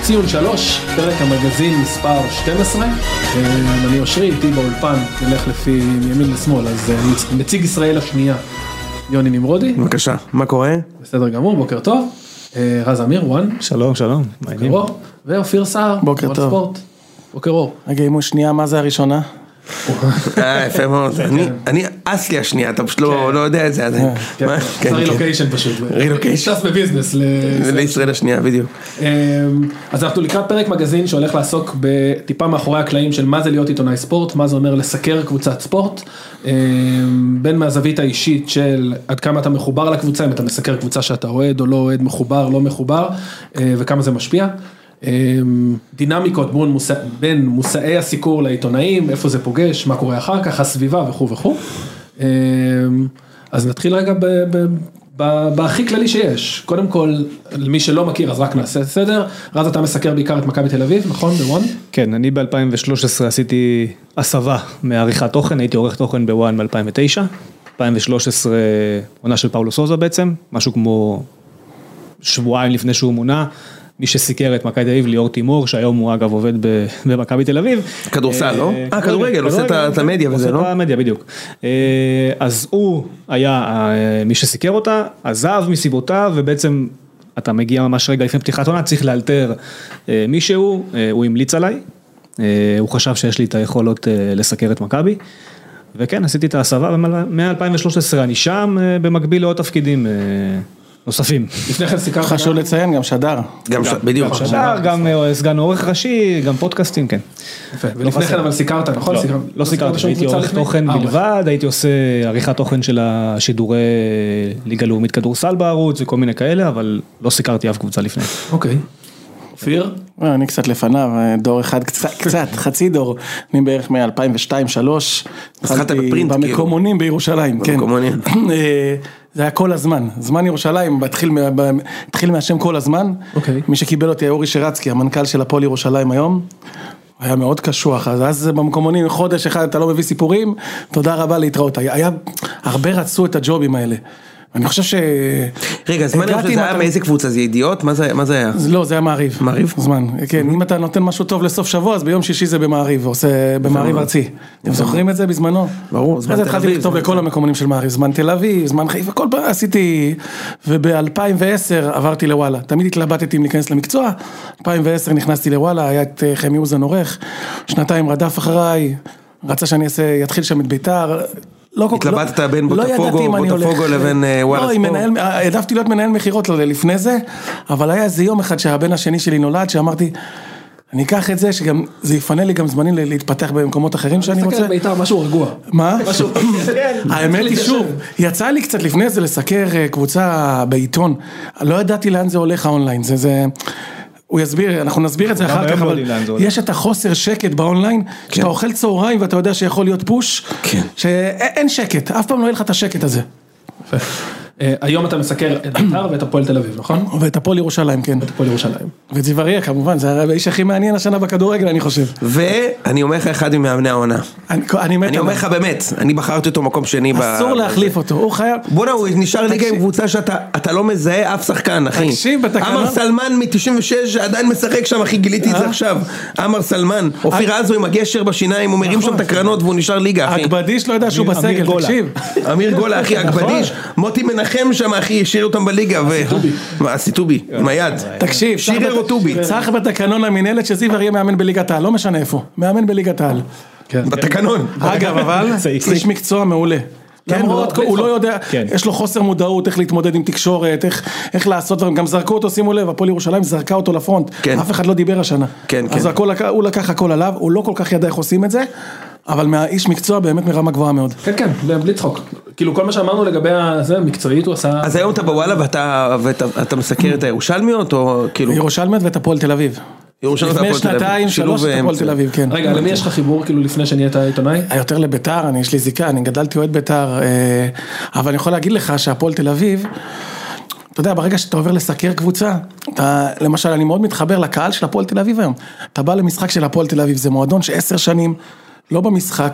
ציון 3, פרק המגזין מספר 12. אני אושרי, איתי באולפן, נלך לפי ימין לשמאל, אז נציג ישראל השנייה, יוני נמרודי. בבקשה, מה קורה? בסדר גמור, בוקר טוב. רז אמיר, וואן. שלום, שלום. בוקר אור. ואופיר סער. בוקר טוב. ספורט. בוקר אור. רגע, אימו שנייה, מה זה הראשונה? יפה מאוד, אני אס לי השנייה, אתה פשוט לא יודע את זה. זה רילוקיישן פשוט. רילוקיישן. טס בביזנס. לישראל השנייה, בדיוק. אז אנחנו לקראת פרק מגזין שהולך לעסוק בטיפה מאחורי הקלעים של מה זה להיות עיתונאי ספורט, מה זה אומר לסקר קבוצת ספורט, בין מהזווית האישית של עד כמה אתה מחובר לקבוצה, אם אתה מסקר קבוצה שאתה אוהד או לא אוהד, מחובר, לא מחובר, וכמה זה משפיע. דינמיקות בין מושאי הסיקור לעיתונאים, איפה זה פוגש, מה קורה אחר כך, הסביבה וכו' וכו'. אז נתחיל רגע בהכי כללי שיש. קודם כל, למי שלא מכיר, אז רק נעשה סדר. רז, אתה מסקר בעיקר את מכבי תל אביב, נכון? בוואן? כן, אני ב-2013 עשיתי הסבה מעריכת תוכן, הייתי עורך תוכן בוואן ב-2009. 2013 עונה של פאולו סוזה בעצם, משהו כמו שבועיים לפני שהוא מונה. מי שסיקר את מכבי תל אביב, ליאור תימור, שהיום הוא אגב עובד במכבי תל אביב. כדורסל, לא? כדורגל, עושה את המדיה וזה, לא? עושה את המדיה, בדיוק. אז הוא היה מי שסיקר אותה, עזב מסיבותיו, ובעצם אתה מגיע ממש רגע לפני פתיחת עונה, צריך לאלתר מישהו, הוא המליץ עליי, הוא חשב שיש לי את היכולות לסקר את מכבי, וכן, עשיתי את ההסבה, ומ-2013 אני שם, במקביל לעוד תפקידים נוספים. לפני כן סיקרת. חשוב לציין, גם שדר. בדיוק. שדר, גם סגן עורך ראשי, גם פודקאסטים, כן. יפה, ולפני כן אבל סיקרת, נכון? לא סיקרתי, הייתי עורך תוכן בלבד, הייתי עושה עריכת תוכן של השידורי ליגה לאומית כדורסל בערוץ וכל מיני כאלה, אבל לא סיקרתי אף קבוצה לפני. אוקיי. אופיר? אני קצת לפניו, דור אחד, קצת, חצי דור, אני בערך מ-2002-2003, התחלתי במקומונים בירושלים, כן. זה היה כל הזמן, זמן ירושלים, התחיל מהשם כל הזמן, מי שקיבל אותי היה אורי שרצקי, המנכ"ל של הפועל ירושלים היום, היה מאוד קשוח, אז במקומונים חודש אחד אתה לא מביא סיפורים, תודה רבה להתראות, היה הרבה רצו את הג'ובים האלה, אני חושב ש... רגע, זמן זה היה מאיזה קבוצה, זה ידיעות? מה זה היה? לא, זה היה מעריב. מעריב? זמן, כן, אם אתה נותן משהו טוב לסוף שבוע, אז ביום שישי זה במעריב, עושה במעריב ארצי. אתם זוכרים את זה בזמנו? ברור, זמן תל אביב. אז התחלתי לכתוב לכל המקומונים של מעריב, זמן תל אביב, זמן חיפה, כל פעם עשיתי, וב-2010 עברתי לוואלה. תמיד התלבטתי אם להיכנס למקצוע, 2010 נכנסתי לוואלה, היה את חמי אוזן עורך, שנתיים רדף אחריי, רצה שאני יתחיל שם את ביתר, התלבטת בין בוטפוגו לבין וואלה ספורט. העדפתי להיות מנהל מחירות לפני זה, אבל היה איזה יום אחד שהבן השני שלי נולד, שאמרתי, אני אקח את זה, שגם זה יפנה לי גם זמנים להתפתח במקומות אחרים שאני רוצה. לסקר ביתר, משהו רגוע. מה? האמת היא שוב, יצא לי קצת לפני זה לסקר קבוצה בעיתון, לא ידעתי לאן זה הולך האונליין, הוא יסביר, אנחנו נסביר את זה אחר כך, אבל יש את החוסר שקט באונליין, כשאתה אוכל צהריים ואתה יודע שיכול להיות פוש, שאין שקט, אף פעם לא יהיה לך את השקט הזה. היום אתה מסקר את ביתר ואת הפועל תל אביב, נכון? ואת הפועל ירושלים, כן. ואת הפועל ירושלים. ואת זיווריה, כמובן, זה האיש הכי מעניין השנה בכדורגל, אני חושב. ואני אומר לך אחד ממאמני העונה. אני אומר לך באמת, אני בחרתי אותו מקום שני. אסור להחליף אותו, הוא חייב. בוא'נה, הוא נשאר ליגה עם קבוצה שאתה לא מזהה אף שחקן, אחי. תקשיב, בתקנון. אמר סלמן מ-96 עדיין משחק שם, אחי, גיליתי את זה עכשיו. אמר סלמן, אופיר עזו עם הגשר בשיניים, הוא מרים שם את הקרנות והוא נשאר ליגה, אחי. אגבדיש לא יודע שהוא בסגל, תקשיב. אמיר גולה, אחי, אגבדיש. מוטי מנחם שם, אחי, השאיר אותם בליגה, סיטובי, עם היד. תקשיב, שירר או טובי. צריך בתקנון המנהלת שזיוור יהיה מאמן בליגת העל, לא משנה איפה, מאמן בליגת העל. בתקנון. אגב, אבל, איש מקצוע מעולה. למרות, הוא לא יודע, יש לו חוסר מודעות, איך להתמודד עם תקשורת, איך לעשות דברים, גם זרקו אותו, שימו לב, הפועל ירושלים זרקה אותו לפרונט, אף אחד לא דיבר השנה. אז הוא לקח הכל עליו, הוא לא כל כך ידע איך עושים את זה, אבל מהאיש מקצוע באמת מרמה גבוהה מאוד. כן, כן, בלי צחוק. כאילו כל מה שאמרנו לגבי זה, מקצועית הוא עשה... אז היום אתה בוואלה ואתה מסקר את הירושלמיות או כאילו... ירושלמיות ואת הפועל תל אביב. לפני שנתיים, 3 את הפועל תל אביב, כן. רגע, למי יש לך חיבור כאילו לפני שנהיית עיתונאי? יותר לביתר, יש לי זיקה, אני גדלתי אוהד ביתר, אבל אני יכול להגיד לך שהפועל תל אביב, אתה יודע, ברגע שאתה עובר לסקר קבוצה, למשל, אני מאוד מתחבר לקהל של הפועל תל אביב היום. אתה בא למשחק של הפועל תל אביב, זה מועדון ש10 שנים, לא במשחק,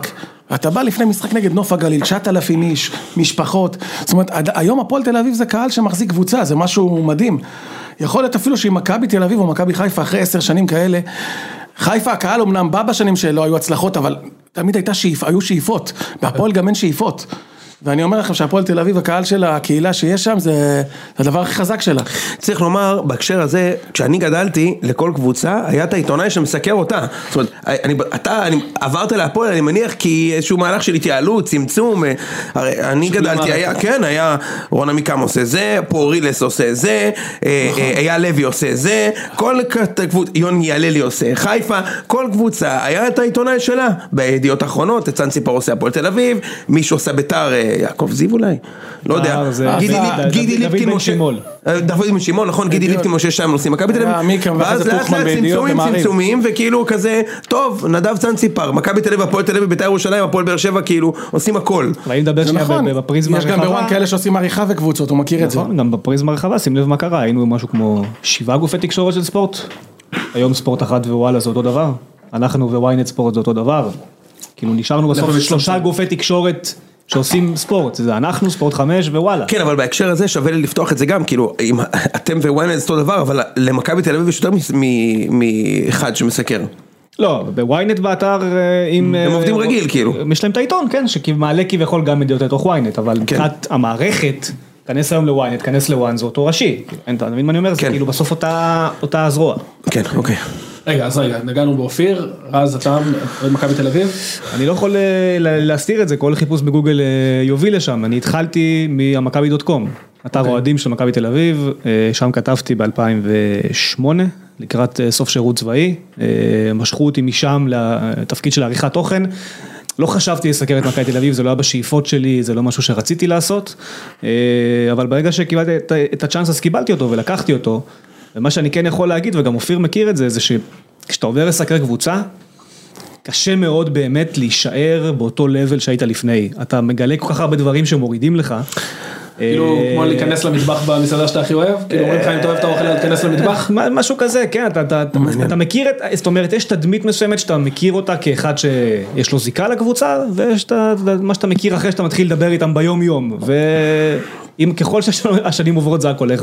אתה בא לפני משחק נגד נוף הגליל, 9,000 איש, משפחות, זאת אומרת, היום הפועל תל אביב זה קהל שמחזיק קבוצה, זה משהו מדהים. יכול להיות אפילו שעם מכבי תל אביב או מכבי חיפה אחרי 10 שנים כאלה, חיפה הקהל אמנם בא בשנים שלא היו הצלחות, אבל תמיד היו שאיפות, בהפועל גם אין שאיפות. ואני אומר לכם שהפועל תל אביב, הקהל של הקהילה שיש שם, זה הדבר הכי חזק שלה. צריך לומר, בהקשר הזה, כשאני גדלתי, לכל קבוצה, היה את העיתונאי שמסקר אותה. זאת אומרת, אני עברת להפועל, אני מניח, כי איזשהו מהלך של התייעלות, צמצום, הרי אני גדלתי, היה רון עמיקם עושה זה, פורילס עושה זה, היה לוי עושה זה, כל קבוצה, יוני יעללי עושה, חיפה, כל קבוצה, היה את העיתונאי שלה, בידיעות האחרונות, את סנציפר עושה הפועל תל אביב, מישהו עושה ביתר יעקב זיו אולי, לא יודע, גידי ליפקין משה, דוד בן שמעון, נכון, גידי ליפקין משה שם נוסעים מכבי תל אביב, ואז לאט לאט צמצומים, וכאילו כזה, טוב, נדב צנציפר, מכבי תל אביב, הפועל תל אביב, בית"ר ירושלים, הפועל באר שבע, כאילו, עושים הכל. ואם נדבר שנייה בפריזמה הרחבה, יש גם ברואן כאלה שעושים עריכה וקבוצות, הוא מכיר את זה. גם בפריזמה הרחבה, שים לב מה קרה, היינו משהו כמו 7 גופי תקשורת של ספורט, היום ספורט אחת ווואלה זה אותו דבר, אנחנו וויינט ספורט זה אותו דבר, כאילו נשארנו בסוף 3 גופי תקשורת שעושים ספורט, זה אנחנו, ספורט 5 ווואלה. כן, אבל בהקשר הזה שווה לי לפתוח את זה גם, כאילו, אם אתם וויינט זה אותו דבר, אבל למכבי תל אביב יש יותר מאחד שמסקר. לא, בוויינט באתר, הם עובדים רגיל, כאילו. יש להם את העיתון, כן, שמעלה כביכול גם מדיעות לתוך וויינט, אבל מבחינת המערכת, כנס היום לוויינט, כנס לוואן, זה אותו ראשי. אתה מבין מה אני אומר? זה כאילו בסוף אותה הזרוע. כן, אוקיי. רגע, אז רגע, נגענו באופיר, אז אתה עוד מכבי תל אביב? אני לא יכול להסתיר את זה, כל חיפוש בגוגל יוביל לשם, אני התחלתי מהמכבי.com, אתר אוהדים של מכבי תל אביב, שם כתבתי ב-2008, לקראת סוף שירות צבאי, משכו אותי משם לתפקיד של עריכת תוכן, לא חשבתי לסקר את מכבי תל אביב, זה לא היה בשאיפות שלי, זה לא משהו שרציתי לעשות, אבל ברגע שקיבלתי את הצ'אנס אז קיבלתי אותו ולקחתי אותו, ומה שאני כן יכול להגיד, וגם אופיר מכיר את זה, זה שכשאתה עובר לסקר קבוצה, קשה מאוד באמת להישאר באותו לבל שהיית לפני. אתה מגלה כל כך הרבה דברים שמורידים לך. כאילו, כמו להיכנס למטבח במסעדה שאתה הכי אוהב? כאילו, אומרים לך אם אתה אוהב את האוכל להיכנס למטבח? משהו כזה, כן, אתה מכיר, זאת אומרת, יש תדמית מסוימת שאתה מכיר אותה כאחד שיש לו זיקה לקבוצה, ויש מה שאתה מכיר אחרי שאתה מתחיל לדבר איתם ביום יום, ואם ככל שהשנים עוברות זה הכל הולך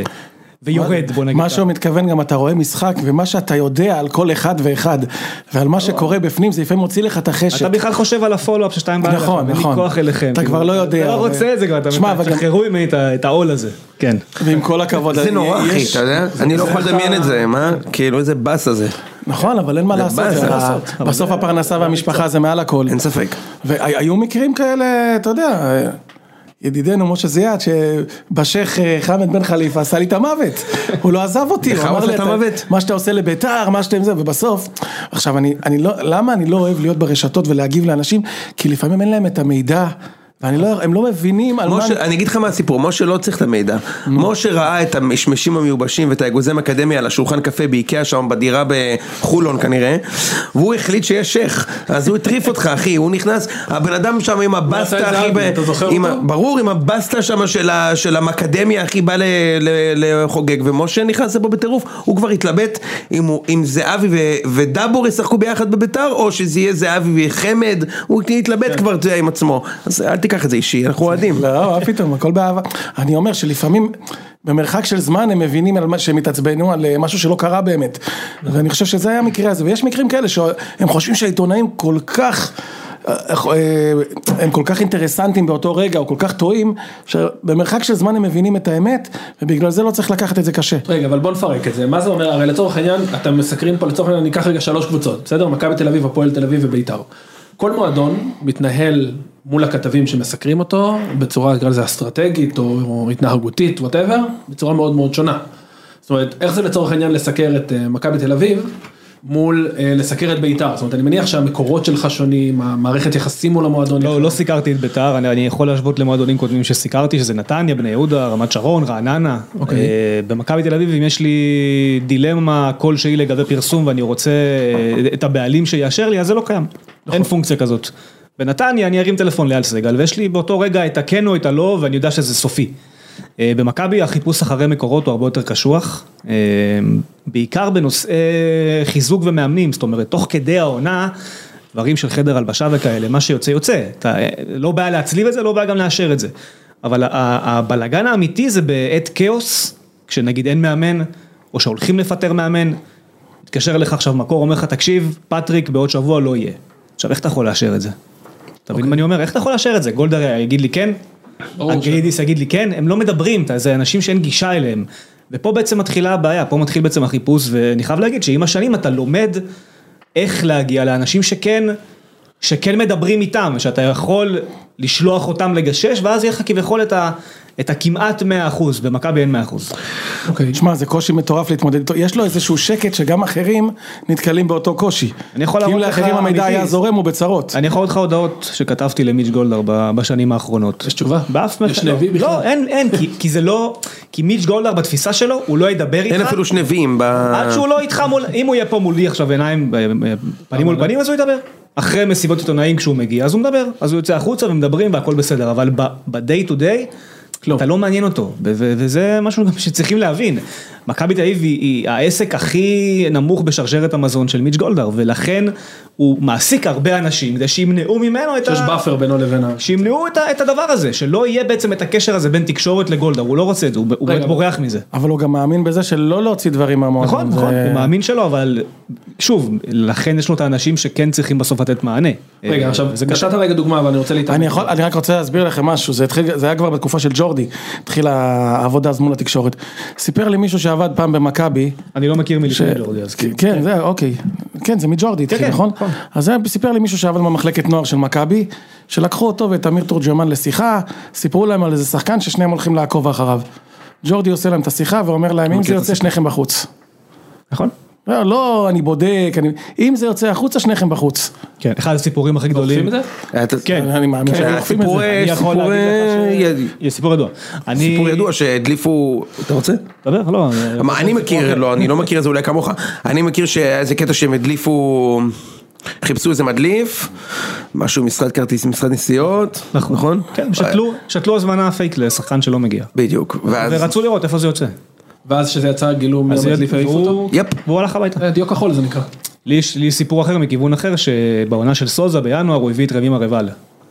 ויורד, בוא נגיד. מה שהוא מתכוון גם אתה רואה משחק, ומה שאתה יודע על כל אחד ואחד, ועל מה שקורה בפנים, זה לפעמים מוציא לך את החשת. אתה בכלל חושב על הפולו-אפ ששתיים בעיה, נכון, נכון. כוח אליכם. אתה כבר לא יודע. אתה לא רוצה את זה כבר, אתה תשחררו ממני את העול הזה. כן. ועם כל הכבוד. זה נורא אחי, אתה יודע? אני לא יכול לדמיין את זה, מה? כאילו איזה בס הזה. נכון, אבל אין מה לעשות. בסוף הפרנסה והמשפחה זה מעל הכל. אין ספק. והיו מקרים כאלה, אתה יודע, ידידנו משה זיאד שבשך חמד בן חליפה עשה לי את המוות, הוא לא עזב אותי, הוא אמר לי מה שאתה עושה לביתר, מה שאתה עם זה, ובסוף, עכשיו למה אני לא אוהב להיות ברשתות ולהגיב לאנשים, כי לפעמים אין להם את המידע, הם לא מבינים על מה... אני אגיד לך מה הסיפור, משה לא צריך את המידע, משה ראה את המשמשים המיובשים ואת האגוזם אקדמיה על השולחן קפה באיקאה שם בדירה בחולון כנראה, והוא החליט שיש שייך, אז הוא הטריף אותך אחי, הוא נכנס, הבן אדם שם עם הבסטה אחי, ברור עם הבסטה שם של המקדמיה הכי בא לחוגג, ומשה נכנס לבו בטירוף, הוא כבר התלבט אם זהבי ודאבור ישחקו ביחד בביתר, או שזה יהיה זהבי וחמד, הוא התלבט כבר עם עצמו, אז אל תיקח את זה אישי, אנחנו אוהדים. לא, פתאום, הכל באהבה. אני אומר שלפעמים, במרחק של זמן, הם מבינים על מה שהם התעצבנו, על משהו שלא קרה באמת. ואני חושב שזה היה המקרה הזה, ויש מקרים כאלה שהם חושבים שהעיתונאים כל כך, הם כל כך אינטרסנטים באותו רגע, או כל כך טועים, שבמרחק של זמן הם מבינים את האמת, ובגלל זה לא צריך לקחת את זה קשה. רגע, אבל בוא נפרק את זה. מה זה אומר? הרי לצורך העניין, אתם מסקרים פה, לצורך העניין, ניקח רגע 3 קבוצות, בסדר? מכבי תל אביב, הפועל תל אביב ובית"ר. כל מועדון מתנהל מול הכתבים שמסקרים אותו, בצורה, נקרא לזה אסטרטגית, או התנהגותית, whatever, בצורה מאוד מאוד שונה. זאת אומרת, איך זה לצורך העניין לסקר את מכבי תל אביב, מול לסקר את בית"ר? זאת אומרת, אני מניח שהמקורות שלך שונים, המערכת יחסים מול המועדון. לא סיקרתי את בית"ר, אני יכול להשוות למועדונים קודמים שסיקרתי, שזה נתניה, בני יהודה, רמת שרון, רעננה. במכבי תל אביב, אם יש לי דילמה כלשהי לגבי פרסום, ואני רוצה את הבעלים שיאשר לי, אז זה לא קיים. אין פונקציה כזאת. בנתניה אני ארים טלפון לאל סגל, ויש לי באותו רגע את הכן או את הלא, ואני יודע שזה סופי. במכבי החיפוש אחרי מקורות הוא הרבה יותר קשוח, בעיקר בנושאי חיזוק ומאמנים, זאת אומרת, תוך כדי העונה, דברים של חדר הלבשה וכאלה, מה שיוצא יוצא, אתה לא בא להצליב את זה, לא בא גם לאשר את זה, אבל הבלגן האמיתי זה בעת כאוס, כשנגיד אין מאמן, או שהולכים לפטר מאמן, מתקשר לך עכשיו מקור, אומר לך, תקשיב, פטריק בעוד שבוע לא יהיה. עכשיו, איך אתה יכול לאשר את זה? אתה מבין מה אני אומר? איך אתה יכול לאשר את זה? גולדהר יגיד לי כן, אנגלידיס יגיד לי כן, הם לא מדברים, זה אנשים שאין גישה אליהם, ופה בעצם מתחילה הבעיה, פה מתחיל בעצם החיפוש, ואני חייב להגיד שעם השנים אתה לומד איך להגיע לאנשים שכן מדברים איתם, שאתה יכול לשלוח אותם לגשש, ואז יהיה לך כביכול את הכמעט 100%, במכבי אין 100%. אוקיי. תשמע, זה קושי מטורף להתמודד איתו, יש לו איזשהו שקט שגם אחרים נתקלים באותו קושי. כי אם לאחרים המידע היה זורם הוא בצרות. אני יכול עוד לך הודעות שכתבתי למיץ' גולדהר בשנים האחרונות. יש תשובה? באף יש נביא בכלל? לא, אין, כי זה לא, כי מיץ' גולדהר בתפיסה שלו, הוא לא ידבר איתך. אין אפילו שנבים. עד שהוא לא איתך מול, אם הוא יהיה פה מולי עכשיו עיניים, פנים מול פנים, אז הוא ידבר. אחרי מסיבות עיתונאים כשהוא מגיע, אז הוא מדבר, אז הוא יוצא החוצה ומדברים והכל בסדר, אבל ב-day to day, אתה לא מעניין אותו, וזה משהו גם שצריכים להבין. מכבי תל אביב היא העסק הכי נמוך בשרשרת המזון של מיץ' גולדהר, ולכן הוא מעסיק הרבה אנשים, כדי שימנעו ממנו את שיש באפר בינו לבין שימנעו את הדבר הזה, שלא יהיה בעצם את הקשר הזה בין תקשורת לגולדהר, הוא לא רוצה את זה, הוא באמת בורח מזה. אבל הוא גם מאמין בזה שלא להוציא דברים מהמועדון. נכון, הוא מאמין שלו, אבל שוב, לכן יש לו את האנשים שכן צריכים בסוף לתת מענה. רגע, עכשיו, נשאת רגע דוגמה, ואני רוצה להתאמן. אני רק רוצה להסביר לכם משהו, זה היה כבר בתקופה של ג'ורדי, התחילה העבודה מול התקשורת. סיפר לי מישהו שעבד פעם במכבי. אני לא מכיר מלפני ג'ורדי, אז כן, זה, אוקיי. כן, זה מג'ורדי, נכון? אז זה סיפר לי מישהו שעבד במחלקת נוער של מכבי, שלקחו אותו ואת אמיר תורג'מן לשיחה, סיפרו להם על איזה שחקן ששניהם הולכים לעקוב אחריו. ג'ורדי עושה להם את השיחה ואומר להם, אם זה יוצא שניכם בחוץ. נכון? לא, אני בודק, אם זה יוצא החוצה, שניכם בחוץ. כן, אחד הסיפורים הכי גדולים. כן, אני מאמין שאוכפים את זה. אני יכול להגיד לך יש סיפור ידוע. סיפור ידוע שהדליפו, אתה רוצה? דבר, לא. אני מכיר, לא, אני לא מכיר את זה אולי כמוך. אני מכיר שזה קטע שהם הדליפו, חיפשו איזה מדליף, משהו משרד כרטיס, משרד נסיעות, נכון? כן, שתלו הזמנה פייק לשחקן שלא מגיע. בדיוק. ורצו לראות איפה זה יוצא. ואז שזה יצא גילו מדליף העיף אותו? יפ. והוא הלך הביתה. דיוק כחול זה נקרא. לי סיפור אחר מכיוון אחר, שבעונה של סוזה בינואר הוא הביא את רבימה רבל.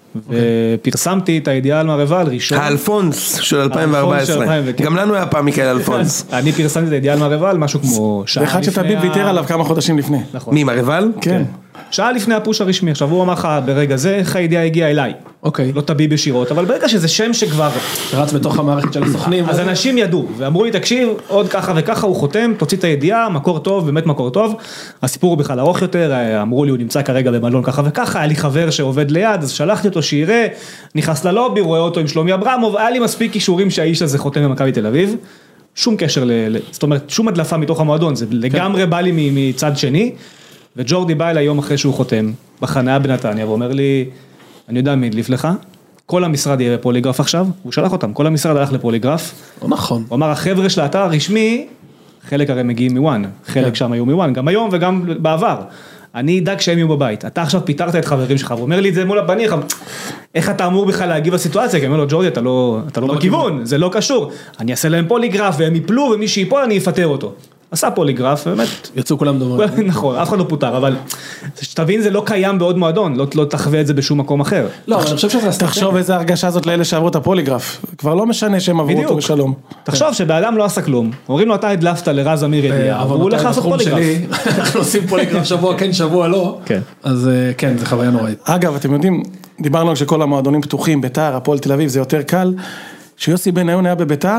ופרסמתי את הידיעה על מרבל ראשון. האלפונס של 2014. גם לנו היה פעם מיקל אלפונס. אני פרסמתי את הידיעה על מרבל, משהו כמו שעה לפני. אחד שטביב ויתר עליו כמה חודשים לפני. מי, מרבל? כן. שעה לפני הפוש הרשמי, עכשיו הוא אמר לך ברגע זה, איך הידיעה הגיעה אליי. אוקיי. לא טביב ישירות, אבל ברגע שזה שם שכבר רץ בתוך המערכת של הסוכנים. אז אנשים ידעו, ואמרו לי, תקשיב, עוד ככה וככה הוא חותם, תוציא את הידיעה, מקור טוב, באמת מקור טוב. הסיפור הוא בכלל ארוך יותר, אמרו לי, הוא נמצא כרגע במלון ככה וככה, היה לי חבר שעובד ליד, אז שלחתי אותו שיראה, נכנס ללובי, רואה אותו עם שלומי אברמוב, היה לי מספיק אישורים שהאיש הזה חותם במכבי תל אביב. שום קשר זאת אומרת, שום הדלפה מתוך המועדון, זה לגמרי בא לי מצד שני, וג'ורדי בא אליי יום אחרי שהוא חותם, בחניה בנתניה, ואומר לי, אני יודע מי הדליף לך, כל המשרד יהיה בפוליגרף עכשיו, הוא שלח אותם, כל המשרד הלך לפוליגרף. לא נכון. הוא אמר, החבר'ה של האתר הרשמי, חלק הרי מגיעים מוואן, חלק שם היו מוואן, גם היום וגם בעבר. אני אדאג שהם יהיו בבית, אתה עכשיו פיתרת את חברים שלך, הוא אומר לי את זה מול הפנים, איך אתה אמור בכלל להגיב לסיטואציה, כי אני אומר לו, ג'ורדי, אתה לא בכיוון, זה לא קשור, אני אעשה להם פוליגרף, והם יפלו, ומי שיפול אני אפטר אותו. עשה פוליגרף, באמת. יצאו כולם דומים. נכון, אף אחד לא פוטר, אבל שתבין, זה לא קיים בעוד מועדון, לא תחווה את זה בשום מקום אחר. לא, אני חושב שזה... תחשוב איזה הרגשה הזאת לאלה שעברו את הפוליגרף. כבר לא משנה שהם עברו אותו בשלום. תחשוב שבאדם לא עשה כלום. אומרים לו, אתה הדלפת לרז אמיר ידיעה, והוא הולך לעשות פוליגרף. אנחנו עושים פוליגרף שבוע כן, שבוע לא. אז כן, זה חוויה נוראית. אגב, אתם יודעים, דיברנו שכל המועדונים פתוחים, ביתר, הפועל תל אביב, זה יותר קל. שיוסי בניון היה בביתר,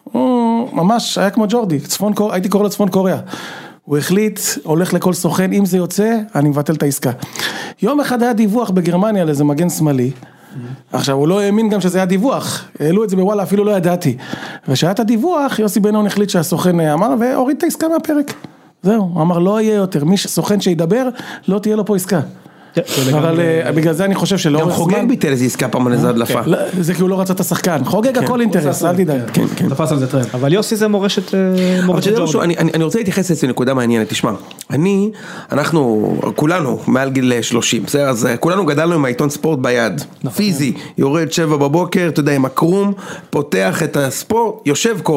הוא ממש היה כמו ג'ורדי, הייתי קורא לו צפון קוריאה. הוא החליט, הולך לכל סוכן, אם זה יוצא, אני מבטל את העסקה. יום אחד היה דיווח בגרמניה לאיזה מגן שמאלי, עכשיו הוא לא האמין גם שזה היה דיווח, העלו את זה בוואלה, אפילו לא ידעתי. ושהיה את הדיווח, יוסי בניון החליט שהסוכן אמר, והוריד את העסקה מהפרק. זהו, הוא אמר, לא יהיה יותר, סוכן שידבר, לא תהיה לו פה עסקה. אבל בגלל זה אני חושב שלא... גם חוגג ביטל איזה עסקה פעם על איזה הדלפה. זה כי הוא לא רצה את השחקן. חוגג הכל אינטרס, אל תדאג. תפס על זה טרם. אבל יוסי זה מורשת ג'ורדי. אני רוצה להתייחס לאיזו נקודה מעניינת, תשמע. אנחנו, כולנו מעל גיל 30, אז כולנו גדלנו עם העיתון ספורט ביד. פיזי, יורד 7 בבוקר, אתה יודע, עם הקרום, פותח את הספורט, יושב קורא.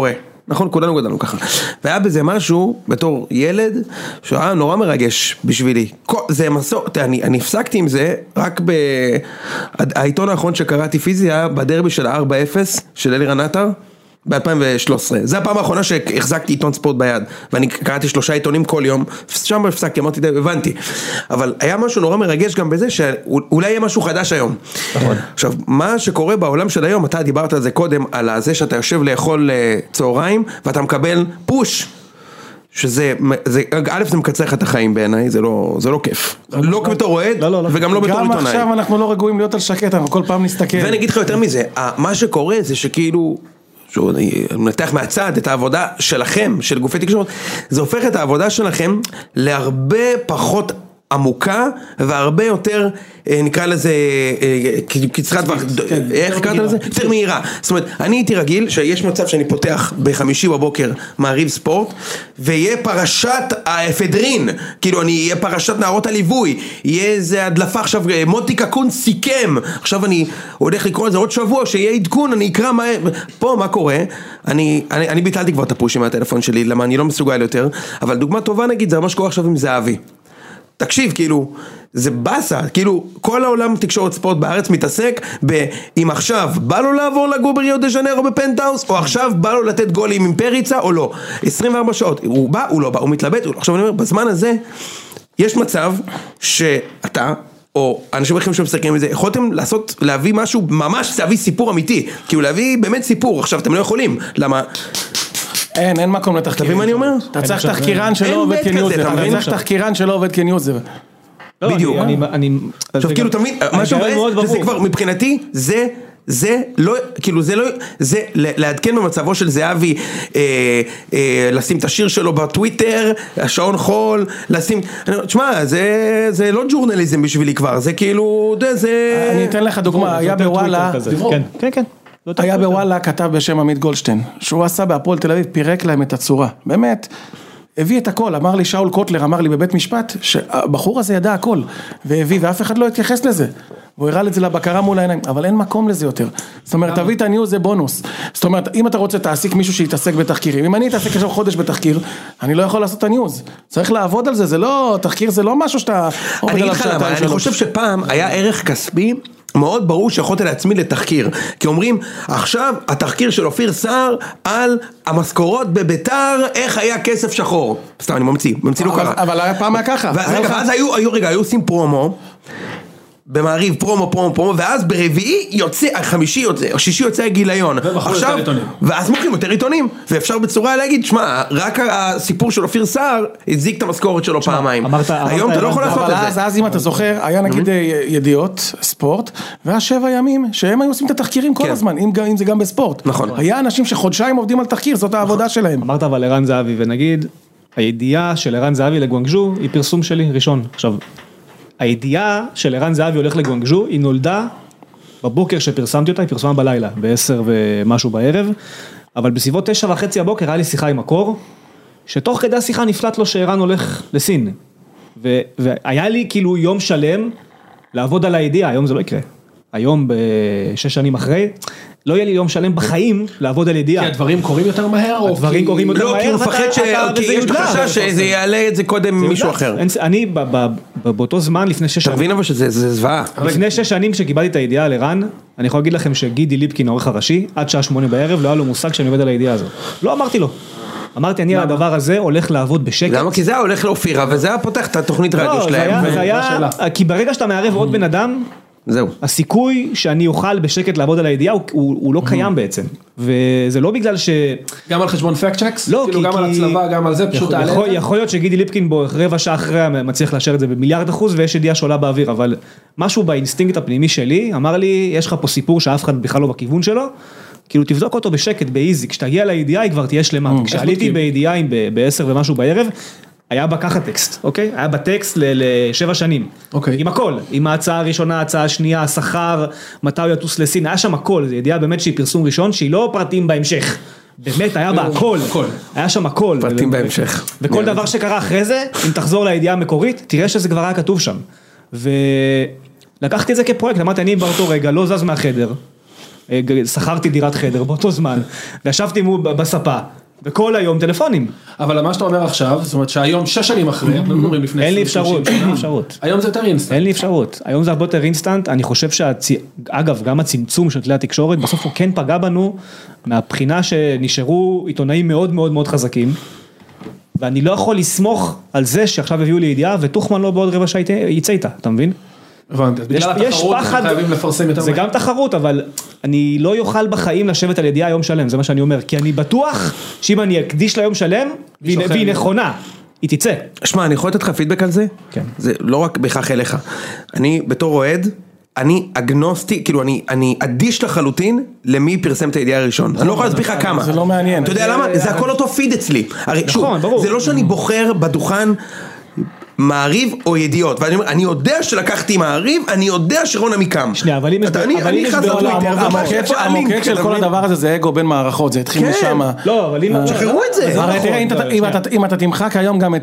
נכון, כולנו גדלנו ככה. והיה בזה משהו, בתור ילד, שהיה נורא מרגש בשבילי. זה מסורת, אני הפסקתי עם זה, רק העיתון האחרון שקראתי פיזיה, בדרבי של 4-0, של אלירן עטר, ב-2013. זה הפעם האחרונה שהחזקתי עיתון ספורט ביד, ואני קראתי 3 עיתונים כל יום, שם הפסקתי, אמרתי, הבנתי. אבל היה משהו נורא מרגש גם בזה, שאולי יהיה משהו חדש היום. עכשיו, מה שקורה בעולם של היום, אתה דיברת על זה קודם, על זה שאתה יושב לאכול צהריים, ואתה מקבל פוש, שזה, א' זה מקצר לך את החיים בעיניי, זה לא כיף. לא בתור אוהד, וגם לא בתור עיתונאי. גם עכשיו אנחנו לא רגועים להיות על שקט, אנחנו כל פעם נסתכל. ואני אגיד לך יותר מזה, מה שקורה זה שכאילו, אני מנתח מהצד את העבודה שלכם, של גופי תקשורת, זה הופך את העבודה שלכם להרבה פחות עמוקה, והרבה יותר, נקרא לזה, קצרת, איך קראת לזה? יותר מהירה. זאת אומרת, אני הייתי רגיל שיש מצב שאני פותח בחמישי בבוקר מעריב ספורט, ויהיה פרשת האפדרין, כאילו יהיה פרשת נערות הליווי, יהיה איזה הדלפה עכשיו, מוטי קקון סיכם, עכשיו אני הולך לקרוא את זה עוד שבוע, שיהיה עדכון, אני אקרא מה, פה מה קורה, אני ביטלתי כבר את הפושים מהטלפון שלי, למה אני לא מסוגל יותר, אבל דוגמה טובה נגיד, זה מה שקורה עכשיו עם זהבי. תקשיב, כאילו, זה בסה, כאילו, כל העולם תקשורת ספורט בארץ מתעסק אם עכשיו בא לו לעבור לגור בריו דה ז'נרו בפנטהאוס, או עכשיו בא לו לתת גולים עם פריצה, או לא. 24 שעות, הוא בא, הוא לא בא, הוא מתלבט, עכשיו אני אומר, בזמן הזה, יש מצב שאתה, או אנשים אחרים שמסתכלים את זה, יכולתם להביא משהו, ממש להביא סיפור אמיתי, כאילו להביא באמת סיפור, עכשיו אתם לא יכולים, למה? אין מקום לתחקירים. תבין מה אני אומר? אתה צריך תחקירן שלא עובד כניוזר. אתה צריך תחקירן שלא עובד כניוזר. בדיוק. עכשיו כאילו תמיד, משהו וזה כבר מבחינתי, זה לא, כאילו זה לא, זה לעדכן במצבו של זהבי, לשים את השיר שלו בטוויטר, השעון חול, לשים, תשמע, זה לא ג'ורנליזם בשבילי כבר, זה כאילו, זה... אני אתן לך דוגמה, היה בוואלה, כן. היה בוואלה כתב בשם עמית גולדשטיין, שהוא עשה בהפועל תל אביב, פירק להם את הצורה, באמת, הביא את הכל, אמר לי שאול קוטלר, אמר לי בבית משפט, שהבחור הזה ידע הכל, והביא, ואף אחד לא התייחס לזה, והוא הראה את זה לבקרה מול העיניים, אבל אין מקום לזה יותר, זאת אומרת, תביא את הניוז זה בונוס, זאת אומרת, אם אתה רוצה תעסיק מישהו שיתעסק בתחקירים, אם אני אתעסק עכשיו חודש בתחקיר, אני לא יכול לעשות את הניוז, צריך לעבוד על זה, זה לא, תחקיר זה לא משהו שאתה... אני חושב שפעם היה ערך כספי מאוד ברור שיכולת לעצמי לתחקיר, כי אומרים, עכשיו התחקיר של אופיר סער על המשכורות בביתר, איך היה כסף שחור. סתם, אני ממציא לא קרה. אבל היה פעם היה ככה. ואז היו עושים פרומו, במעריב פרומו, ואז ברביעי יוצא, חמישי יוצא, שישי יוצא הגיליון. ואז מוכרים יותר עיתונים, ואפשר בצורה להגיד, שמע, רק הסיפור של אופיר סער, הזיק את המשכורת שלו פעמיים. היום אתה לא יכול לעשות את זה. אז אם אתה זוכר, היה נגיד ידיעות, ספורט, והיה 7 ימים, שהם היו עושים את התחקירים כל הזמן, אם זה גם בספורט. נכון. היה אנשים שחודשיים עובדים על תחקיר, זאת העבודה שלהם. אמרת אבל ערן זהבי, ונגיד, הידיעה של ערן זהבי לגואנגז'ו, היא פרסום שלי ראשון. עכשיו, הידיעה של ערן זהבי הולך לגואנגז'ו, היא נולדה בבוקר שפרסמתי אותה, היא פרסמה בלילה, ב10 ומשהו בערב, אבל בסביבות 9:30 הבוקר היה לי שיחה עם מקור, שתוך כדי השיחה נפלט לו שערן הולך לסין, והיה לי כאילו יום שלם לעבוד על הידיעה, היום זה לא יקרה, היום ב6 שנים אחרי, לא יהיה לי יום שלם בחיים לעבוד על ידיעה. כי הדברים קורים יותר מהר? הדברים קורים יותר מהר. לא, כי הוא מפחד שיש לך חשש שזה יעלה את זה קודם מישהו אחר. אני באותו זמן, לפני 6 שנים. תבין אבל שזה זוועה. לפני 6 שנים שקיבלתי את הידיעה על ערן, אני יכול להגיד לכם שגידי ליפקין, העורך הראשי, עד שעה 8 בערב, לא היה לו מושג שאני עובד על הידיעה הזו. לא אמרתי לו. אמרתי, אני על הדבר הזה הולך לעבוד בשקט. למה? כי זה היה הולך לאופירה, וזה היה פותח את התוכנית רדיו שלהם. זה היה, כי ברגע שאתה מערב עוד בן אדם, זהו. הסיכוי שאני אוכל בשקט לעבוד על הידיעה הוא לא קיים בעצם, וזה לא בגלל ש... גם על חשבון פאקט צ'קס? לא, כאילו גם על הצלבה, גם על זה, פשוט תעלה את זה? יכול להיות שגידי ליפקין בו רבע שעה אחרי מצליח לאשר את זה ב1,000,000%, ויש ידיעה שעולה באוויר, אבל משהו באינסטינקט הפנימי שלי, אמר לי, יש לך פה סיפור שאף אחד בכלל לא בכיוון שלו, כאילו תבדוק אותו בשקט, באיזי, כשתגיע לידיעה היא כבר תהיה שלמה, כשעליתי בידיעה ב10 ומשהו בערב, היה בה ככה טקסט, אוקיי? היה בטקסט ל7 שנים. אוקיי. עם הכל. עם ההצעה הראשונה, ההצעה השנייה, השכר, מתי הוא יטוס לסין. היה שם הכל. זו ידיעה באמת שהיא פרסום ראשון, שהיא לא פרטים בהמשך. באמת היה בה הכל. היה שם הכל. פרטים בהמשך. וכל דבר שקרה אחרי זה, אם תחזור לידיעה המקורית, תראה שזה כבר היה כתוב שם. ולקחתי את זה כפרויקט. אמרתי, אני באותו רגע לא זז מהחדר. שכרתי דירת חדר באותו זמן. וישבתי בספה. וכל היום טלפונים. אבל מה שאתה אומר עכשיו, זאת אומרת שהיום 6 שנים אחרי, אנחנו מדברים לפני 20-30 שנה. אין לי אפשרות. היום זה יותר אינסטנט. אין לי אפשרות. היום זה הרבה יותר אינסטנט, אני חושב אגב, גם הצמצום של כלי התקשורת, בסוף הוא כן פגע בנו, מהבחינה שנשארו עיתונאים מאוד מאוד מאוד חזקים, ואני לא יכול לסמוך על זה שעכשיו הביאו לי ידיעה, ותוכמן לא בעוד רבע שיצא איתה, אתה מבין? הבנתי, בגלל התחרות חייבים לפרסם יותר. זה גם תחרות, אבל אני לא יוכל בחיים לשבת על ידיעה יום שלם, זה מה שאני אומר, כי אני בטוח שאם אני אקדיש לה יום שלם, והיא נכונה, היא תצא. שמע, אני יכול לתת לך פידבק על זה? כן. זה לא רק בכך אליך. אני בתור אוהד, אני אגנוסטי, כאילו אני אדיש לחלוטין למי פרסם את הידיעה הראשון. אני לא יכול להסביר לך כמה. זה לא מעניין. אתה יודע למה? זה הכל אותו פיד אצלי. הרי שוב, זה לא שאני בוחר בדוכן מעריב או ידיעות, ואני יודע שלקחתי מעריב, אני יודע שרון עמיקם. שנייה, אבל אם יש המוקד של כל הדבר הזה זה אגו בין מערכות, זה התחיל משם. לא, אבל אם שחררו את זה. אם אתה תמחק היום גם את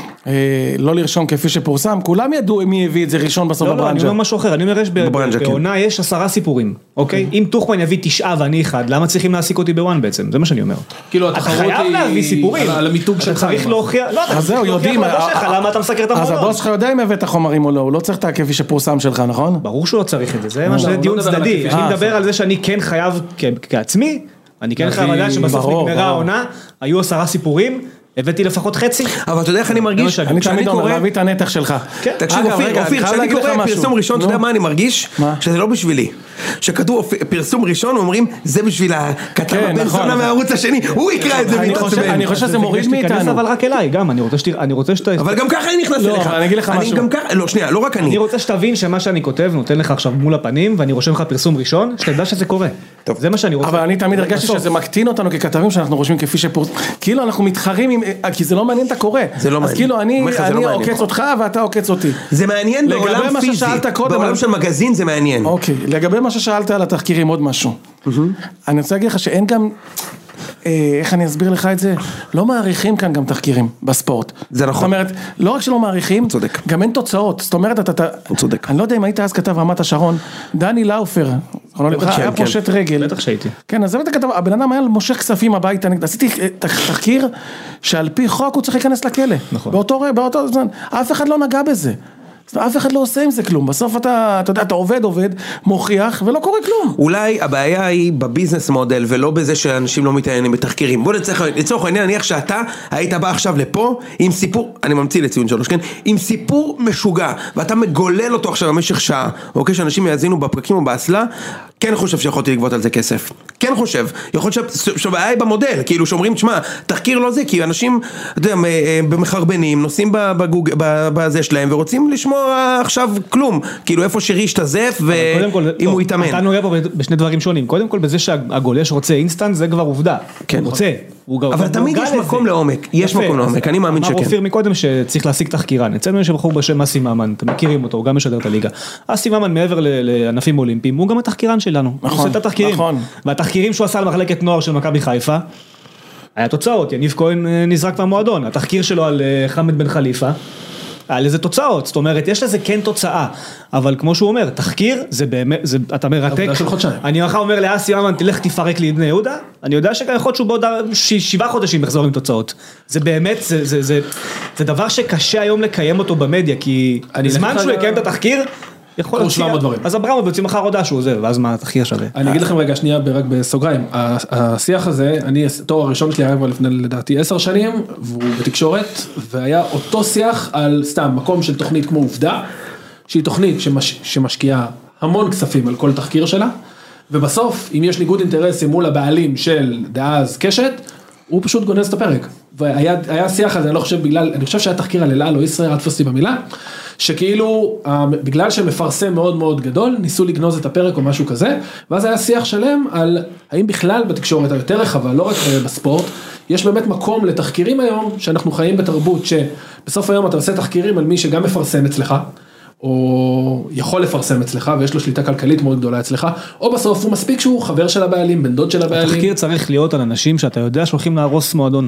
לא לרשום כפי שפורסם, כולם ידעו מי הביא את זה ראשון בסוף בברנג'ה. לא, אני אומר משהו אחר, אני אומר בעונה יש 10 סיפורים, אוקיי? אם תוכמן יביא 9 ואני 1, למה צריכים להעסיק אותי בוואן בעצם? זה מה שאני אומר. כאילו אתה חייב להביא סיפורים, אתה צריך להוכיח, לא, אתה צריך להוכיח למה אתה מסקר את המועדון. אז הבוס שלך יודע אם הבאת חומרים או לא, הוא לא צריך את הכפי שפורסם שלך, נכון? ברור שהוא לא צריך את זה, זה דיון צדדי, אני מדבר על זה שאני כן חייב כעצמי, אני כן חייב לדעת שבסוף נגמרה העונה, היו 10 סיפורים, הבאתי לפחות חצי. אבל אתה יודע איך אני מרגיש? אני תמיד אומר, להביא את הנתח שלך. תקשיב אופיר, כשאני קורא פרסום ראשון, אתה יודע מה אני מרגיש? שזה לא בשבילי. שכתוב פרסום ראשון, אומרים, זה בשביל הכתב בן זונה מהערוץ השני, הוא יקרא את זה מתעצבן. אני חושב שזה מוריד מאיתנו. אבל רק אליי, גם, אני רוצה שאתה... אבל גם ככה אני נכנס אליך. אני אגיד לך משהו. לא, שנייה, לא רק אני. אני רוצה שתבין שמה שאני כותב נותן לך עכשיו מול הפנים, ואני רושם לך פרסום ראשון, שתדע שזה קורה. זה מה שאני רוצה. אבל אני תמיד הרגשתי שזה מקטין אותנו ככתבים שאנחנו חושבים כפי שפורסם. כאילו אנחנו מתחרים עם, כי זה לא מעניין את הקורא. זה לא מעניין. אז כאילו אני עוקץ אותך ואתה עוקץ אותי. זה מעניין בעולם פיזי. בעולם של מגזין זה מעניין. אוקיי, לגבי מה ששאלת על התחקירים עוד משהו. אני רוצה להגיד לך שאין גם, איך אני אסביר לך את זה? לא מעריכים כאן גם תחקירים בספורט. זה נכון. זאת אומרת, לא רק שלא מעריכים, גם אין תוצאות. זאת אומרת, הוא צודק. אני לא יודע אם היית אז כתב רמת השרון, דני לאופר, היה פושט רגל. בטח שהייתי. כן, אז זה כתב, הבן אדם היה מושך כספים הביתה, עשיתי תחקיר שעל פי חוק הוא צריך להיכנס לכלא. נכון. באותו זמן, אף אחד לא נגע בזה. אף אחד לא עושה עם זה כלום, בסוף אתה יודע, אתה עובד, מוכיח, ולא קורה כלום. אולי הבעיה היא בביזנס מודל, ולא בזה שאנשים לא מתעניינים בתחקירים. בוא לצורך העניין, נניח שאתה היית בא עכשיו לפה, עם סיפור, אני ממציא לציון 3, כן? עם סיפור משוגע, ואתה מגולל אותו עכשיו במשך שעה, אוקיי, שאנשים יאזינו בפרקים או באסלה, כן חושב שיכולתי לגבות על זה כסף. כן חושב. יכול שהבעיה היא במודל, כאילו שאומרים, תשמע, תחקיר לא זה, כי אנשים, אתה יודע, במחרבנים, נוסעים בזה שלהם, ורוצים לשמוע עכשיו כלום. כאילו איפה שריש תזף, ואם הוא יתאמן. אתה נוגע פה בשני דברים שונים. קודם כל, בזה שהגולש רוצה אינסטנט, זה כבר עובדה. הוא רוצה. אבל תמיד יש מקום לעומק. יש מקום לעומק, אני מאמין שכן. אמר אופיר מקודם שצריך להשיג תחקירן. אצלנו יש בחור בשם אסי מאמן, אתם מכירים אותו, הוא גם משדר את הליגה. אסי מאמן מעבר לענפים אולימפיים, הוא גם התחקירן שלנו. הוא עושה את התחקירים. והתחקירים שהוא עשה על מחלקת נוער של מכבי חיפה, היה תוצאות, יניב כהן נזרק מהמועדון. התחקיר שלו על חמד בן חליפה, היה לזה תוצאות, זאת אומרת, יש לזה כן תוצאה, אבל כמו שהוא אומר, תחקיר, זה באמת, אתה מרתק, אני מחר אומר לאסי מאמן, תלך תפרק לי בני יהודה, אני יודע שגם יכול להיות שהוא בעוד 7 חודשים יחזור עם תוצאות, זה באמת, זה דבר שקשה היום לקיים אותו במדיה, כי זמן שהוא יקיים את התחקיר, יכול להציע, אז אברהם יוצאים מחר הודעה שהוא עוזר, ואז מה התחקיר שווה. אני אגיד לכם רגע שנייה רק בסוגריים, השיח הזה, אני, התואר הראשון שלי היה לפני לדעתי 10 שנים, והוא בתקשורת, והיה אותו שיח על סתם מקום של תוכנית כמו עובדה, שהיא תוכנית שמשקיעה המון כספים על כל תחקיר שלה, ובסוף, אם יש ניגוד אינטרסים מול הבעלים של דאז קשת, הוא פשוט גונז את הפרק. והיה שיח הזה, אני חושב שהיה תחקיר על אל-על או ישראל, אל תפסתי במילה, שכאילו, בגלל שמפרסם מאוד מאוד גדול, ניסו לגנוז את הפרק או משהו כזה, ואז היה שיח שלם על האם בכלל בתקשורת היותר רחבה, לא רק בספורט, יש באמת מקום לתחקירים היום, שאנחנו חיים בתרבות, שבסוף היום אתה עושה תחקירים על מי שגם מפרסם אצלך, או יכול לפרסם אצלך, ויש לו שליטה כלכלית מאוד גדולה אצלך, או בסוף הוא מספיק שהוא חבר של הבעלים, בן דוד של הבעלים. התחקיר צריך להיות על אנשים שאתה יודע שהולכים להרוס מועדון.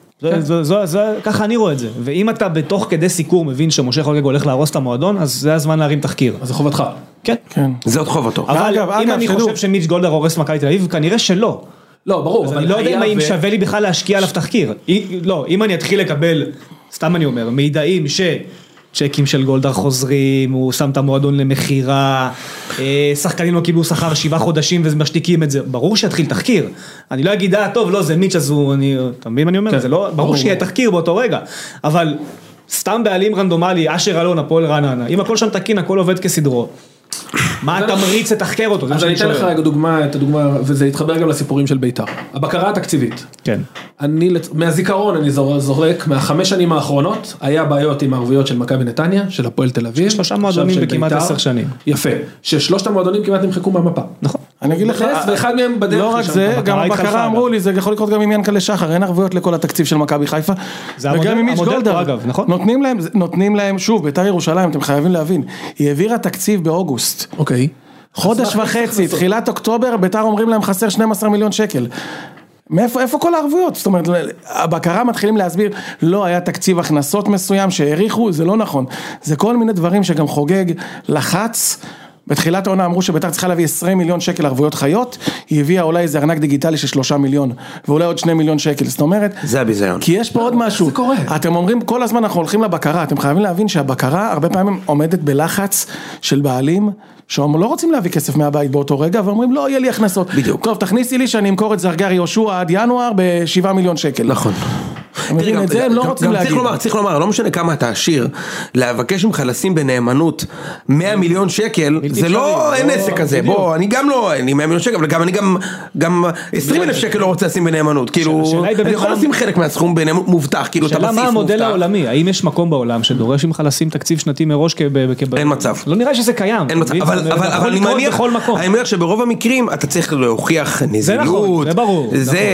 ככה אני רואה את זה, ואם אתה בתוך כדי סיקור מבין שמשה חוגג הולך להרוס את המועדון, אז זה הזמן להרים תחקיר. אז זה חובתך. כן. זה עוד חובתו. אבל אם אני חושב שמיץ' גולדהר הורס מכבי תל אביב, כנראה שלא. לא, ברור. אז אני לא יודע אם שווה לי בכלל להשקיע עליו תחקיר. לא, אם אני אתחיל לקבל, סתם אני אומר, מידעים צ'קים של גולדהר חוזרים, הוא שם את המועדון למחירה, שחקנים לא קיבלו שכר 7 חודשים ומשתיקים את זה, ברור שיתחיל תחקיר, אני לא אגיד, טוב, לא, זה מיץ' אז הוא, אתה מבין מה אני אומר, זה לא, ברור שיהיה תחקיר באותו רגע, אבל סתם בעלים רנדומלי, אשר אלון, הפועל רעננה, אם הכל שם תקין, הכל עובד כסדרו, מה אתה מריץ לתחקר אותו? אז אני אתן לך רגע דוגמה, וזה יתחבר גם לסיפורים של בית"ר. הבקרה התקציבית. כן. מהזיכרון אני זורק, מה5 שנים האחרונות, היה בעיות עם הערבויות של מכבי נתניה, של הפועל תל אביב. 3 מועדונים בכמעט 10 שנים. יפה. ש3 המועדונים כמעט נמחקו מהמפה. נכון. אני אגיד לך, ואחד מהם בדרך. לא רק זה, גם הבקרה אמרו לי, זה יכול לקרות גם עם ינקלה שחר, אין ערבויות לכל התקציב של מכבי חיפה. וגם עם מיץ' גולדהר. נותנים להם, שוב, בית"ר ירושלים, אתם חייבים להבין, היא העבירה תקציב באוגוסט. אוקיי. חודש וחצי, תחילת אוקטובר, בית"ר אומרים להם חסר 12 מיליון שקל. איפה כל הערבויות? זאת אומרת, הבקרה מתחילים להסביר, לא היה תקציב הכנסות מסוים שהעריכו, זה לא נכון. זה כל מיני דברים שגם חוגג לחץ. בתחילת העונה אמרו שבית"ר צריכה להביא 20 מיליון שקל ערבויות חיות, היא הביאה אולי איזה ארנק דיגיטלי של 3 מיליון, ואולי עוד 2 מיליון שקל, זאת אומרת, זה הביזיון. כי יש פה עוד משהו, אתם אומרים כל הזמן אנחנו הולכים לבקרה, אתם חייבים להבין שהבקרה הרבה פעמים עומדת בלחץ של בעלים, שהם לא רוצים להביא כסף מהבית באותו רגע, ואומרים לא יהיה לי הכנסות, בדיוק. טוב תכניסי לי שאני אמכור את זרגר יהושע עד ינואר ב7 מיליון שקל. נכון. את זה הם לא רוצים להגיד. צריך לומר, לא משנה כמה אתה עשיר, לבקש ממך לשים בנאמנות 100 מיליון שקל, זה לא, אין עסק כזה, בוא, אני גם לא, אני 100 מיליון שקל, אבל אני גם 20,000 שקל לא רוצה לשים בנאמנות, כאילו, אני יכול לשים חלק מהסכום בנאמנות מובטח, כאילו, אתה בסיס מובטח. שאלה מה המודל העולמי, האם יש מקום בעולם שדורש ממך לשים תקציב שנתי מראש אין מצב. לא נראה שזה קיים. אין מצב, אבל אני מניח שברוב המקרים אתה צריך להוכיח נזילות. זה ברור.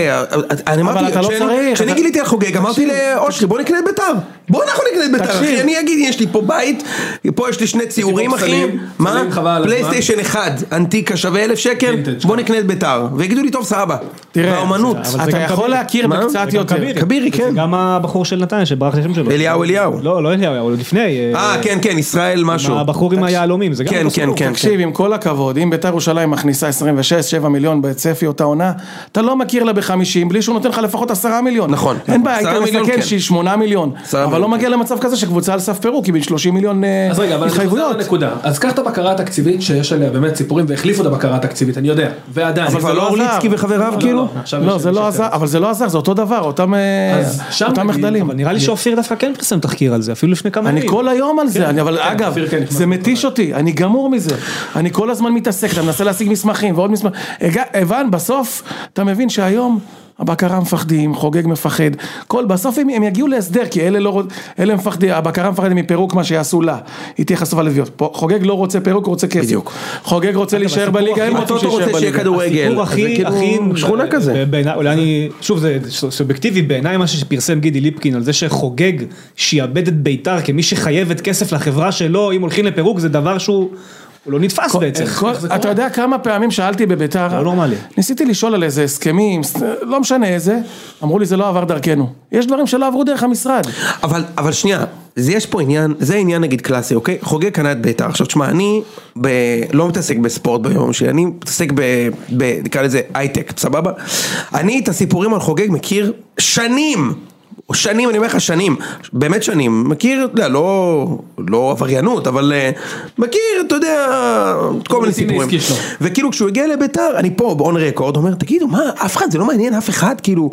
כשאני גיליתי על חוגג, אמרתי לאושרי, בוא נקנה את בית"ר. בוא אנחנו נקנה את בית"ר, אחי. אני אגיד, יש לי פה בית, פה יש לי 2 ציורים, אחי. מה? פלייסטיישן 1, אנטיקה שווה 1,000 שקל, בוא נקנה את בית"ר. ויגידו לי, טוב, סבבה. באומנות. אתה יכול להכיר בקצת יותר. כבירי, כן. גם הבחור של נתניה, שברח לשם שלו. אליהו. לא אליהו, לפני. כן, ישראל משהו. הבחור עם היהלומים, זה גם כן. תקשיב, עם כל הכבוד, אם בית"ר ירושלים מכניסה 26-7 מיליון בצפי אותה עונה, אתה לא מכיר לה ב50, בלי שהוא נותן לך לפחות 10 מיליון. נכון. אין בעיה, היית מסתכל שהיא 8 מיליון, אבל לא מגיע למצב כזה שקבוצה על סף פירוק, היא בין 30 מיליון התחייבויות. אז רגע, אבל אני חוזר לנקודה. אז קח את הבקרה התקציבית שיש עליה באמת סיפורים, והחליפו את הבקרה התקציבית, אני יודע. ועדיין. אבל זה לא אורליצקי וחבריו כאילו? לא, זה לא עזר, אבל זה לא עזר, זה אותו דבר, אותם מחדלים. אבל נראה לי שאופיר דווקא כן פרסם תחקיר על זה, אפילו לפני כמה ימים. אני כל היום על זה, אבל אגב, זה מתיש אותי, אני גמור מזה. אני כל הזמן מתעסק, אתה מנסה להשיג מסמכים ועוד מסמכים. בסוף, אתה מבין שהיום הבקרה מפחדים, חוגג מפחד, בסוף הם יגיעו להסדר, כי אלה מפחדים, הבקרה מפחדים מפירוק מה שיעשו לה, היא תהיה חשופה לביאות, חוגג לא רוצה פירוק, הוא רוצה כסף, בדיוק. חוגג רוצה להישאר בליגה, הם רוצים רוצה שיהיה כדורגל, הסיפור הכי שכונה כזה, שוב זה סובייקטיבי בעיניי מה שפרסם גידי ליפקין, על זה שחוגג שיאבד את בית"ר, כמי שחייבת כסף לחברה שלו, אם הולכים לפירוק זה דבר שהוא הוא לא נתפס בעצם. אתה יודע כמה פעמים שאלתי בבית"ר, לא נורמלי. ניסיתי לשאול על איזה הסכמים, לא משנה איזה, אמרו לי זה לא עבר דרכנו. יש דברים שלא עברו דרך המשרד. אבל שנייה, יש פה עניין, זה עניין נגיד קלאסי, אוקיי? חוגג קנה את בית"ר. עכשיו תשמע, אני לא מתעסק בספורט ביום שלי, אני מתעסק נקרא לזה הייטק, סבבה? אני את הסיפורים על חוגג מכיר שנים, אני אומר לך שנים, באמת שנים, מכיר, לא עבריינות, אבל מכיר, אתה יודע, כל מיני סיפורים. וכאילו כשהוא הגיע לבית"ר, אני פה באון רקורד, אומר, תגידו, מה, אף אחד, זה לא מעניין אף אחד, כאילו,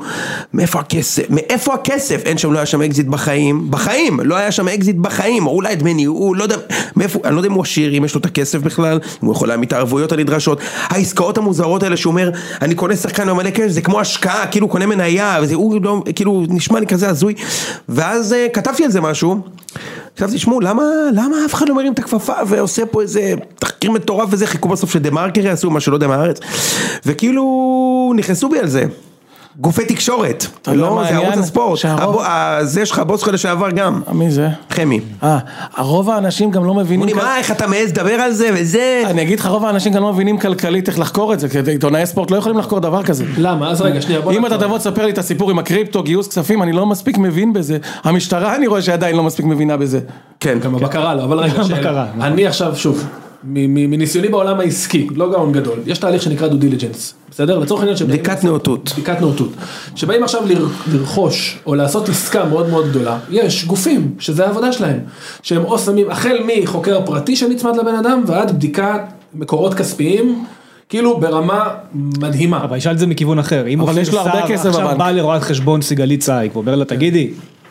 מאיפה הכסף? אין שם, לא היה שם אקזיט בחיים, לא היה שם אקזיט בחיים, אולי דמי ניהול, לא יודע, מאיפה, אני לא יודע אם הוא עשיר, אם יש לו את הכסף בכלל, אם הוא יכול להעמיד את הערבויות הנדרשות, העסקאות המוזרות האלה שהוא אומר, אני קונה שחקן ומלא כסף, זה כמו השקעה, כאילו קונה מניה, וזה, הוא לא, כאילו, נשמע לי כזה הזוי, ואז כתבתי על זה משהו, חשבתי, שמעו, למה אף אחד לא מרים את הכפפה ועושה פה איזה תחקיר מטורף וזה, חיכו בסוף שדמרקר יעשו מה שלא יודע מהארץ, וכאילו נכנסו בי על זה, גופי תקשורת, לא, זה ערוץ הספורט, זה יש לך בוס שלך לשעבר גם. מי זה? חמי. הרוב האנשים גם לא מבינים... מה, איך אתה מעז לדבר על זה וזה? אני אגיד לך, רוב האנשים גם לא מבינים כלכלית איך לחקור את זה, כי עיתונאי ספורט לא יכולים לחקור דבר כזה. למה? אז רגע, שנייה, אם אתה תבוא תספר לי את הסיפור עם הקריפטו, גיוס כספים, אני לא מספיק מבין בזה. המשטרה אני רואה שעדיין לא מספיק מבינה בזה. כן. גם הבקרה לא, אבל רגע, אני עכשיו שוב, מניסיוני בעולם העסקי, לא גאון גדול, יש תהליך שנקרא due diligence, בסדר? לצורך העניין שבאים... בדיקת נאותות. בדיקת נאותות. שבאים עכשיו לרכוש, או לעשות עסקה מאוד מאוד גדולה, יש גופים, שזה העבודה שלהם, שהם או שמים, החל מחוקר פרטי שנצמד לבן אדם, ועד בדיקת מקורות כספיים, כאילו ברמה מדהימה. אבל ישאל את זה מכיוון אחר, אם אבל יש לו הרבה כסף בבנק. עכשיו בא לרואת חשבון סיגלית צייק, ואומר לה, תגידי,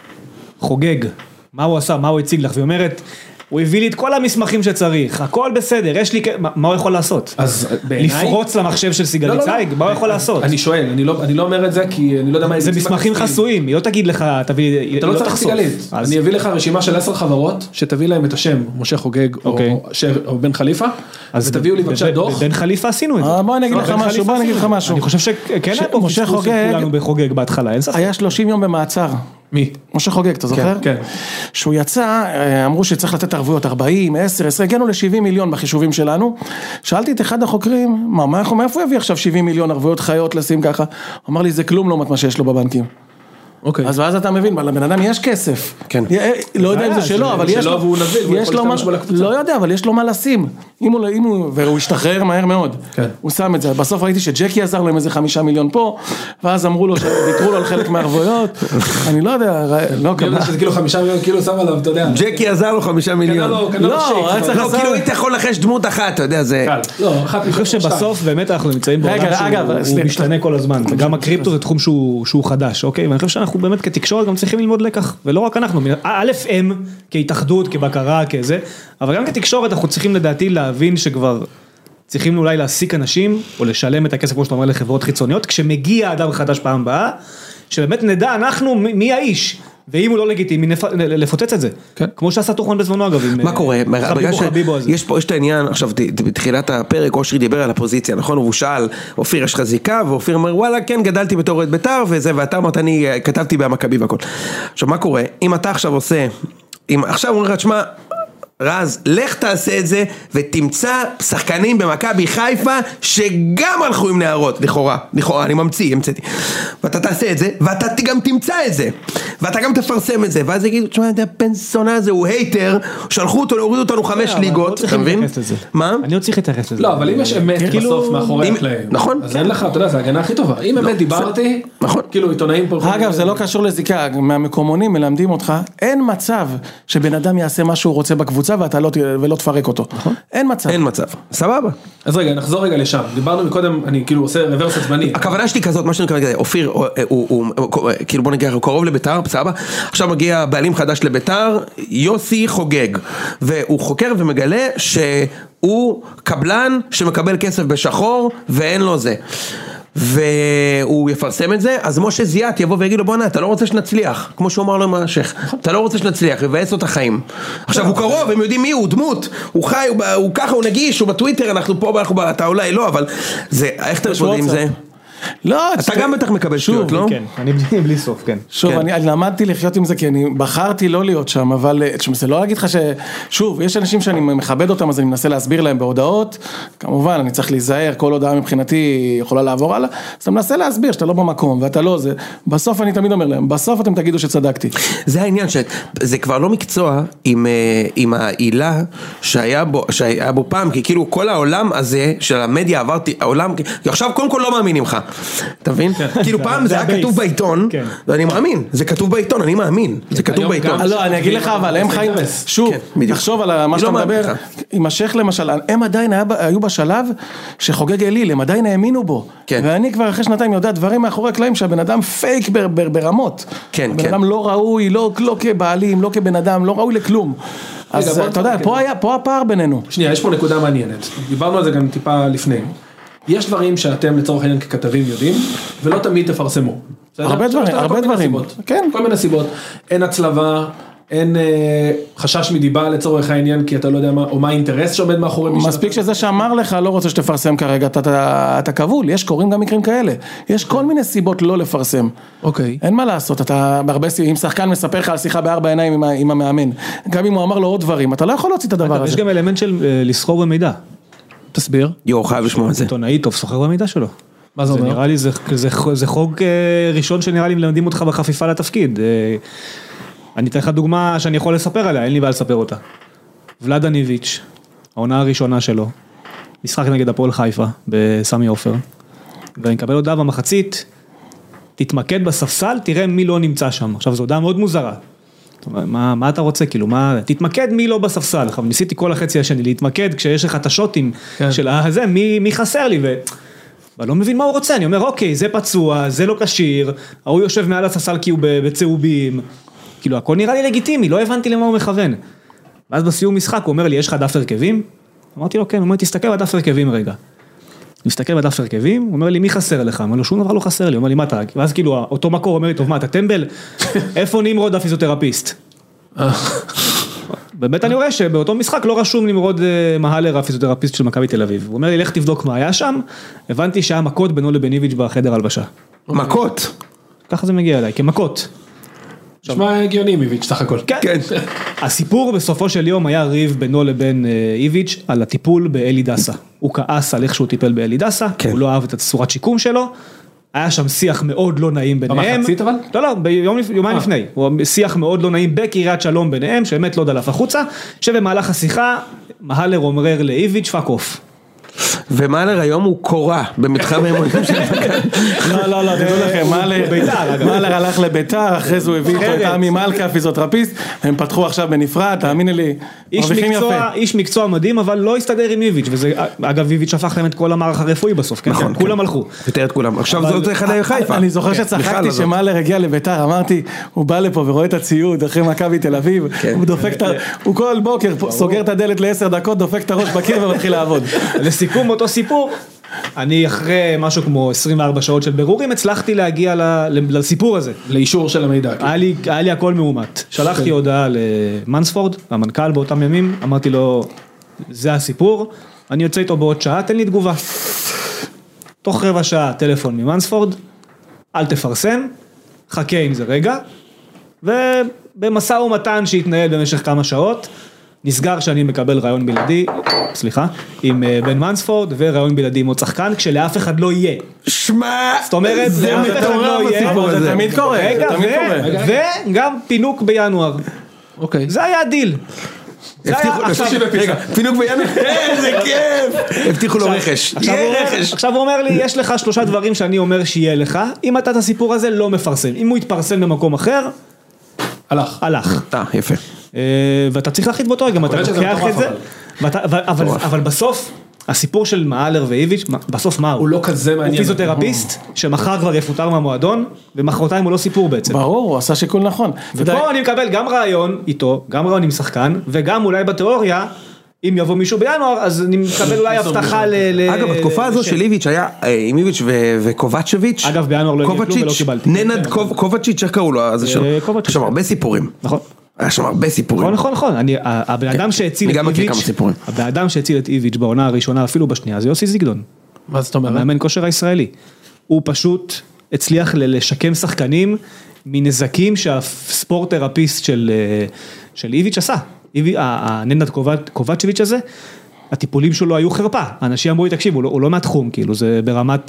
חוגג, מה הוא עשה, מה הוא הציג לך, והיא אומרת, הוא הביא לי את כל המסמכים שצריך, הכל בסדר, יש לי, מה הוא יכול לעשות? אז בעיניי... לפרוץ למחשב של סיגלית צייק, מה הוא יכול לעשות? אני שואל, אני לא אומר את זה כי אני לא יודע מה... זה מסמכים חסויים, היא לא תגיד לך, תביא... אתה לא צריך סיגלית, אני אביא לך רשימה של 10 חברות, שתביא להם את השם, משה חוגג או בן חליפה, ותביאו לי בבקשה דוח. בן חליפה עשינו את זה. בוא אני אגיד לך משהו, אני חושב שכן היה פה פספוס של כולנו בחוגג בהתחלה, אין ספק. היה 30 יום במעצר. מי? משה חוגג, אתה זוכר? כן. שהוא יצא, אמרו שצריך לתת ערבויות 40, 10, 20, הגענו ל-70 מיליון בחישובים שלנו. שאלתי את אחד החוקרים, מאיפה הוא יביא עכשיו 70 מיליון ערבויות חיות לשים ככה? הוא אמר לי, זה כלום לעומת מה שיש לו בבנקים. אוקיי. אז ואז אתה מבין, לבן אדם יש כסף. כן. לא יודע אם זה שלו, אבל יש לו, לא יודע, אבל יש לו מה לשים. והוא השתחרר מהר מאוד. הוא שם את זה. בסוף ראיתי שג'קי עזר להם איזה 5 מיליון פה, ואז אמרו לו שוויתרו לו על חלק מהערבויות. אני לא יודע, לא כמה. שזה כאילו 5 מיליון, כאילו שם עליו, אתה יודע. ג'קי עזר לו 5 מיליון. לא, כאילו היית יכול לחש דמות אחת, אתה יודע, זה... לא, אחת. אני חושב שבסוף באמת אנחנו נמצאים בעולם שהוא משתנה כל הזמן, וגם הקריפטו זה תחום שהוא חדש, אוקיי? ואני חושב שאנחנו באמת כתקשורת גם צריכים ללמוד לקח, ולא רק אנחנו, א' הם כהתאחדות, כבקרה, כזה, אבל גם כתקשורת אנחנו צריכים לדעתי להבין שכבר צריכים אולי להעסיק אנשים, או לשלם את הכסף, כמו שאתה אומר, לחברות חיצוניות, כשמגיע אדם חדש פעם הבאה, שבאמת נדע אנחנו מי האיש, ואם הוא לא לגיטימי, לפוצץ את זה. כמו שעשה תוכן בזמנו אגב. מה קורה? יש פה את העניין, עכשיו בתחילת הפרק אושרי דיבר על הפוזיציה, נכון? הוא שאל, אופיר יש לך זיקה, ואופיר אומר וואלה כן גדלתי בתור אוהד בית"ר וזה, ואתה אמרת אני כתבתי במכבי והכל. עכשיו מה קורה? אם אתה עכשיו עושה, אם עכשיו אומר לך תשמע, רז, לך תעשה את זה ותמצא שחקנים במכבי חיפה שגם הלכו עם נערות, לכאורה, אני המצאתי. ואתה תעשה את זה, ואתה גם תמצא את זה, ואתה גם תפרסם את זה, ואז יגידו, תשמע, הפנסונה הזה הוא הייטר, שלחו אותו, הורידו אותנו 5 ליגות, אתה מבין? מה? אני לא צריך להתייחס לזה. לא, אבל אם יש אמת בסוף מאחורי הקלעים, נכון. אז אין לך, אתה יודע, זה ההגנה הכי טובה. אם אמת דיברתי, כאילו עיתונאים פה... אגב, זה לא קשור לזיקה, מהמקומונים מלמדים אותך, אין מצב שבן אדם יעשה מה שהוא רוצה בקבוצה ואתה לא תפרק אותו. אין מצב. אין מצב. סבבה. אז רגע, נחזור רגע לשם. דיברנו מקודם, אני כאילו עושה רוורס עצבני. הכוונה שלי כזאת, מה שאני קורא, אופיר, הוא כאילו בוא נגיד, הוא קרוב לביתר, סבבה. עכשיו מגיע בעלים חדש לביתר, יוסי חוגג. והוא חוקר ומגלה שהוא קבלן שמקבל כסף בשחור ואין לו זה. והוא יפרסם את זה, אז משה זיאת יבוא ויגיד לו בוא'נה, אתה לא רוצה שנצליח, כמו שהוא אמר לו מהשך, אתה לא רוצה שנצליח, יבאס לו את החיים. עכשיו הוא קרוב, הם יודעים מי הוא, דמות, הוא חי, הוא ככה, הוא נגיש, הוא בטוויטר, אנחנו פה, אתה אולי לא, אבל זה, איך אתה מתמודד עם זה? לא, אתה גם בטח מקבל שטויות, לא? כן, אני בלי סוף, כן. שוב, אני למדתי לחיות עם זה, כי אני בחרתי לא להיות שם, אבל זה לא להגיד לך שוב, יש אנשים שאני מכבד אותם, אז אני מנסה להסביר להם בהודעות, כמובן, אני צריך להיזהר, כל הודעה מבחינתי יכולה לעבור הלאה, אז אתה מנסה להסביר שאתה לא במקום, ואתה לא זה, בסוף אני תמיד אומר להם, בסוף אתם תגידו שצדקתי. זה העניין, שזה כבר לא מקצוע עם העילה שהיה בו פעם, כי כאילו כל העולם הזה של המדיה עברתי, העולם, עכשיו קודם כל לא מאמינים לך. אתה מבין? כאילו פעם זה היה כתוב בעיתון, ואני מאמין, זה כתוב בעיתון, אני מאמין, זה כתוב בעיתון. לא, אני אגיד לך, אבל הם חיים, שוב, תחשוב על מה שאתה מדבר, עם השייך למשל, הם עדיין היו בשלב שחוגג אליל, הם עדיין האמינו בו, ואני כבר אחרי שנתיים יודע דברים מאחורי הקלעים שהבן אדם פייק ברמות, הבן אדם לא ראוי, לא כבעלים, לא כבן אדם, לא ראוי לכלום. אז אתה יודע, פה הפער בינינו. שנייה, יש פה נקודה מעניינת, דיברנו על זה גם טיפה לפני. יש דברים שאתם לצורך העניין ככתבים יודעים, ולא תמיד תפרסמו. הרבה דברים. כן, כל מיני סיבות. אין הצלבה, אין חשש מדיבה לצורך העניין, כי אתה לא יודע מה, או מה האינטרס שעומד מאחורי מישהו. מספיק שזה שאמר לך, לא רוצה שתפרסם כרגע, אתה כבול, קוראים גם מקרים כאלה. יש כל מיני סיבות לא לפרסם. אוקיי. אין מה לעשות, אתה בהרבה סיבות, אם שחקן מספר לך על שיחה בארבע עיניים עם המאמן, גם אם הוא אמר לו עוד דברים, אתה לא יכול להוציא את הדבר הזה. יש גם אלמנט של לסחור במידע. תסביר. חייב לשמוע את זה. עיתונאי טוב, סוחר במידע שלו. מה זה אומר? נראה לי, זה חוג ראשון שנראה לי מלמדים אותך בחפיפה לתפקיד. אני אתן לך דוגמה שאני יכול לספר עליה, אין לי בעיה לספר אותה. ולד דניביץ', העונה הראשונה שלו, משחק נגד הפועל חיפה, בסמי עופר, ואני מקבל הודעה במחצית, תתמקד בספסל, תראה מי לא נמצא שם. עכשיו, זו הודעה מאוד מוזרה. מה אתה רוצה, כאילו, תתמקד מי לא בספסל. ניסיתי כל החצי השני להתמקד, כשיש לך את השוטים של הזה, מי חסר לי, ואני לא מבין מה הוא רוצה, אני אומר, אוקיי, זה פצוע, זה לא קשיר, הוא יושב מעל הספסל כי הוא בצהובים, כאילו, הכל נראה לי לגיטימי, לא הבנתי למה הוא מכוון. ואז בסיום משחק, הוא אומר לי, יש לך דף הרכבים? אמרתי לו, כן, הוא אומר, תסתכל בדף הרכבים רגע. מסתכל בדף הרכבים, הוא אומר לי, מי חסר לך? אמר לו, שום דבר לא חסר לי, הוא אומר לי, מה אתה? ואז כאילו, אותו מקור אומר לי, טוב, מה, אתה טמבל? איפה נמרוד הפיזיותרפיסט? באמת אני רואה שבאותו משחק לא רשום נמרוד מהלר, הפיזיותרפיסט של מכבי תל אביב. הוא אומר לי, לך תבדוק מה היה שם, הבנתי שהיה מכות בינו לבין איביץ' בחדר הלבשה. מכות? ככה זה מגיע אליי, כמכות. נשמע הגיוני איביץ' סך הכל. כן. הסיפור בסופו של יום היה ריב בינו לבין איביץ' על הטיפול באלי דסה. הוא כעס על איך שהוא טיפל באלי דסה, הוא לא אהב את הצורת שיקום שלו, היה שם שיח מאוד לא נעים ביניהם. במחצית אבל? לא, יומיים לפני. שיח מאוד לא נעים בקריית שלום ביניהם, שבאמת לא דלף החוצה, שבמהלך השיחה, מהלר אומר לאיביץ' פאק אוף. ומאלר היום הוא קורא במתחם האימונים של מכבי. לא, תדעו לכם, מאלר הלך לביתר, אחרי זה הוא הביא איתו את עמי מלכה, פיזיותרפיסט, הם פתחו עכשיו בנפרד, תאמיני לי, מרוויחים יפה. איש מקצוע מדהים, אבל לא הסתדר עם איביץ', וזה, אגב, איביץ' הפך להם את כל המערך הרפואי בסוף, כן? כולם הלכו. יותר את כולם. עכשיו זאת אחד חיפה. אני זוכר שצחקתי שמאלר הגיע לביתר, אמרתי, הוא בא לפה ורואה את הציוד אחרי מכבי תל אביב, הוא כל בוקר סוגר את הדלת ל10 דקות, דופק את הראש בקיר ומתחיל לעבוד. לסיכום אותו סיפור, אני אחרי משהו כמו 24 שעות של בירורים, הצלחתי להגיע לסיפור הזה. לאישור של המידע. היה לי הכל מאומת. שלחתי הודעה למנספורד, המנכ"ל באותם ימים, אמרתי לו, זה הסיפור, אני יוצא איתו בעוד שעה, תן לי תגובה. תוך רבע שעה, טלפון ממנספורד, אל תפרסם, חכה עם זה רגע, ובמשא ומתן שהתנהל במשך כמה שעות, נסגר שאני מקבל רעיון בלעדי, עם בן מנספורד, ורעיון בלעדי עם עוד שחקן, כשלאף אחד לא יהיה. שמע, זאת אומרת, לאף אחד לא יהיה. זה תמיד קורה. וגם פינוק בינואר. אוקיי. זה היה הדיל. פינוק בינואר, איזה כיף. הבטיחו לו רכש. עכשיו הוא אומר לי, יש לך 3 דברים שאני אומר שיהיה לך, אם אתה את הסיפור הזה לא מפרסם. אם הוא יתפרסם במקום אחר, הלך. יפה. ואתה צריך להחליט באותו רגע, אתה לוקח את זה, אבל בסוף, הסיפור של מאלר ואיביץ', בסוף מה הוא? הוא לא כזה מעניין. הוא פיזיותרפיסט, שמחר כבר יפוטר מהמועדון, ומחרתיים הוא לא סיפור בעצם. ברור, הוא עשה שיקול נכון. ופה אני מקבל גם רעיון איתו, גם רעיון עם שחקן, וגם אולי בתיאוריה, אם יבוא מישהו בינואר, אז אני מקבל אולי הבטחה אגב, בתקופה הזו של איביץ' היה, עם איביץ' וקובצ'ביץ', אגב, בינואר לא הגיע כלום ולא קיבלתי. ננד קובצ'יץ', איך קראו לו? יש שם הרבה סיפורים. נכון. היה שם הרבה סיפורים. נכון. הבן אדם שהציל את איביץ' בעונה הראשונה, אפילו בשנייה, זה יוסי זיגדון. מה זאת אומרת? המאמן כושר הישראלי. הוא פשוט הצליח לשקם שחקנים מנזקים שהספורט תרפיסט של איביץ' עשה. הננד קובצ'ביץ' הזה, הטיפולים שלו היו חרפה. אנשים אמרו לי, תקשיב, הוא לא מהתחום, כאילו, זה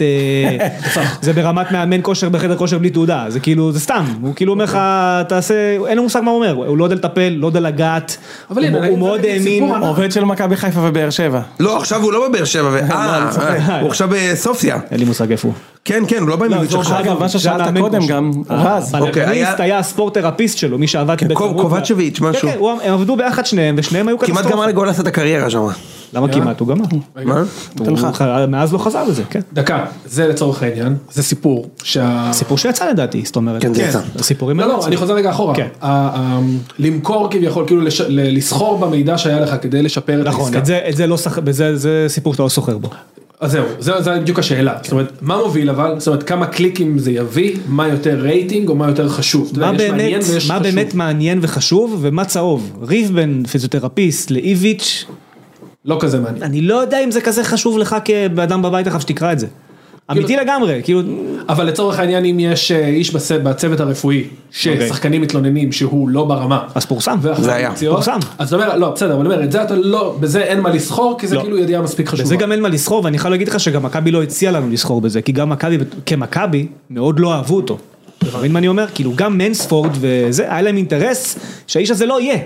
ברמת מאמן כושר בחדר כושר בלי תעודה, זה כאילו, זה סתם, הוא כאילו אומר לך, תעשה, אין לו מושג מה הוא אומר, הוא לא יודע לטפל, לא יודע לגעת, הוא מאוד האמין. עובד של מכבי חיפה ובאר שבע. לא, עכשיו הוא לא בבאר שבע, הוא עכשיו בסופיה. אין לי מושג איפה הוא. כן, הוא לא בא עם איביץ' עכשיו. אגב, מה ששאלת קודם גם, רז. בלגריסט היה הספורט תרפיסט שלו, מי שעבד קובצ'ביץ' משהו. הם עבדו ביחד שניהם, ושניהם היו כמעט גמר לגול לעשות את הקריירה שם. למה כמעט? הוא גמר. מה? מאז לא חזר לזה, כן. דקה, זה לצורך העניין, זה סיפור. סיפור שיצא לדעתי, זאת אומרת. כן, זה יצא. סיפורים לא, אני חוזר רגע אחורה. למכור כביכול, כאילו לסחור במידע שהיה לך כדי לשפר את העסקה. נכון, זה סיפור שאתה לא סוחר בו. אז זהו, זה בדיוק השאלה. זאת אומרת, מה מוביל אבל? זאת אומרת, כמה קליקים זה יביא, מה יותר רייטינג או מה יותר חשוב? מה באמת מעניין וחשוב ומה צהוב? ריב בין פיזיותרפיסט לאיביץ' לא כזה מעניין. אני לא יודע אם זה כזה חשוב לך כאדם בבית אחר שתקרא את זה. אמיתי לגמרי, כאילו. אבל לצורך העניין, אם יש איש בצוות הרפואי, ששחקנים מתלוננים שהוא לא ברמה. אז פורסם. זה היה. פורסם. אז אתה אומר, לא, בסדר, אבל אני אומר, את זה אתה לא, בזה אין מה לסחור, כי זה כאילו ידיעה מספיק חשובה. בזה גם אין מה לסחור, ואני יכול להגיד לך שגם מכבי לא הציע לנו לסחור בזה, כי גם מכבי, כמכבי, מאוד לא אהבו אותו. אתה מבין מה אני אומר? כאילו, גם מנספורד וזה, היה להם אינטרס שהאיש הזה לא יהיה.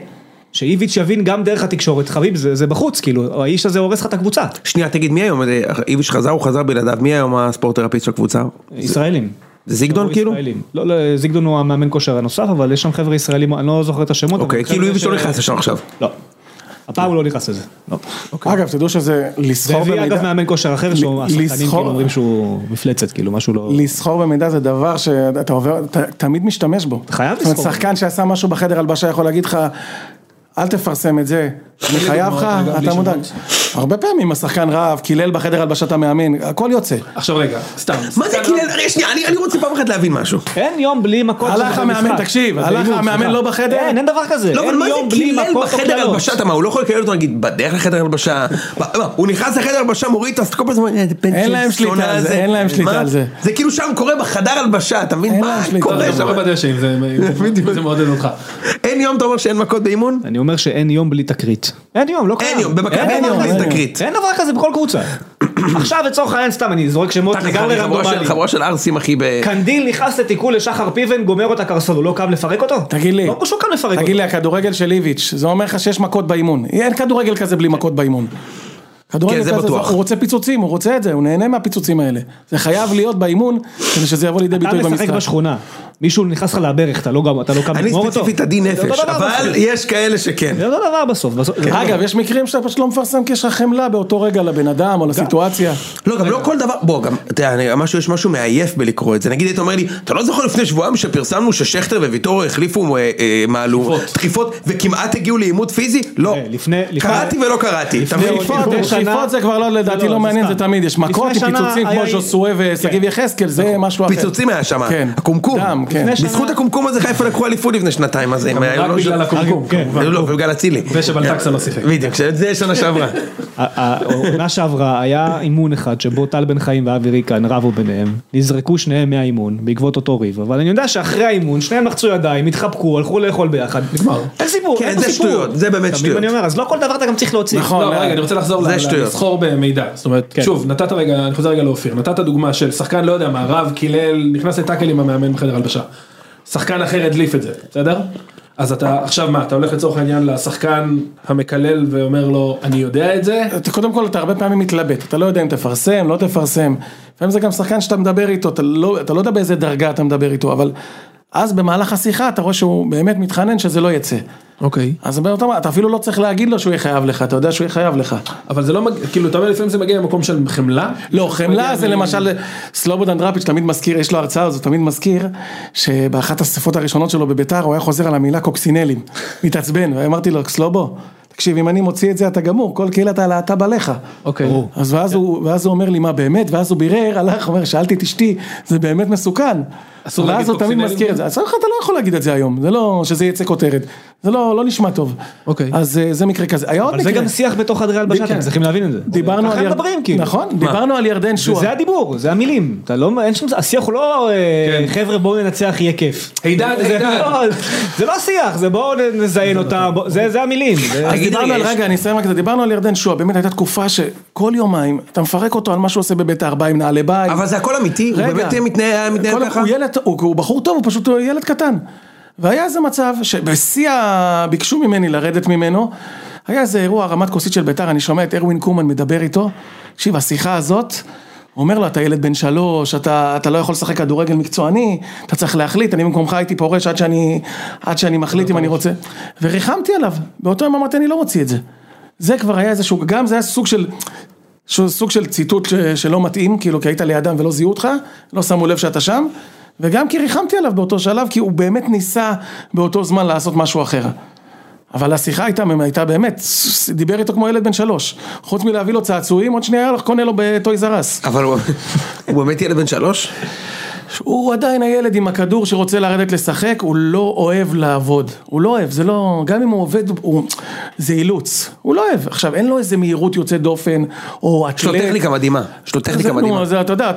שאיביץ' יבין גם דרך התקשורת, חביב, זה בחוץ, כאילו, האיש הזה הורס לך את הקבוצה. שנייה, תגיד, מי היום, איביץ' חזר, הוא חזר בלעדיו, מי היום הספורטרפיסט של הקבוצה? ישראלים. זה זיגדון כאילו? לא, זיגדון הוא המאמן כושר הנוסף, אבל יש שם חבר'ה ישראלים, אני לא זוכר את השמות. אוקיי, כאילו איביץ' לא נכנס לשם עכשיו. לא. הפעם הוא לא נכנס לזה. אגב, תדעו שזה לסחור במידע. והביא אגב מאמן כושר אחר, שהשחקנים כאילו אומרים שהוא מפלצת, כאילו משהו לא... לסחור במידע זה דבר שאתה עובר, אתה תמיד משתמש בו. אתה חייב לסחור. שחקן שעשה משהו בחדר הלבשה יכול להגיד לך, אל תפרסם את זה, אני חייב לך, אתה מודע. הרבה פעמים השחקן רב, קילל בחדר הלבשת המאמן, הכל יוצא. עכשיו רגע, סתם. מה זה קילל? שנייה, אני רוצה פעם אחת להבין משהו. אין יום בלי מכות. הלך המאמן, תקשיב, הלך המאמן לא בחדר. אין דבר כזה. לא, אבל מה זה קילל בחדר הלבשה? מה, הוא לא יכול לקלל אותו, נגיד, בדרך לחדר הלבשה. הוא נכנס לחדר הלבשה, מוריד, אז כל הזמן, אין להם שליטה על זה, אין להם שליטה על זה. זה כאילו שם קורה בחדר הלבשה, אתה מבין מה קורה שם? זה מעודד אותך. אין יום, אתה אומר שאין מכות באימון? אני אומר שאין יום בלי תקרית. אין יום, לא קיים. אין יום, במכבי אין יום בלי תקרית. אין דבר כזה בכל קבוצה. עכשיו לצורך העניין סתם, אני זורק שמות לגמרי רנדומליים. חבורה של ארסים אחי קנדיל נכנס לתיקול לשחר פיבן, גומר אותה קרסול, הוא לא קם לפרק אותו? תגיד לי. לא קשור כאן לפרק אותו. תגיד לי, הכדורגל של איביץ', זה אומר לך שיש מכות באימון. אין כדורגל כזה בלי מכות באימון. כדורגל כזה, הוא רוצה פיצוצים, הוא רוצה את זה, הוא נהנה מהפיצוצים האלה. זה חייב להיות באימון, כדי שזה יבוא לידי ביטוי במשחק. אתה משחק בשכונה, מישהו נכנס לך לברך, אתה לא קם לגמור אותו. אני ספציפית עדי נפש, אבל יש כאלה שכן. זה אותו דבר בסוף. אגב, יש מקרים שאתה פשוט לא מפרסם כי יש לך חמלה באותו רגע לבן אדם או לסיטואציה. לא, גם לא כל דבר, בוא, גם, יש משהו מעייף בלקרוא את זה. נגיד, אתה אומר לי, אתה לא זוכר לפני שבועיים שפרסמנו ששכטר וויטור החליפו דחיפות וכמעט הגיעו לאימות פיזי? לא. קראתי ולא קראתי. דחיפות זה כבר לא, לדעתי לא מעניין, זה תמיד יש מכות, פיצוצים כמו ז'וסואה וסגיב יחזקאל, זה משהו אחר. פיצוצים היה שם, הקומקום. בזכות הקומקום הזה חיפה לקחו אליפות לפני שנתיים, אז הם רק בגלל הקומקום. לא, ובגלל אצילי. ושבלטקסה לא שיחק. בדיוק, זה שנה שעברה. העונה שעברה היה אימון אחד שבו טל בן חיים ואבי ריקן רבו ביניהם, נזרקו שניהם מהאימון בעקבות אותו ריב, אבל אני יודע שאחרי האימון שניהם לחצו ידיים, התחבקו, הלכו לאכול ביחד, נגמר. אין סיפור, כן, זה שטויות, זה באמת שטויות. אני אומר, אז לא כל דבר אתה גם צריך להוציא. נכון, רגע, אני רוצה לחזור לסחור במידע. זאת אומרת, שוב, נתת רגע, אני חוזר רגע לאופיר, נתת דוגמה של שחקן, לא יודע מה, רב, קילל, נכנס לטאקל עם המאמן בחדר הלבשה. שחקן אחר הדליף את זה, בסדר? אז אתה, עכשיו מה, אתה הולך לצורך העניין לשחקן המקלל ואומר לו, אני יודע את זה? קודם כל, אתה הרבה פעמים מתלבט, אתה לא יודע אם תפרסם, לא תפרסם. לפעמים זה גם שחקן שאתה מדבר איתו, אתה לא יודע באיזה דרגה אתה מדבר איתו, אבל אז במהלך השיחה אתה רואה שהוא באמת מתחנן שזה לא יצא. אוקיי. אז אתה אפילו לא צריך להגיד לו שהוא יהיה חייב לך, אתה יודע שהוא יהיה חייב לך. אבל זה לא, כאילו, אתה אומר לפעמים זה מגיע למקום של חמלה? לא, חמלה זה למשל, סלובודן דראפיץ' תמיד מזכיר, יש לו הרצאה, אז הוא תמיד מזכיר, שבאחת השפות הראשונות שלו בביתר, הוא היה חוזר על המילה קוקסינלים, מתעצבן, ואמרתי לו, סלובו, תקשיב, אם אני מוציא את זה, אתה גמור, כל קהילת אתה בלך. אוקיי. אז ואז הוא אומר לי, מה באמת? ואז הוא בירר, הלך, אומר, שאלתי את אשתי, זה באמת מסוכן. ואז הוא תמיד מזכיר את זה. אז אתה לא יכול להגיד את זה היום, זה לא, שזה יצא כותרת. זה לא נשמע טוב. אוקיי. אז זה מקרה כזה. אבל זה גם שיח בתוך חדרי הלבשה, אתם צריכים להבין את זה. דיברנו על נכון, דיברנו על ירדן שועה. זה הדיבור, זה המילים. השיח הוא לא, חבר'ה בואו ננצח, יהיה כיף. זה לא השיח, זה בואו נזיין אותה, זה המילים. דיברנו על ירדן שועה, באמת הייתה תקופה שכל יומיים אתה מפרק אותו על מה שהוא עושה בבית הארבע עם נעלי בית. אבל זה הכל אמיתי, הוא באמת מתנהל ככה. הוא בחור טוב, הוא פשוט ילד קטן. והיה איזה מצב שבשיא ביקשו ממני לרדת ממנו, היה איזה אירוע רמת כוסית של ביתר, אני שומע את ארווין קומן מדבר איתו, תקשיב, השיחה הזאת, הוא אומר לו, אתה ילד בן 3, אתה לא יכול לשחק כדורגל מקצועני, אתה צריך להחליט, אני במקומך הייתי פורש עד שאני מחליט אם אני רוצה, וריחמתי עליו, באותו יום אמרתי, אני לא מוציא את זה. זה כבר היה איזשהו, גם זה היה סוג של ציטוט שלא מתאים, כאילו כי היית לידם ולא זיהו אותך, לא שמו לב שאתה שם, וגם כי ריחמתי עליו באותו שלב, כי הוא באמת ניסה באותו זמן לעשות משהו אחר. אבל השיחה הייתה באמת, דיבר איתו כמו ילד בן 3, חוץ מלהביא לו צעצועים, עוד שנייה קונה לו בטויז אר אס. אבל הוא באמת ילד בן 3? הוא עדיין הילד עם הכדור שרוצה לרדת לשחק, הוא לא אוהב לעבוד, הוא לא אוהב, זה לא, גם אם הוא עובד, זה אילוץ, הוא לא אוהב, עכשיו אין לו איזה מהירות יוצאת דופן, או אטלט. יש לו טכניקה מדהימה, אתה יודע,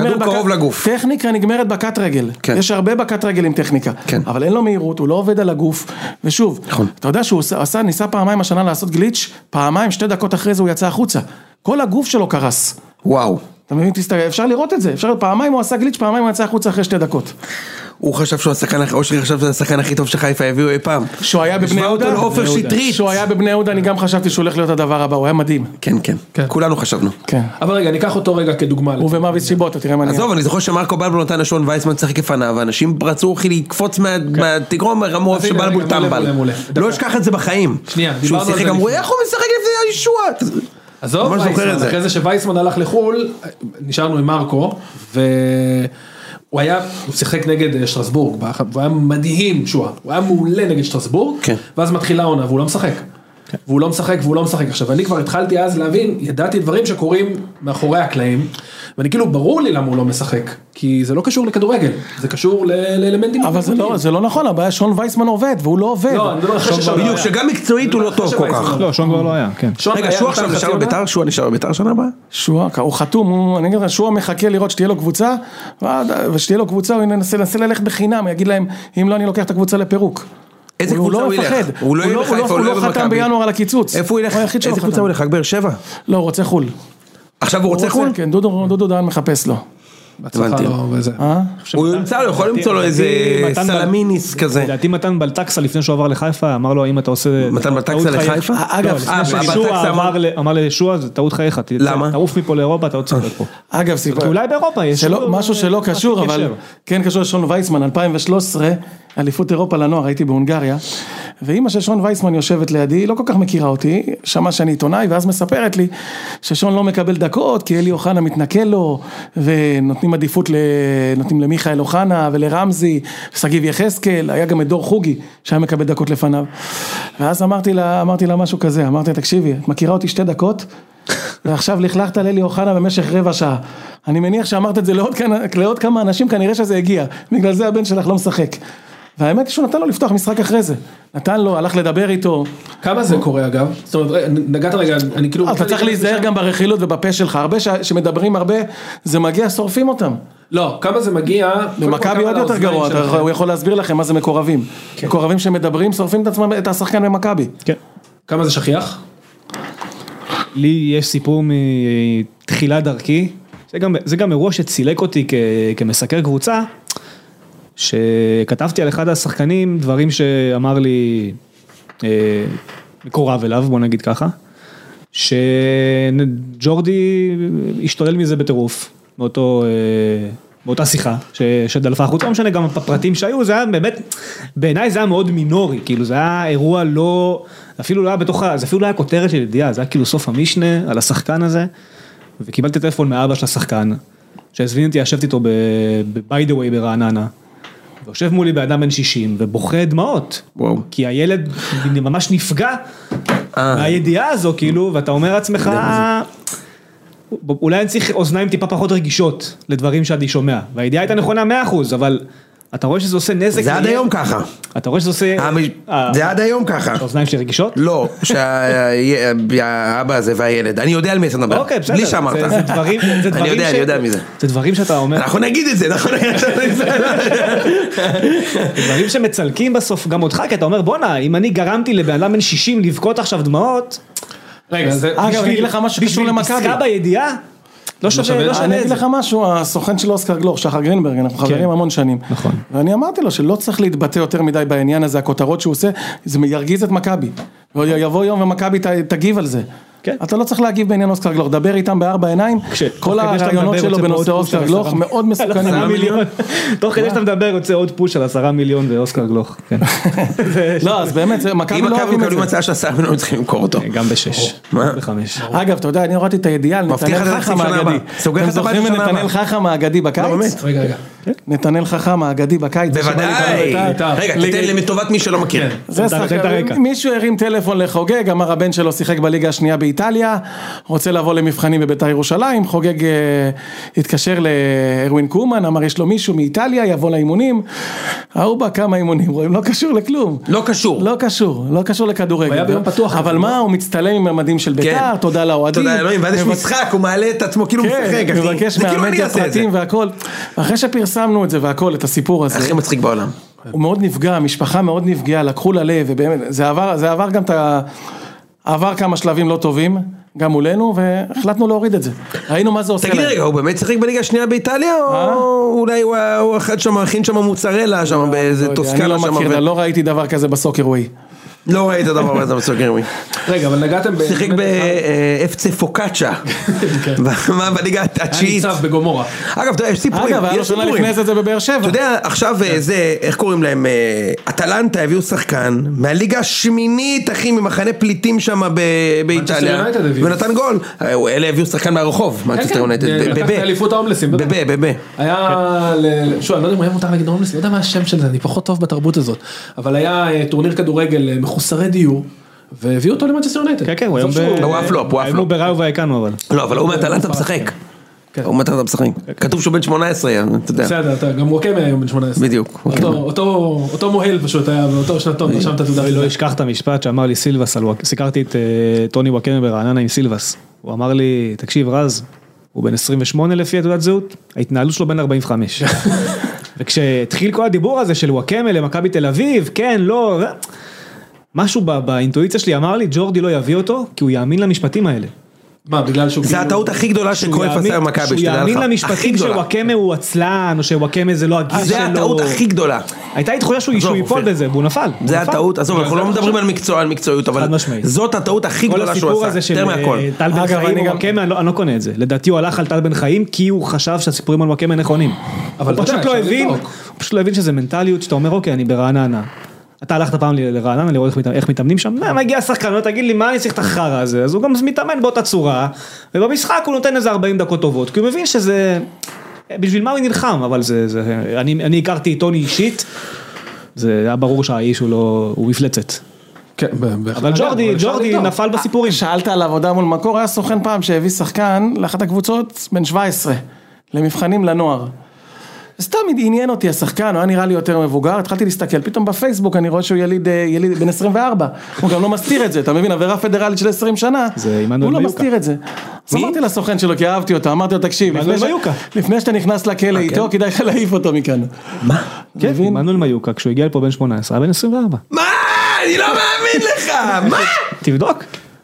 טכניקה נגמרת בקט רגל, יש הרבה בקט רגל עם טכניקה, אבל אין לו מהירות, הוא לא עובד על הגוף, ושוב, אתה יודע שהוא ניסה פעמיים השנה לעשות גליץ', פעמיים 2 דקות אחרי זה הוא יצא החוצה, כל הגוף שלו קרס. וואו. אתה מבין, אפשר לראות את זה, פעמיים הוא עשה גליץ', פעמיים הוא יצא החוצה אחרי 2 דקות. הוא חשב שהוא השחקן, אושרי חשב שזה השחקן הכי טוב שחיפה הביאו אי פעם. שהוא היה בבני יהודה? שהוא היה בבני יהודה, אני גם חשבתי שהוא הולך להיות הדבר הבא, הוא היה מדהים. כן, כולנו חשבנו. אבל רגע, ניקח אותו רגע כדוגמה. הוא ומאביס שיבוטה, תראה מה נהיה. עזוב, אני זוכר שמרקו בלבול נתן לשון וייסמן צחק לפניו, ואנשים רצו לקפוץ מהתגרום הרמוב שבלבול טמבל. לא אשכח את זה בחיים. שנייה, שהוא שיחק, אמרו, איך הוא משחק לפני הישוע? עזוב, אחרי זה שווייסמן הלך לחול, נשארנו עם מרקו, הוא שיחק נגד שטרסבורג, והוא היה מדהים שואה, הוא היה מעולה נגד שטרסבורג, ואז מתחילה עונה, והוא לא משחק. והוא לא משחק. עכשיו, אני כבר התחלתי אז להבין, ידעתי דברים שקורים מאחורי הקלעים, ואני כאילו ברור לי למה הוא לא משחק, כי זה לא קשור לכדורגל, זה קשור לאלמנטים. אבל זה לא נכון, הבעיה שון וייסמן עובד, והוא לא עובד. לא, אני מדבר אחרי ששון. בדיוק, שגם מקצועית הוא לא טוב כל כך. לא, שון כבר לא היה, כן. רגע, שועה עכשיו נשאר בביתר? שועה נשאר בביתר שנה הבאה? שועה, הוא חתום, אני אגיד לך, שועה מחכה לראות שתהיה לו קבוצה, ושתהיה לו קבוצה, הוא ינסה ללכת בחינם, יגיד להם, אם לא, אני לוקח את הקבוצה לפירוק. איזה קבוצה הוא ילך? הוא לא חתם בינואר על הקיצוץ. איפה הוא ילך? איזה קבוצה הוא ילך? רק באר שבע? לא, הוא רוצה חול. עכשיו הוא רוצה חול? כן, דודו דהן מחפש לו. בהצלחה לו וזה. הוא ימצא לו, יכול למצוא לו איזה סלמיניס כזה. לדעתי מתן בלטקסה לפני שהוא עבר לחיפה, אמר לו, האם אתה עושה... מתן בלטקסה לחיפה? אגב, לפני ששועה אמר לישוע, זה טעות חייך. למה? תעוף מפה לאירופה, אתה עוד צודק פה. אגב, סיפור. כי אולי באירופה יש... משהו שלא קשור, אבל כן קשור לשון וייסמן, 2013, אליפות אירופה לנוער, הייתי בהונגריה, ואמא של שון וייסמן יושבת לידי, לא כל כך מכירה אותי, שמע שאני עיתונאי, ואז מספרת לי ששון לא מקבל דקות, כי אלי אוחנה מתנקל לו, ונותנים עדיפות נותנים למיכאל אוחנה ולרמזי, סגיב יחזקאל, היה גם את דור חוגי, שהיה מקבל דקות לפניו. ואז אמרתי לה משהו כזה, אמרתי לה, תקשיבי, את מכירה אותי 2 דקות, ועכשיו לכלכת על אלי אוחנה במשך 15 שעה. אני מניח שאמרת את זה לעוד כמה אנשים, כנראה שזה הגיע, בגלל זה הבן שלך לא משחק. והאמת היא שהוא נתן לו לפתוח משחק אחרי זה. נתן לו, הלך לדבר איתו. כמה זה קורה אגב? זאת אומרת, נגעת רגע, אני כאילו... אתה צריך להיזהר גם ברכילות ובפה שלך. הרבה שמדברים הרבה, זה מגיע, שורפים אותם. לא, כמה זה מגיע... במכבי עוד יותר גרוע, הוא יכול להסביר לכם מה זה מקורבים. מקורבים שמדברים, שורפים את עצמם, את השחקן במכבי. כן. כמה זה שכיח? לי יש סיפור מתחילת דרכי, זה גם אירוע שצילק אותי כמסקר קבוצה, שכתבתי על אחד השחקנים דברים שאמר לי מקורב אליו, בוא נגיד ככה, שג'ורדי השתולל מזה בטירוף, באותה שיחה שדלפה החוצה, לא משנה גם הפרטים שהיו, זה היה באמת, בעיניי זה היה מאוד מינורי, כאילו זה היה אירוע לא, אפילו לא היה בתוכה, זה אפילו לא היה כותרת של ידיעה, זה היה כאילו סוף המשנה על השחקן הזה, וקיבלתי טלפון מאבא של השחקן, שהזמין אותי, ישבתי איתו ב-by the way ברעננה, ויושב מולי באדם בן 60, ובוכה דמעות, כי הילד ממש נפגע מהידיעה הזו, כאילו, ואתה אומר לעצמך, אולי אני צריך אוזניים טיפה פחות רגישות, לדברים שאני שומע, והידיעה הייתה נכונה 100%, אבל אתה רואה שזה עושה נזק. זה עד היום ככה. אתה רואה שזה עושה... זה עד היום ככה. האוזניים שלי רגישות? לא, שהאבא הזה והילד, אני יודע על מי אתה מדבר. אוקיי, בסדר. בלי שאמרת. זה דברים... אני יודע מי זה. זה דברים שאתה אומר... אנחנו נגיד את זה, אנחנו נגיד את זה. דברים שמצלקים בסוף גם אותך, כי אתה אומר, בונה, אם אני גרמתי לבן אדם בן 60 לבכות עכשיו דמעות... רגע, אגב, אני אגיד לך משהו קשור למכבי. בשביל פסקה בידיעה? לא שווה. אני אגיד לך משהו, הסוכן של אוסקר גלוך, שחר גרינברג, אנחנו חברים המון שנים. נכון. ואני אמרתי לו שלא צריך להתבטא יותר מדי בעניין הזה, הכותרות שהוא עושה, זה ירגיז את מכבי. יבוא יום ומכבי תגיב על זה. אתה לא צריך להגיב בעניין אוסקר גלוך, דבר איתם בארבע עיניים, כל הרעיונות שלו בנושא אוסקר גלוך מאוד מסוכנים. תוך כדי שאתה מדבר יוצא עוד פוש על 10 מיליון באוסקר גלוך. לא, אז באמת, מכבי לא אוהבים את זה. אם מצאה של 10 מיליון צריכים למכור אותו. גם ב6, ב5. אגב, אתה יודע, אני ראיתי את הידיעה, נתנאל חכם האגדי. אתם זוכרים את נתנאל חכם האגדי בקיץ? רגע. נתנאל חכם האגדי בקיץ. בוודאי. רגע, תתן לי מטובת מי שלא מכיר. מישהו הרים טלפון לחוגג, אמר הבן שלו שיחק בליגה השנייה באיטליה, רוצה לבוא למבחנים בבית"ר ירושלים, חוגג התקשר לארווין קומן, אמר יש לו מישהו מאיטליה, יבוא לאימונים, ההוא בא כמה אימונים, רואים, לא קשור לכלום. לא קשור לכדורגל. היה ביום פתוח. אבל מה, הוא מצטלם עם המדים של בית"ר, תודה לאוהדים. תודה אלוהים, ואז יש משחק, הוא מעלה את עצמו כאילו משחק, אחי. מבקש מהמדיה פרטים והכל. אחרי שפרסמנו את זה והכל, את הסיפור הזה. הכי מצחיק בעולם. הוא מאוד נפגע, המשפחה מאוד נפגעה, לקחו ללב, ובאמת, זה עבר גם את עבר כמה שלבים לא טובים, גם מולנו, והחלטנו להוריד את זה. ראינו מה זה עושה. תגיד רגע, הוא באמת שחק בליגה השנייה באיטליה, או אולי הוא אחד שם, הכין שם מוצרלה, שם באיזה טוסקנה שם. אני לא ראיתי דבר כזה בסוקרווי. לא ראית דבר כזה בסוקרווי. רגע, אבל נגעתם שיחק ב-FC פוקאצ'ה. מה בליגה התשיעית? היה ניצב בגומורה. אגב, אתה יודע, יש סיפורים. אגב, היה לו שנה לפני זה בבאר שבע. אתה יודע, עכשיו זה, איך קוראים להם? אטלנטה הביאו שחקן, מהליגה השמינית, אחי, ממחנה פליטים שם באיטליה. ונתן גול. אלה הביאו שחקן מהרחוב, מנצ'סטר יונייטד. לקחת אליפות ההומלסים. היה, שוב, אני לא יודע אם היה מותר להגיד הומלסים, לא יודע מה השם של זה, אני פחות טוב בתרבות הזאת. אבל היה טורניר כדורגל מחוסרי דיור, והביאו אותו למנצ'סטר יונייטד. כן, כן, הוא היה פלופ. היינו בראיו והיקנו, אבל. לא, אבל הוא מאטלנטה משחק. הוא מאטלנטה משחק. כתוב שהוא בן 18, אתה יודע. בסדר, גם וואקמה היום בן 18. בדיוק. אותו מוהל פשוט היה, באותו שנתון, רשם את התעודה. לא אשכח את המשפט שאמר לי סילבס, סיקרתי את טוני וואקמה ברעננה עם סילבס. הוא אמר לי, תקשיב רז, הוא בן 28 לפי תעודת זהות, ההתנהלות שלו בן 45. וכשהתחיל כל הדיבור הזה של וואקמה למכבי תל אביב, כן, לא, משהו באינטואיציה שלי אמר לי, ג'ורדי לא יביא אותו, כי הוא יאמין למשפטים האלה. מה, בגלל שהוא... זה הטעות הכי גדולה שקרויף עשה במכבי, שהוא יאמין למשפטים שוואקמה הוא עצלן, או שוואקמה זה לא הגיל שלו. זה הטעות הכי גדולה. הייתה לי תחושה שהוא ייפול בזה, והוא נפל. זה הטעות, עזוב, אנחנו לא מדברים על מקצועיות, אבל זאת הטעות הכי גדולה שהוא עשה, יותר מהכל. טל בן חיים וואקמה, אני לא קונה את זה. לדעתי הוא הלך על טל בן חיים, כי הוא חשב שהסיפורים על וואקמה נכונים. הוא פשוט לא הבין שזה מנטליות, שאתה אומר, אוקיי, אני ברעננה. אתה הלכת פעם לרעננה, לראות איך מתאמנים שם, מגיע השחקן, לא תגיד לי מה אני צריך את החרא הזה, אז הוא גם מתאמן באותה צורה, ובמשחק הוא נותן איזה 40 דקות טובות, כי הוא מבין שזה, בשביל מה הוא נלחם, אבל אני הכרתי טוני אישית, זה היה ברור שהאיש הוא מפלצת. אבל ג'ורדי נפל בסיפורים. שאלת על עבודה מול מקור, היה סוכן פעם שהביא שחקן לאחת הקבוצות בן 17, למבחנים לנוער. סתם עניין אותי השחקן, הוא היה נראה לי יותר מבוגר, התחלתי להסתכל, פתאום בפייסבוק אני רואה שהוא יליד בן 24, הוא גם לא מסתיר את זה, אתה מבין, עבירה פדרלית של 20 שנה, הוא לא מסתיר את זה. אז אמרתי לסוכן שלו, כי אהבתי אותו, אמרתי לו, תקשיב, לפני שאתה נכנס לכלא איתו, כדאי לך להעיף אותו מכאן. מה? כן, מנואל מיוקה, כשהוא הגיע לפה בן 18, היה בן 24. מה? אני לא מאמין לך, מה? תבדוק.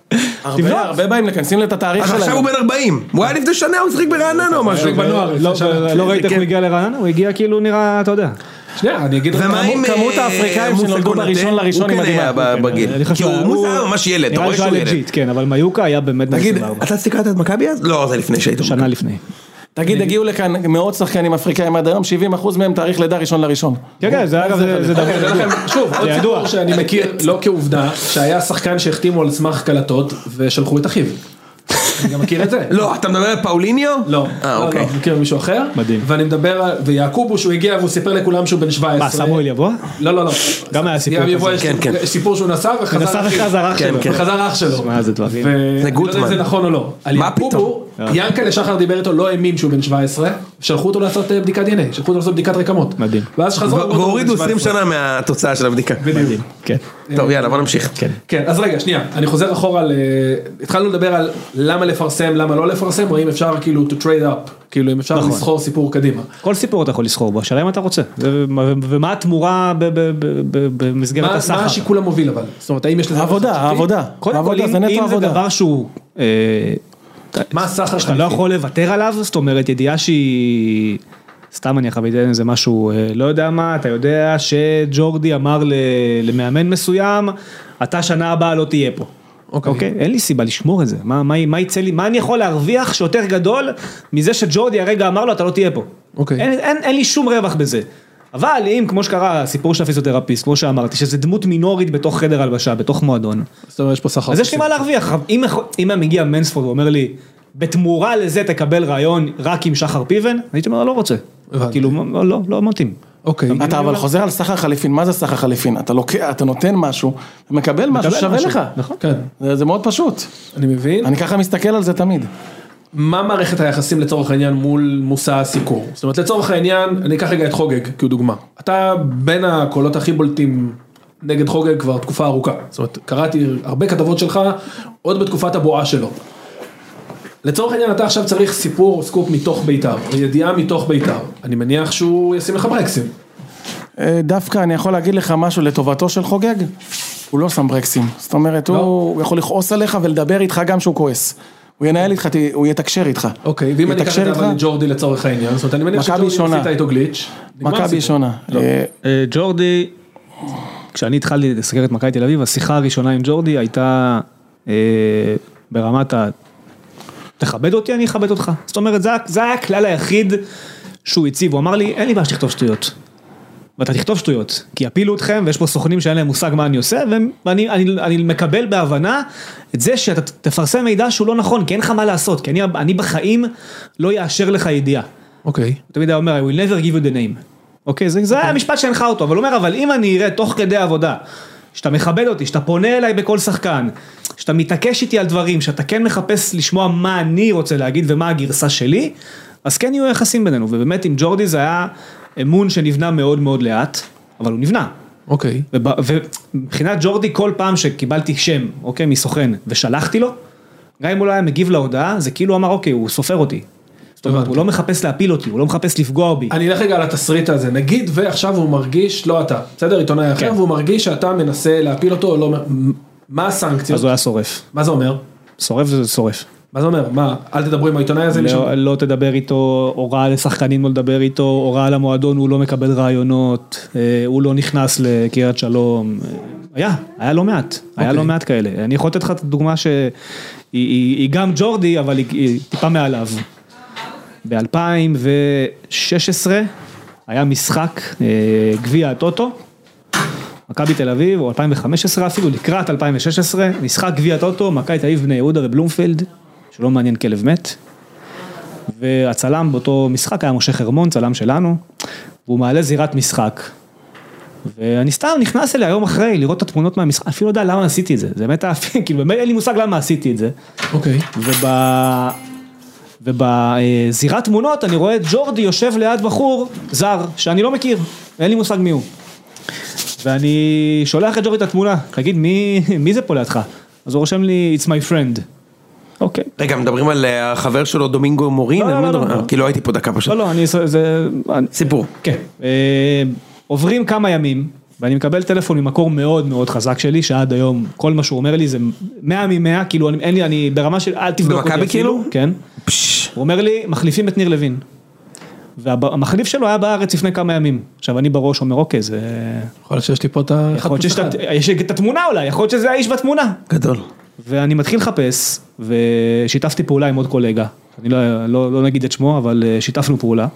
הרבה באים לכנסים את התאריך שלהם. עכשיו הוא בן 40, הוא היה לפני שנה, הוא שחק ברעננה או משהו. לא ראית איך הוא הגיע לרעננה? הוא הגיע כאילו נראה, אתה יודע. שנייה, אני אגיד... כמות האפריקאים שנולדו בראשון לראשון עם מדהימה. כי הוא מוזר ממש ילד, אתה רואה שהוא ילד. כן, אבל מיוקה היה באמת... תגיד, אתה סתיקרת את מכבי אז? לא, זה לפני שהייתם. שנה לפני. תגיד, הגיעו לכאן מאות שחקנים אפריקאים עד היום, 70% מהם תאריך לידה ראשון לראשון. כן, כן, זה דבר. שוב, עוד סיפור שאני מכיר, לא כעובדה, שהיה שחקן שהחתימו על סמך קלטות ושלחו את אחיו. אני גם מכיר את זה. לא, אתה מדבר על פאוליניו? לא, אני מכיר מישהו אחר. מדהים. ואני מדבר על, ויעקובו שהוא הגיע והוא סיפר לכולם שהוא בן 17. מה, סמואל יבוא? לא. גם היה סיפור כזה. יש סיפור שהוא נסע וחזר אח שלו. מה זה דברים? זה גוטמן. אני לא יודע אם זה נכון או לא. על יעקובו, ינקלה שחר דיבר איתו, לא האמין שהוא בן 17, שלחו אותו לעשות בדיקת DNA, שלחו אותו לעשות בדיקת רקמות. מדהים. ואז שחזרו... והורידו 20 שנה מהתוצאה של הבדיקה. בדיוק. כן. טוב, יאללה, בוא נמשיך. כן, אז רגע, שנייה, אני חוזר אחורה התחלנו לדבר על למה לפרסם, למה לא לפרסם, או אם אפשר כאילו to trade up, כאילו אם אפשר לסחור סיפור קדימה. כל סיפור אתה יכול לסחור בו, השאלה אם אתה רוצה, ומה התמורה במסגרת הסחר. מה השיקול המוביל אבל? זאת אומרת, האם יש לזה... העבודה. קודם כל, אם זה דבר שהוא... מה הסחר שאתה לא יכול לוותר עליו, זאת אומרת, ידיעה שהיא... סתם אני חייב לתת איזה משהו, לא יודע מה, אתה יודע שג'ורדי אמר למאמן מסוים, אתה שנה הבאה לא תהיה פה. אוקיי? אין לי סיבה לשמור את זה. מה יצא לי? מה אני יכול להרוויח שיותר גדול מזה שג'ורדי הרגע אמר לו, אתה לא תהיה פה. אין לי שום רווח בזה. אבל אם, כמו שקרה, הסיפור של הפיזיותרפיסט, כמו שאמרתי, שזה דמות מינורית בתוך חדר הלבשה, בתוך מועדון. זאת אומרת, יש פה סחר. אז יש לי מה להרוויח. אם מגיע מנספורד ואומר לי, בתמורה לזה תקבל רעיון רק עם שחר פיבן, הייתי אומר, לא רוצה. כאילו, לא מתאים. אוקיי. אתה אבל חוזר על סחר חליפין, מה זה סחר חליפין? אתה נותן משהו, ומקבל משהו שווה לך. נכון. כן. זה מאוד פשוט. אני מבין. אני ככה מסתכל על זה תמיד. מה מערכת היחסים לצורך העניין מול מושא הסיקור? זאת אומרת, לצורך העניין, אני אקח רגע את חוגג, כדוגמה. אתה בין הקולות הכי בולטים נגד חוגג כבר תקופה ארוכה. זאת אומרת, קראתי הרבה כתבות שלך, עוד בתקופת הבועה שלו. לצורך העניין, אתה עכשיו צריך סיפור או סקופ מתוך בית"ר, או ידיעה מתוך בית"ר. אני מניח שהוא ישים לך ברקסים. דווקא אני יכול להגיד לך משהו לטובתו של חוגג. הוא לא שם ברקסים, זאת אומרת, הוא יכול לכעוס עליך ולדבר איתך גם שהוא כועס. הוא ינהל איתך, הוא יתקשר איתך. אוקיי, ואם אני אקח את זה ג'ורדי לצורך העניין, זאת אומרת, אני מניח שג'ורדי עשית איתו גליץ'. מכבי שונה. ג'ורדי, כשאני התחלתי לסקר את מכבי תל אביב, השיחה הראשונה עם ג'ורדי הייתה ברמת תכבד אותי, אני אכבד אותך. זאת אומרת, זה היה הכלל היחיד שהוא הציב, הוא אמר לי, אין לי בעיה שתכתוב שטויות. ואתה תכתוב שטויות, כי יפילו אתכם, ויש פה סוכנים שאין להם מושג מה אני עושה, ואני מקבל בהבנה את זה שאתה תפרסם מידע שהוא לא נכון, כי אין לך מה לעשות, כי אני בחיים לא יאשר לך ידיעה. אוקיי. תמיד הוא אומר, I will never give you the name. אוקיי, זה היה המשפט שהנך אותו, אבל הוא אומר, אבל אם אני אראה תוך כדי עבודה, שאתה מכבד אותי, שאתה פונה אליי בכל שחקן, שאתה מתעקש איתי על דברים, שאתה כן מחפש לשמוע מה אני רוצה להגיד, ומה הגרסה שלי, אז כן יהיו יחסים בינינו, ובאמת עם ג'ורדי זה היה אמון שנבנה מאוד מאוד לאט, אבל הוא נבנה. אוקיי. ומבחינת ג'ורדי, כל פעם שקיבלתי שם, אוקיי, מסוכן, ושלחתי לו, גם אם הוא לא היה מגיב להודעה, זה כאילו אמר, אוקיי, הוא סופר אותי. זאת אומרת, הוא לא מחפש להפיל אותי, הוא לא מחפש לפגוע בי. אני אלך רגע על התסריט הזה, נגיד ועכשיו הוא מרגיש, לא אתה, בסדר, עיתונאי אחר, והוא מרגיש שאתה מנסה להפיל אותו, או לא, מה הסנקציות? אז הוא היה שורף. מה זה אומר? שורף זה שורף. מה זה אומר? מה? אל תדברו עם העיתונאי הזה? לא תדבר איתו, הוראה לשחקנים לא לדבר איתו, הוראה למועדון, הוא לא מקבל רעיונות, הוא לא נכנס לקריית שלום. היה לא מעט, היה לא מעט כאלה. אני יכול לתת לך את הדוגמה שהיא גם ג'ורדי, אבל היא טיפה מעליו. ב-2016 היה משחק גביע הטוטו, מכבי תל אביב, או 2015 אפילו, לקראת 2016, משחק גביע הטוטו, מכבי תל אביב בני יהודה ובלומפילד, שלא מעניין כלב מת, והצלם באותו משחק היה משה חרמון, צלם שלנו, והוא מעלה זירת משחק, ואני סתם נכנס אליה יום אחרי, לראות את התמונות מהמשחק, אפילו לא יודע למה עשיתי את זה, זה באמת כאילו באמת אין לי מושג למה עשיתי את זה, אוקיי. ובזירת תמונות אני רואה את ג'ורדי יושב ליד בחור זר, שאני לא מכיר, אין לי מושג מי הוא. ואני שולח את ג'ורדי את התמונה, תגיד, מי זה פה לידך? אז הוא רושם לי, it's my friend. אוקיי. רגע, מדברים על החבר שלו, דומינגו מורין? לא. כי לא הייתי פה דקה פשוט. לא, סיפור. כן. עוברים כמה ימים, ואני מקבל טלפון ממקור מאוד מאוד חזק שלי, שעד היום כל מה שהוא אומר לי זה 100 מ-100, כאילו אני ברמה של אל תבדוק אותי אפילו. כן. הוא אומר לי, מחליפים את ניר לוין. והמחליף שלו היה בארץ לפני כמה ימים. עכשיו אני בראש אומר, אוקיי, זה... יכול להיות שיש לי פה את יש את התמונה אולי, יכול להיות שזה האיש בתמונה. גדול. ואני מתחיל לחפש, ושיתפתי פעולה עם עוד קולגה. אני לא נגיד את שמו, אבל שיתפנו פעולה.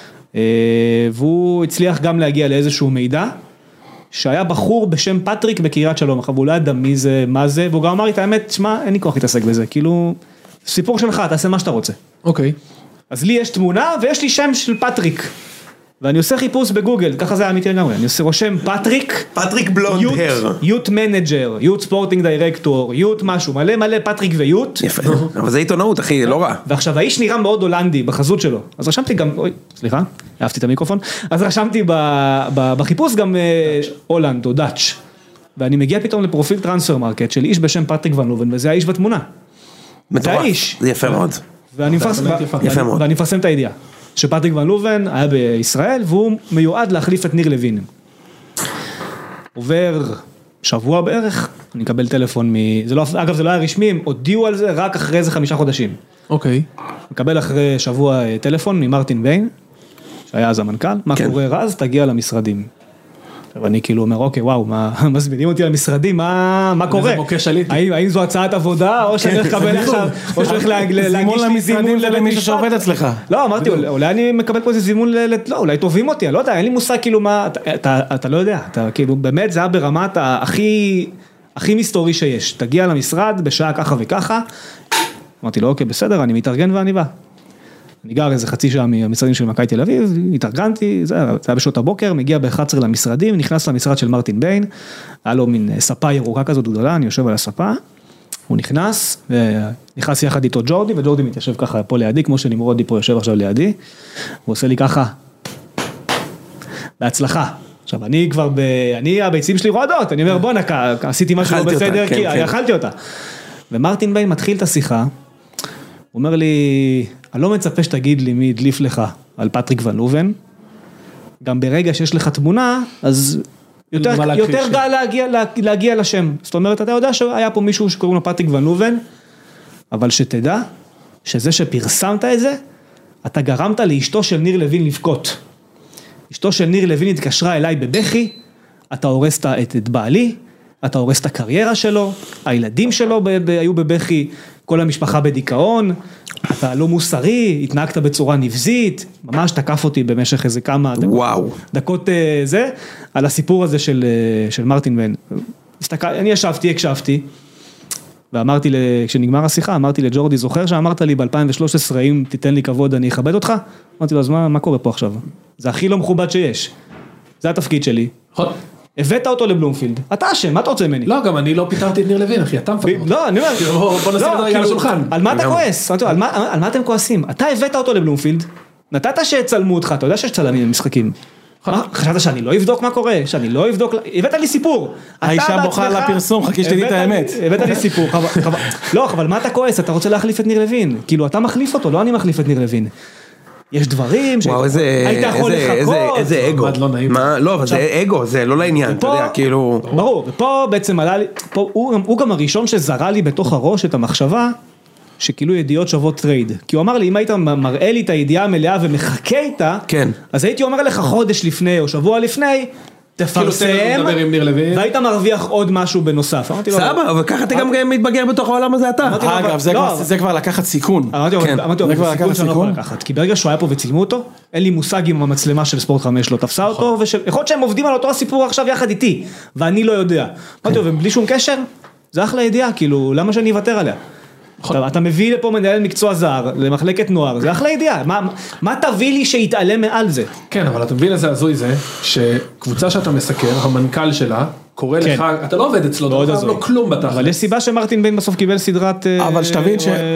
והוא הצליח גם להגיע לאיזשהו מידע, שהיה בחור בשם פטריק בקריית שלום. עכשיו הוא לא ידע מי זה, מה זה, והוא גם אמר לי את האמת, שמה, אין לי כוח להתעסק בזה. כאילו, סיפור שלך, תעשה מה שאתה רוצה. אוקיי. אז לי יש תמונה ויש לי שם של פטריק, ואני עושה חיפוש בגוגל, ככה זה אמיתי לגמרי, אני עושה רושם פטריק בלונד הר, יוט מנג'ר, יוט ספורטינג דירקטור, יוט משהו, מלא פטריק ויוט. יפה, אבל זה עיתונאות אחי, לא רע. ועכשיו האיש נראה מאוד הולנדי בחזות שלו, אז רשמתי גם, סליחה, אהבתי את המיקרופון, אז רשמתי בחיפוש גם הולנד או דאץ', ואני מגיע פתאום לפרופיל טרנספר מרקט של איש בשם פטריק ון לובן, וזה האיש בתמונה. זה האיש. זה יפה מאוד. ואני מפרסם את הידיעה, שפטריק ון לובן היה בישראל, והוא מיועד להחליף את ניר לוין. עובר שבוע בערך, אני אקבל טלפון אגב זה לא היה רשמי, הם הודיעו על זה רק אחרי איזה 5 חודשים. אוקיי. מקבל אחרי שבוע טלפון ממרטין ביין, שהיה אז המנכ"ל, מה קורה רז, תגיע למשרדים. ואני כאילו אומר, אוקיי, וואו, מזמינים אותי למשרדים, מה קורה? האם זו הצעת עבודה, או שאני הולך לקבל עכשיו, או שאני הולך להגיש לי זימון למישהו שעובד אצלך? לא, אמרתי, אולי אני מקבל פה איזה זימון, לא, אולי טובים אותי, אני לא יודע, אין לי מושג כאילו מה, אתה לא יודע, אתה כאילו, באמת זה היה ברמת הכי מסתורי שיש, תגיע למשרד בשעה ככה וככה, אמרתי לו, אוקיי, בסדר, אני מתארגן ואני בא. אני גר איזה חצי שעה מהמשרדים של מכבי תל אביב, התארגנתי, זה היה בשעות הבוקר, מגיע ב-11 למשרדים, נכנס למשרד של מרטין ביין, היה לו מין ספה ירוקה כזאת גדולה, אני יושב על הספה, הוא נכנס יחד איתו ג'ורדי, וג'ורדי מתיישב ככה פה לידי, כמו שנמרודי פה יושב עכשיו לידי, הוא עושה לי ככה, בהצלחה. עכשיו אני הביצים שלי רועדות, אני אומר בוא נקה, עשיתי משהו לא בסדר, כי אכלתי אותה. ומרטין ביין מתחיל את השיחה, הוא אומר לי, אני לא מצפה שתגיד לי מי הדליף לך על פטריק ון לובן, גם ברגע שיש לך תמונה, אז יותר קל להגיע לשם. זאת אומרת, אתה יודע שהיה פה מישהו שקוראים לו פטריק ון לובן, אבל שתדע שזה שפרסמת את זה, אתה גרמת לאשתו של ניר לוין לבכות. אשתו של ניר לוין התקשרה אליי בבכי, אתה הורס את בעלי, אתה הורס את הקריירה שלו, הילדים שלו היו בבכי, כל המשפחה בדיכאון, אתה לא מוסרי, התנהגת בצורה נבזית, ממש תקף אותי במשך איזה כמה דקות זה, על הסיפור הזה של מרטין ון. אני הקשבתי, ואמרתי, כשנגמר השיחה, אמרתי לג'ורדי, זוכר שאמרת לי ב-2013, אם תיתן לי כבוד, אני אכבד אותך? אמרתי לו, אז מה קורה פה עכשיו? זה הכי לא מכובד שיש. זה התפקיד שלי. הבאת אותו לבלומפילד. אתה אשם, מה אתה רוצה ממני? לא, גם אני לא פיתרתי את ניר לוין, אחי, אתה מפתר. לא, אני אומר. בוא נשים את הרגע על השולחן. על מה אתה כועס? על מה אתם כועסים? אתה הבאת אותו לבלומפילד, נתת שצלמו אותך, אתה יודע שיש צלמים במשחקים. חשבת שאני לא אבדוק מה קורה, שאני לא אבדוק, הבאת לי סיפור. האישה בוכה על הפרסום, חכי שתדעי את האמת. הבאת לי סיפור, לא, אבל מה אתה כועס? אתה רוצה להחליף את ניר לוין, כאילו אתה מחליף אותו, לא אני מחליף את ניר לוין. יש דברים שהיית יכול לחכות. איזה אגו. לא, אבל זה אגו, זה לא לעניין, אתה יודע, כאילו. ברור, ופה בעצם עלה לי, הוא גם הראשון שזרה לי בתוך הראש את המחשבה, שכאילו ידיעות שוות טרייד. כי הוא אמר לי, אם היית מראה לי את הידיעה המלאה ומחכה איתה, אז הייתי אומר לך חודש לפני או שבוע לפני, תפרסם, והיית מרוויח עוד משהו בנוסף. סבא, אבל ככה אתה גם מתבגר בתוך העולם הזה אתה. אגב, זה כבר לקחת סיכון. אמרתי לו, זה סיכון שאני לא יכול לקחת. כי ברגע שהוא היה פה וצילמו אותו, אין לי מושג אם המצלמה של ספורט 5 לא תפסה אותו, ויכול להיות שהם עובדים על אותו הסיפור עכשיו יחד איתי, ואני לא יודע. אמרתי לו, ובלי שום קשר, זה אחלה ידיעה, כאילו, למה שאני אוותר עליה? אתה מביא לפה מנהל מקצוע זר, למחלקת נוער, זה אחלה ידיעה, מה תביא לי שיתעלם מעל זה? כן, אבל אתה מבין איזה הזוי זה, שקבוצה שאתה מסקר, המנכ"ל שלה, קורא לך, אתה לא עובד אצלו, אתה לא כלום בתחת. אבל יש סיבה שמרטין ביין בסוף קיבל סדרת, אבל שתבין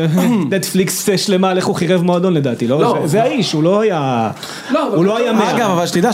נטפליקס שלמה, איך הוא חירב מועדון לדעתי, זה האיש, הוא לא היה, אגב, אבל שתדע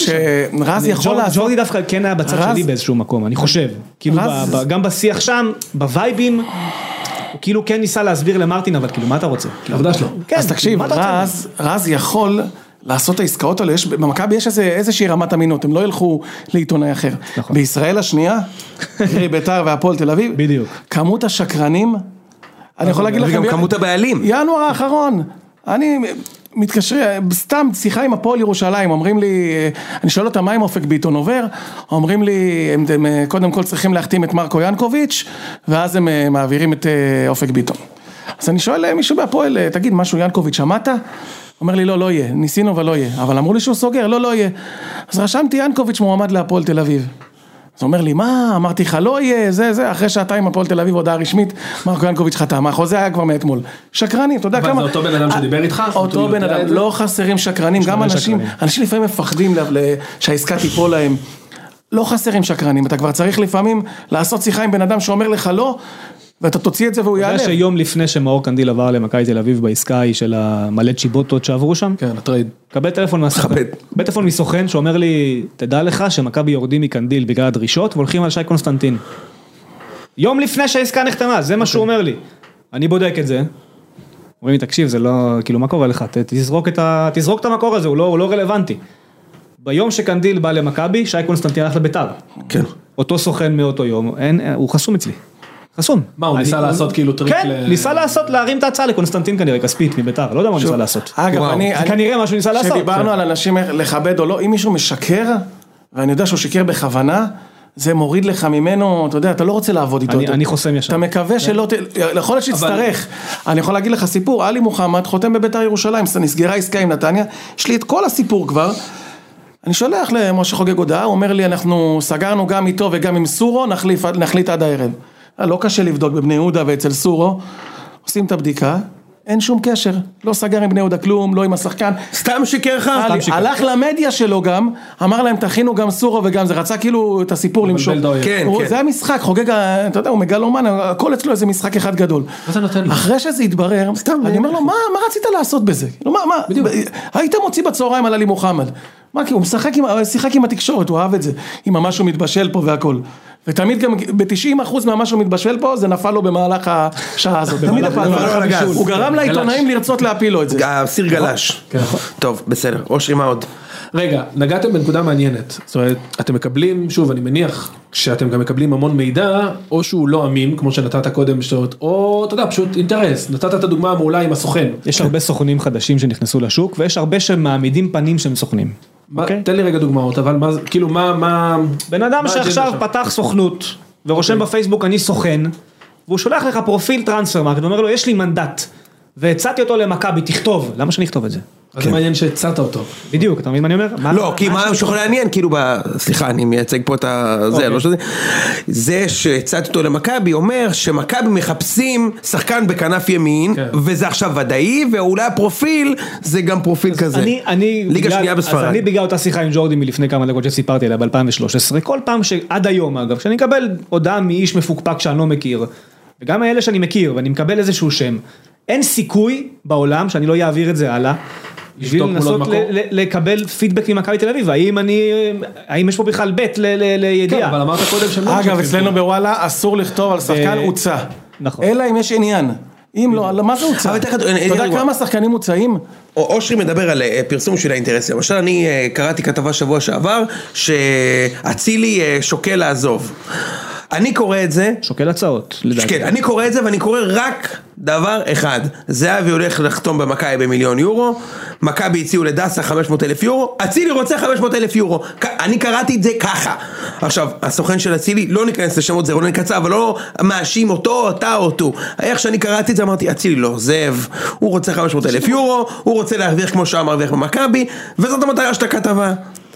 שרז יכול לעשות, ג'ורדי דווקא כן היה בצד שלי באיזשהו מקום, אני חושב, כאילו גם בשיח שם, בווייבים, הוא כאילו כן ניסה להסביר למרטין, אבל כאילו, מה אתה רוצה? עבודה שלו. אז תקשיב, רז יכול לעשות את העסקאות האלה, במכבי יש איזושהי רמת אמינות, הם לא ילכו לעיתונאי אחר. בישראל השנייה, בית"ר והפועל תל אביב, בדיוק. כמות השקרנים, אני יכול להגיד לכם, וגם כמות הבעלים. ינואר האחרון, אני מתקשר, סתם שיחה עם הפועל ירושלים, אומרים לי, אני שואל אותם מה אם אופק ביטון עובר, אומרים לי, הם קודם כל צריכים להחתים את מרקו ינקוביץ', ואז הם מעבירים את אופק ביטון. אז אני שואל מישהו בהפועל, תגיד משהו ינקוביץ' שמעת? אומר לי לא יהיה, ניסינו אבל לא יהיה, אבל אמרו לי שהוא סוגר, לא יהיה. אז רשמתי ינקוביץ' מועמד להפועל תל אביב. אז הוא אומר לי, מה? אמרתי לך, לא יהיה, זה, אחרי שעתיים הפועל תל אביב, הודעה רשמית, מרקו ינקוביץ' חתם, החוזה היה כבר מאתמול. שקרנים, אתה יודע כמה... אבל זה אותו בן אדם שדיבר איתך? אותו בן אדם, לא חסרים שקרנים, גם אנשים לפעמים מפחדים שהעסקה תיפול להם. לא חסרים שקרנים, אתה כבר צריך לפעמים לעשות שיחה עם בן אדם שאומר לך לא, ואתה תוציא את זה והוא יעלב. אתה יודע שיום לפני שמאור קנדיל עבר למכבי תל אביב בעסקה היא של המלא צ'יבוטות שעברו שם? כן, הטרייד. קבל טלפון מהסוכן. קבל טלפון מסוכן שאומר לי, תדע לך שמכבי יורדים מקנדיל בגלל הדרישות והולכים על שי קונסטנטין. יום לפני שהעסקה נחתמה, זה מה שהוא אומר לי. אני בודק את זה. אומרים לי, תקשיב, זה לא, כאילו, מה קורה לך? תזרוק את המקור הזה, הוא לא רלוונטי. ביום שקנדיל בא למכבי, שי קונסטנטין הלך לביתר. כן. אותו סוכן מאותו יום, הוא חסום אצלי. חסום. מה, הוא ניסה לעשות כאילו טריק? כן, ניסה לעשות, להרים את ההצעה לקונסטנטין כנראה, כספית מביתר, לא יודע מה הוא ניסה לעשות. אגב, כנראה מה שהוא ניסה לעשות. שדיברנו על אנשים לכבד או לא, אם מישהו משקר, ואני יודע שהוא שיקר בכוונה, זה מוריד לך ממנו, אתה יודע, אתה לא רוצה לעבוד איתו. אני חוסם ישר. אתה מקווה שלא, יכול להיות שתצטרך. אני יכול להגיד לך סיפור, עלי מוחמד חותם בביתר ירושלים, נסגרה עסקה עם נתניה, יש לי את כל הסיפור כבר, אני שולח למשה חוגג הודעה, הוא אומר לי, אנחנו סגרנו גם איתו וגם עם סורו, נחליט עד הערב. לא קשה לבדוק בבני יהודה ואצל סורו, עושים את הבדיקה, אין שום קשר, לא סגר עם בני יהודה כלום, לא עם השחקן, סתם שיקר לך, הלך למדיה שלו גם, אמר להם תכינו גם סורו וגם זה, רצה כאילו את הסיפור למשוך, זה המשחק, חוגג, אתה יודע, הוא מגלומן, הכל אצלו איזה משחק אחד גדול, אחרי שזה יתברר, אני אומר לו, מה רצית לעשות בזה? היית מוציא בצהריים על עלי מוחמד, מה, כי הוא שיחק עם התקשורת, הוא אהב את זה, עם משהו מתבשל פה והכל, ותמיד גם ב-90% מהמה שהוא מתבשל פה, זה נפל לו במהלך השעה הזאת. הוא גרם לעיתונאים לרצות להפיל לו את זה. סיר גלש. טוב, בסדר. אושרי, מה עוד? רגע, נגעתם בנקודה מעניינת. זאת אומרת, אתם מקבלים, שוב, אני מניח שאתם גם מקבלים המון מידע, או שהוא לא אמין, כמו שנתת קודם, או, אתה יודע, פשוט אינטרס. נתת את הדוגמה המעולה עם הסוכן. יש הרבה סוכנים חדשים שנכנסו לשוק, ויש הרבה שמעמידים פנים שהם סוכנים. תן לי רגע דוגמאות, אבל כאילו מה... בן אדם שעכשיו פתח סוכנות, ורושם בפייסבוק אני סוכן, והוא שולח לך פרופיל טרנספרמרקט, ואומר לו, יש לי מנדט, והצעתי אותו למכבי, תכתוב. למה שאני אכתוב את זה? אז מעניין שהצעת אותו. בדיוק, אתה מבין מה אני אומר? לא, כי מה שיכול לעניין, כאילו, סליחה, אני מייצג פה את זה, לא שזה, זה שהצעתי אותו למכבי, אומר שמכבי מחפשים שחקן בכנף ימין, וזה עכשיו ודאי, ואולי הפרופיל, זה גם פרופיל כזה. ליגה שנייה בספרד. אז אני בגלל אותה שיחה עם ג'ורדי מלפני כמה דקות שסיפרתי עליה ב-2013, כל פעם שעד היום אגב, שאני מקבל הודעה מאיש מפוקפק שאני לא מכיר, וגם האלה שאני מכיר, ואני מקבל איזשהו שם, אין סיכוי בעולם שאני לא אעביר את זה הלאה, בשביל לנסות לקבל פידבק ממכבי תל אביב, האם יש פה בכלל בית לידיעה. כן, אבל אמרת קודם שהם לא... אגב, אצלנו בוואלה אסור לכתוב על שחקן הוצא. נכון. אלא אם יש עניין. אם לא, מה זה הוצא? אתה יודע כמה שחקנים הוצאים? אושרי מדבר על פרסום של האינטרסים. למשל, אני קראתי כתבה שבוע שעבר, שאצילי שוקל לעזוב. אני קורא את זה, שוקל הצעות, לדעתי. כן, אני קורא את זה ואני קורא רק דבר אחד. זהבי הולך לחתום במכבי ב1,000,000 יורו, מכבי הציעו לדסה 500,000 יורו, אצילי רוצה 500,000 יורו. אני קראתי את זה ככה. עכשיו, הסוכן של אצילי, לא ניכנס לשמות, זה רונן קצר, אבל לא מאשים אותו, אתה או אותו. איך שאני קראתי את זה, אמרתי, אצילי לא, זאב, הוא רוצה 500,000 יורו, הוא רוצה להרוויח כמו שעה מרוויח במכבי, וזאת המטרה של הכתבה.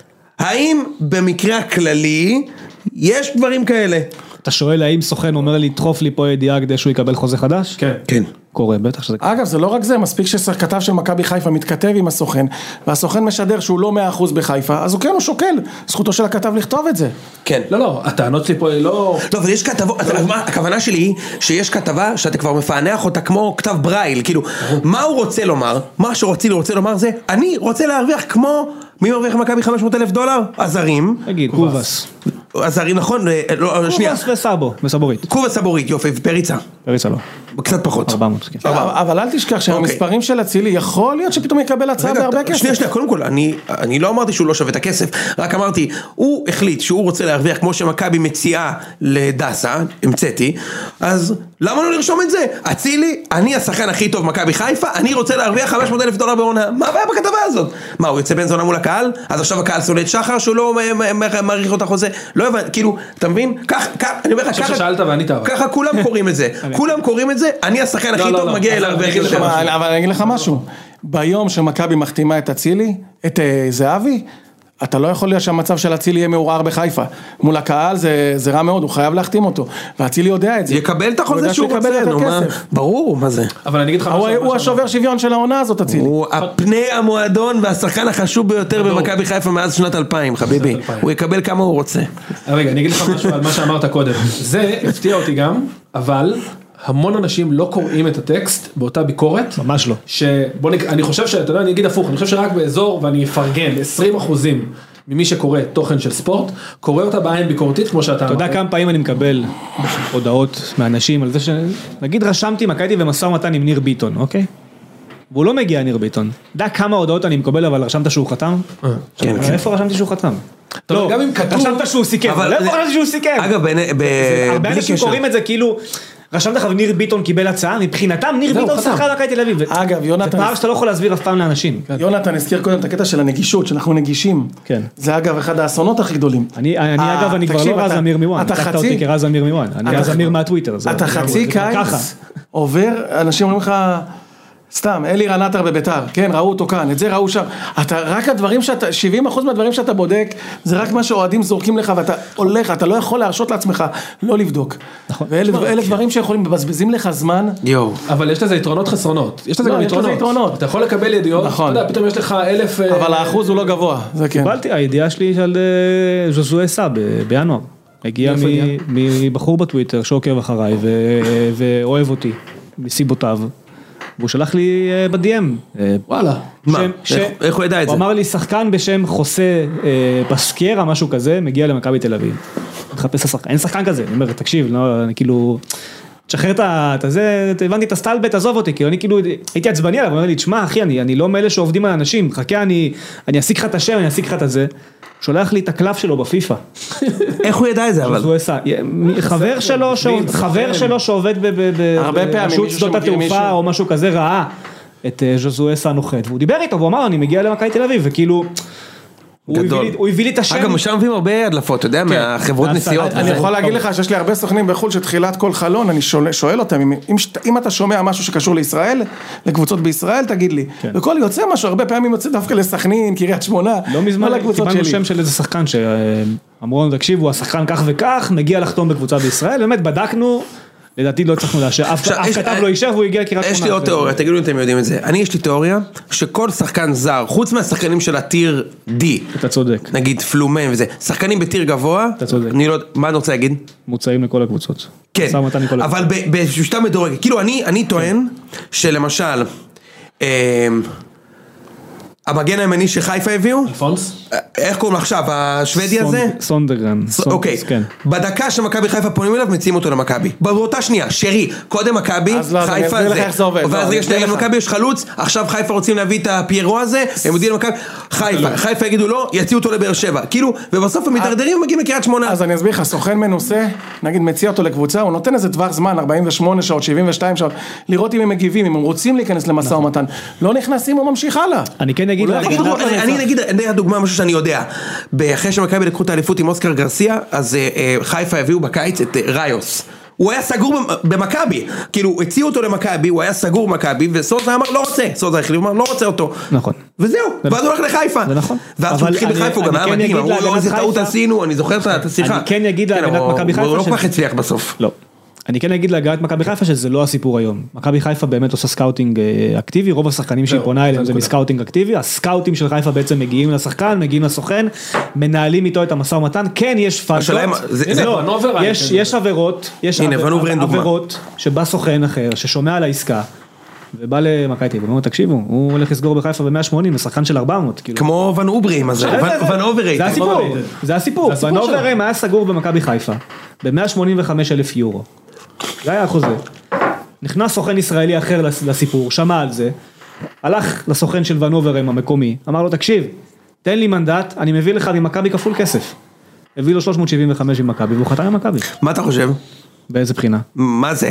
האם במקרה הכללי יש דברים כאלה? אתה שואל האם סוכן אומר לי, תדחוף לי פה ידיעה כדי שהוא יקבל חוזה חדש? כן. כן. קורה, בטח שזה קורה. אגב, זה לא רק זה, מספיק שכתב של מכבי חיפה מתכתב עם הסוכן, והסוכן משדר שהוא לא 100% בחיפה, אז הוא כן, הוא שוקל, זכותו של הכתב לכתוב את זה. כן. לא, הטענות שלי פה היא לא... לא, אבל יש כתבות, הכוונה שלי היא שיש כתבה שאתה כבר מפענח אותה כמו כתב ברייל, כאילו, מה הוא רוצה לומר? מה שרצילי רוצה לומר זה, אני רוצה להרוויח כמו... מי מרוויח מכבי $500,000? הזרים. תגיד, קובס. הזרים, נכון? שנייה. קובס וסבו, וסבורית. קובס וסבורית, יופי, ופריצה. פריצה לא. קצת פחות. 400, כן. אבל אל תשכח שהמספרים של אצילי יכול להיות שפתאום יקבל הצעה בהרבה כסף. שנייה, קודם כל, אני לא אמרתי שהוא לא שווה את הכסף, רק אמרתי, הוא החליט שהוא רוצה להרוויח כמו שמכבי מציעה לדסה, המצאתי, אז למה לא לרשום את זה? אצילי, אני השחקן הכי טוב מכבי חיפה, אני רוצה להרוויח $500,000 בעונה. מה הבעיה בכתבה הזאת? מה, הוא יוצא בן זונה מול הקהל? אז עכשיו הקהל שונא את שחר שהוא לא מעריך אותה חוזה? לא הבנתי, כאילו, אתה מבין? אני אומר לך, ככה כולם קוראים את זה. כולם קוראים את זה, אני השחקן הכי טוב מגיע אליו. אבל אני אגיד לך משהו, ביום שמכבי מחתימה את אצילי, את זהבי, אתה לא יכול להיות שהמצב של אצילי יהיה מעורער בחיפה. מול הקהל זה רע מאוד, הוא חייב להחתים אותו. ואצילי יודע את זה. יקבל את החוזה שהוא רוצה, ברור, מה זה? אבל אני אגיד לך הוא השובר שוויון של העונה הזאת, אצילי. הוא הפני המועדון והשחקן החשוב ביותר במכבי חיפה מאז שנת 2000, חביבי. הוא יקבל כמה הוא רוצה. רגע, אני אגיד לך משהו על מה שאמרת קודם. זה הפתיע אותי גם, אבל... המון אנשים לא קוראים את הטקסט באותה ביקורת. ממש לא. אני חושב אתה יודע, אני אגיד הפוך, אני חושב שרק באזור, ואני אפרגן, 20% ממי שקורא תוכן של ספורט, קורא אותה בעין ביקורתית, כמו שאתה... אתה יודע כמה פעמים אני מקבל הודעות מאנשים על זה נגיד רשמתי, מקייתי ומשא ומתן עם ניר ביטון, אוקיי? והוא לא מגיע ניר ביטון. יודע כמה הודעות אני מקבל, אבל רשמת שהוא חתם? כן. איפה רשמתי שהוא חתם? לא, גם אם כתוב... רשמת שהוא סיכם, אבל איפה רשמתי שהוא סיכם? אגב, הרבה אנשים קוראים את זה כאילו... רשמת לך ניר ביטון קיבל הצעה, מבחינתם ניר ביטון שחקן מכבי תל אביב. אגב, יונתן... זה פער שאתה לא יכול להסביר אף פעם לאנשים. יונתן הזכיר קודם את הקטע של הנגישות, שאנחנו נגישים. כן. זה אגב אחד האסונות הכי גדולים. אגב, אני כבר לא רז אמיר מיואן. לקחת אותי כרז אמיר מיואן. אני רז אמיר מהטוויטר. אתה חצי קיץ עובר, אנשים אומרים לך... סתם, אלי רנטר בביתר, כן, ראו אותו כאן, את זה ראו שם, רק הדברים 70% מהדברים שאתה בודק, זה רק מה שאוהדים זורקים לך, ואתה הולך, אתה לא יכול להרשות לעצמך, לא לבדוק. ואלה דברים שיכולים, מבזבזים לך זמן. אבל יש לזה יתרונות חסרונות. יש לזה גם יתרונות. אתה יכול לקבל ידיעות, אתה יודע, פתאום יש לך 1,000... אבל האחוז הוא לא גבוה, זה כן. קיבלתי, הידיעה שלי של ז'וזואה סא בינואר. הגיע מבחור בטוויטר שעוקב אחריי ואוהב אותי, מסיבותיו. והוא שלח לי ב-DM. וואלה. מה? איך הוא ידע את זה? הוא אמר לי, שחקן בשם חוסה בסקיירה, משהו כזה, מגיע למכבי תל אביב. מחפש השחקן, אין שחקן כזה, אני אומר, תקשיב, לא, אני כאילו, תשחרר את זה, הבנתי את הסטלבט, עזוב אותי, כאילו אני כאילו, הייתי עצבני עליו, הוא אומר לי, תשמע אחי, אני לא מאלה שעובדים על אנשים, חכה, אני אשיג לך את השם, אני אשיג לך את זה, שולח לי את הקלף שלו בפיפה. איך הוא ידע את זה אבל? חבר שלו שעובד ברשות שדות התעופה או משהו כזה ראה את ז'וזואסה נוחת, והוא דיבר איתו, והוא אמר, אני מגיע למכבי תל אביב, וכאילו, הוא הביא לי את השם. אגב, משם מביאים הרבה הדלפות, אתה יודע, מהחברות נסיעות. אני יכול להגיד לך שיש לי הרבה סוכנים בחו"ל שתחילת כל חלון, אני שואל אותם, אם אתה שומע משהו שקשור לישראל, לקבוצות בישראל, תגיד לי. וכל יוצא משהו, הרבה פעמים יוצא דווקא לסכנין, קריית שמונה, לא מזמן קיבלנו שם של איזה שחקן שאמרו לנו, תקשיבו, השחקן כך וכך, מגיע לחתום בקבוצה בישראל, באמת בדקנו, לדעתי לא הצלחנו לאשר, אף כתב לא יישב והוא הגיע לקריית שמונה. יש לי עוד תיאוריה, תגידו אם אתם יודעים את זה. יש לי תיאוריה שכל שחקן זר, חוץ מהשחקנים של הטיר D, אתה צודק. נגיד פלומן וזה, שחקנים בטיר גבוה, אתה צודק. מה אני רוצה להגיד? מוצאים לכל הקבוצות. כן, אבל בשיטה מדורגת, כאילו אני טוען שלמשל, המגן הימני שחיפה הביאו, אלפונס? איך קוראים לו עכשיו, השוודי הזה? סונדרגרן. אוקיי, בדקה שמכבי חיפה פונים אליו, מציעים אותו למכבי. באותה שנייה, שרי, קודם מכבי, חיפה זה, ואז רגע שנייה, למכבי יש חלוץ, עכשיו חיפה רוצים להביא את הפיירו הזה, הם יודעים למכבי, חיפה יגידו לא, יציעו אותו לבאר שבע, כאילו, ובסוף הם מתדרדרים ומגיעים לקריית שמונה. אז אני אסביר לך, סוכן מנוסה, נגיד מציע אותו לקבוצה, הוא נותן איזה טווח זמן, 48 שעות, 72 שעות, לראות אם הם מגיבים, אם הם רוצים להיכנס למשא ומתן, לא נכנסים, הוא ממשיך הלאה. אני כן אגיד הדוגמה, משהו שאני יודע, אחרי שמכבי לקחו את האליפות עם אוסקר גרסיה, אז חיפה הביאו בקיץ את ראיוס. הוא היה סגור במכבי, כאילו הציעו אותו למכבי, הוא היה סגור במכבי, וסוזה אמר לא רוצה, סוזה החליט, הוא אמר לא רוצה אותו. נכון. וזהו, ואז הוא הולך לחיפה. זה נכון. ואז הוא התחיל בחיפה, הוא גם היה מדהים, אמרו לו איזה טעות עשינו, אני זוכר את השיחה. אני כן אגיד להגנת מכבי חיפה. הוא לא כל כך הצליח בסוף. לא. אני כן אגיד להגעת מכבי חיפה שזה לא הסיפור היום. מכבי חיפה באמת עושה סקאוטינג אקטיבי, רוב השחקנים שהיא פונה אליהם זה מסקאוטינג אקטיבי, הסקאוטים של חיפה בעצם מגיעים לשחקן, מגיעים לסוכן, מנהלים איתו את המשא ומתן, כן יש פאזות, יש עבירות, שבא סוכן אחר, ששומע על העסקה, ובא למכבי תל אביב, ואומר תקשיבו, הוא הולך לסגור בחיפה ב-180, לשחקן של 400. כמו ון אוברהים הזה, ון אוברהיים. זה הסיפור, ון אוברהיים היה סגור במכבי חיפה, ב-185,000 יורו. זה היה החוזה. נכנס סוכן ישראלי אחר לסיפור, שמע על זה, הלך לסוכן של ון אוברהיים המקומי, אמר לו תקשיב, תן לי מנדט, אני מביא לך ממכבי כפול כסף. הביא לו 375 ממכבי, והוא חתם ממכבי. מה אתה חושב? באיזה בחינה? מה זה?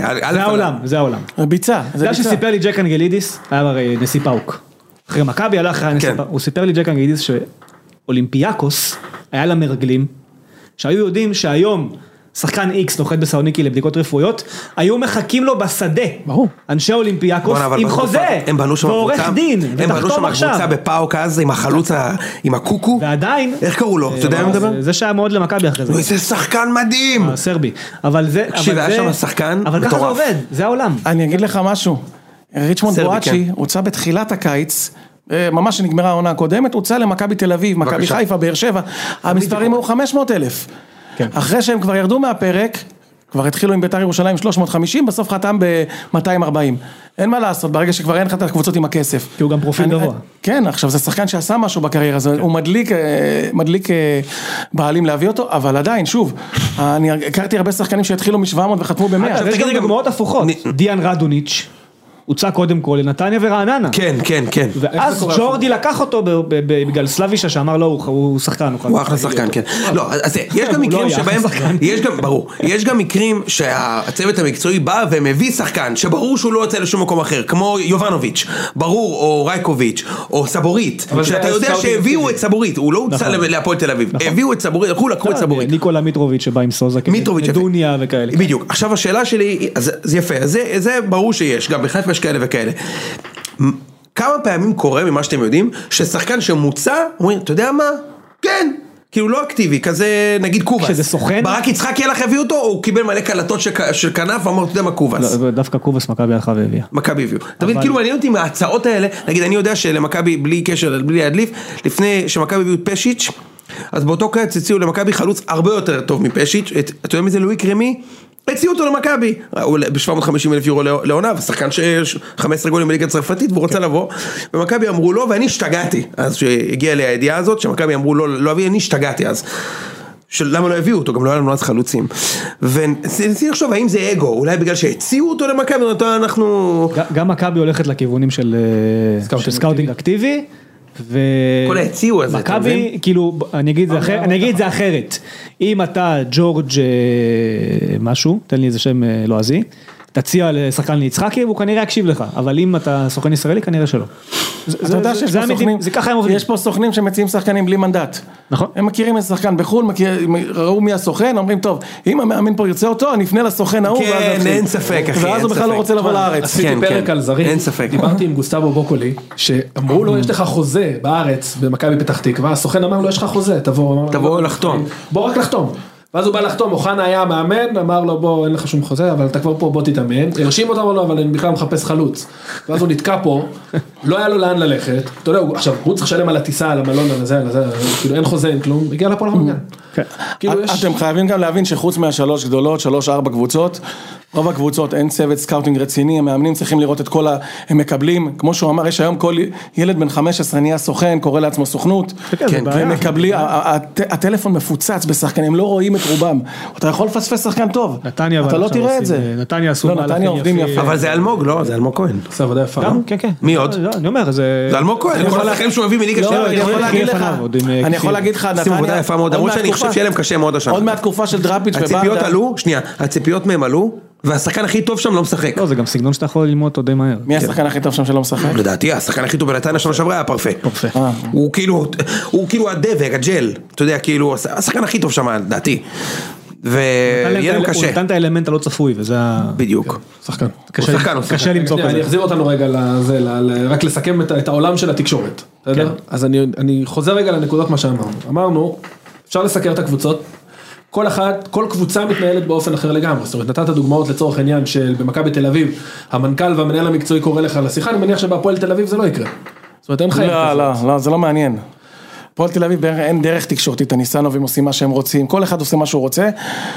זה העולם. ביצה. זה שסיפר לי ג'ק אנגלידיס, היה הרי נשיא פאוק. אחרי מכבי הלך אחרי נשיא פאוק. הוא סיפר לי ג'ק אנגלידיס שאולימפיאקוס היה לה מרגלים, שהיו יודעים שהיום שחקן X נוחת בסלוניקי לבדיקות רפואיות, היו מחכים לו בשדה. ברור. אנשי אולימפיאקוס עם חוזה, ועורך דין, הם בנו שם קבוצה בפאוק אז, עם החלוץ, עם הקוקו. ועדיין, איך קראו לו? אתה יודע מה מדבר? זה שהיה מאוד למכבי אחרי זה. זה שחקן מדהים. הסרבי. אבל זה, היה שם שחקן מטורף. אבל ככה זה עובד, זה העולם. אני אגיד לך משהו. ריצ'מונד בואצ'י הוצא בתחילת הקיץ, ממש שנגמרה העונה הקודמת, הוצא למכבי תל אביב, מכבי חיפה, באר שבע. המספרים היו 500,000. אחרי שהם כבר ירדו מהפרק, כבר התחילו עם בית"ר ירושלים 350, בסוף חתם ב-240. אין מה לעשות, ברגע שכבר אין לך את הקבוצות עם הכסף. כי הוא גם פרופיל גבוה. כן, עכשיו זה שחקן שעשה משהו בקריירה, הוא מדליק בעלים להביא אותו, אבל עדיין, שוב, אני הכרתי הרבה שחקנים שהתחילו מ-700 וחתמו ב-100. יש גם דוגמאות הפוכות. דיאן רדוניץ' הוצא קודם כל לנתניה ורעננה. כן, כן, כן. ואז ג'ורדי לקח אותו בגלל סלאבישה שאמר לו, הוא שחקן. הוא אחלה שחקן, כן. לא, אז יש גם מקרים שבהם, ברור, יש גם מקרים שהצוות המקצועי בא ומביא שחקן, שברור שהוא לא יוצא לשום מקום אחר, כמו יובנוביץ', ברור, או רייקוביץ', או סבורית, שאתה יודע שהביאו את סבורית, הוא לא הוצא להפועל תל אביב, הביאו את סבורית, לקחו את סבורית. ניקולה מיטרוביץ' שבא עם סוזה, דוניה וכאלה. בדיוק. עכשיו השאלה שלי, זה יפה, זה ברור שיש, גם בחיפה יש כאלה וכאלה. כמה פעמים קורה ממה שאתם יודעים, ששחקן שמוצא, אומרים, אתה יודע מה? כן. כאילו לא אקטיבי, כזה נגיד קובס. שזה סוכן? ברק יצחק ילך הביא אותו, או הוא קיבל מלא קלטות של כנף, ואמר, אתה יודע מה קובס? לא, דווקא קובס מכבי הלכה והביאה. מכבי הביאו. תמיד כאילו מעניין אותי מההצעות האלה, נגיד אני יודע שלמכבי בלי קשר, בלי להדליף, לפני שמכבי הביאו את פשיץ', אז באותו קיץ הציעו למכבי חלוץ הרבה יותר טוב מפשיץ', אתה יודע מי זה לואי קרמי? הציעו אותו למכבי, ב-750,000 יורו לעונה, ושחקן שיש 15 גולים בליגה הצרפתית, והוא רוצה לבוא, ומכבי אמרו לו, ואני השתגעתי, אז שהגיעה לי הידיעה הזאת, שמכבי אמרו לו, לא אביא, אני השתגעתי אז. של למה לא הביאו אותו, גם לא היה לנו אז חלוצים. וניסיתי לחשוב, האם זה אגו, אולי בגלל שהציעו אותו למכבי, אנחנו... גם מכבי הולכת לכיוונים של סקאוטינג אקטיבי, כל הציעו הזה, מכבי, כאילו, אני אגיד את זה אחרת, אם אתה ג'ורג' משהו, תן לי איזה שם לועזי, תציע לשחקן ליצחקי, והוא כנראה יקשיב לך, אבל אם אתה סוכן ישראלי, כנראה שלא. אתה יודע שיש פה סוכנים, יש פה סוכנים שמציעים שחקנים בלי מנדט. נכון. הם מכירים את שחקן בחול, ראו מי הסוכן, אומרים טוב, אם המאמן פה ירצה אותו, אני אפנה לסוכן ההוא, כן, אין ספק, אחי. ואז הוא בכלל לא רוצה לבוא לארץ. עשיתי פרק על זרים, אין ספק. דיברתי עם גוסטבו בוקולי, שאמרו לו, יש לך חוזה בארץ, במכבי פתח תקווה, הסוכן אמר לו, יש לך חוזה, תבוא לחתום. בוא רק לחתום. ואז הוא בא לחתום, אוחנה היה מאמן, אמר לו בוא אין לך שום חוזה, אבל אתה כבר פה בוא תתאמן, הרשים אותם או לא, אבל אני בכלל מחפש חלוץ. ואז הוא נתקע פה, לא היה לו לאן ללכת, אתה יודע, עכשיו הוא צריך לשלם על הטיסה, על המלון, על זה, כאילו אין חוזה, אין כלום, הגיע לפה לחמגן. אתם חייבים גם להבין שחוץ מהשלוש גדולות, 3-4 קבוצות, רוב הקבוצות אין צוות סקאוטינג רציני, המאמנים צריכים לראות את כל הם מקבלים, כמו שהוא אמר, יש היום כל ילד בן 15 נהיה סוכן, קורא לעצמו סוכנות, הם מקבלים, הטלפון מפוצץ בשחקנים, הם לא רואים את רובם, אתה יכול לפספס שחקן טוב, אתה לא תראה את זה. נתניה עשו מהלכים יפים. אבל זה אלמוג, לא? זה אלמוג כהן. זה עבודה יפה. כן, כן. מי עוד? אני אומר, זה אלמוג כהן, אני יכול להכם שהוא מביא מליגה שלנו, אני יכול להגיד לך, נתניה, אמרו שאני חושב שיהיה להם קשה מאוד השנה. עוד מהתקופה של דראפיץ' הציפיות עלו, שנייה, הציפיות מהם עלו, והשחקן הכי טוב שם לא משחק. לא, זה גם סגנון שאתה יכול ללמוד אותו די מהר. מי השחקן הכי טוב שם שלא משחק? לדעתי, השחקן הכי טוב בנתניה שנה שעברה היה פרפה. הוא כאילו הדבק, הג'ל, אתה יודע, כאילו, השחקן הכי טוב שם, לדעתי. ויהיה להם קשה. הוא נתן את האלמנט הלא צפוי, וזה בדיוק. שחקן. קשה למצוא כזה. אני אחזיר אותנו רגע לזה, רק לסכם את העולם של התקשורת. אז אני חוזר רגע לנקודות מה שאמרנו. אמרנו, אפשר לסקר את הקבוצות, כל קבוצה מתנהלת באופן אחר לגמרי, זאת אומרת, נתת דוגמאות לצורך העניין של במכבי תל אביב, המנכ"ל והמנהל המקצועי קורא לך לשיחה, אני מניח שבהפועל תל אביב זה לא יקרה. זאת אומרת, אין חיים. לא, זה לא מעניין. הפועל תל אביב אין דרך תקשורתית, הניסנובים עושים מה שהם רוצים, כל אחד עושה מה שהוא רוצה,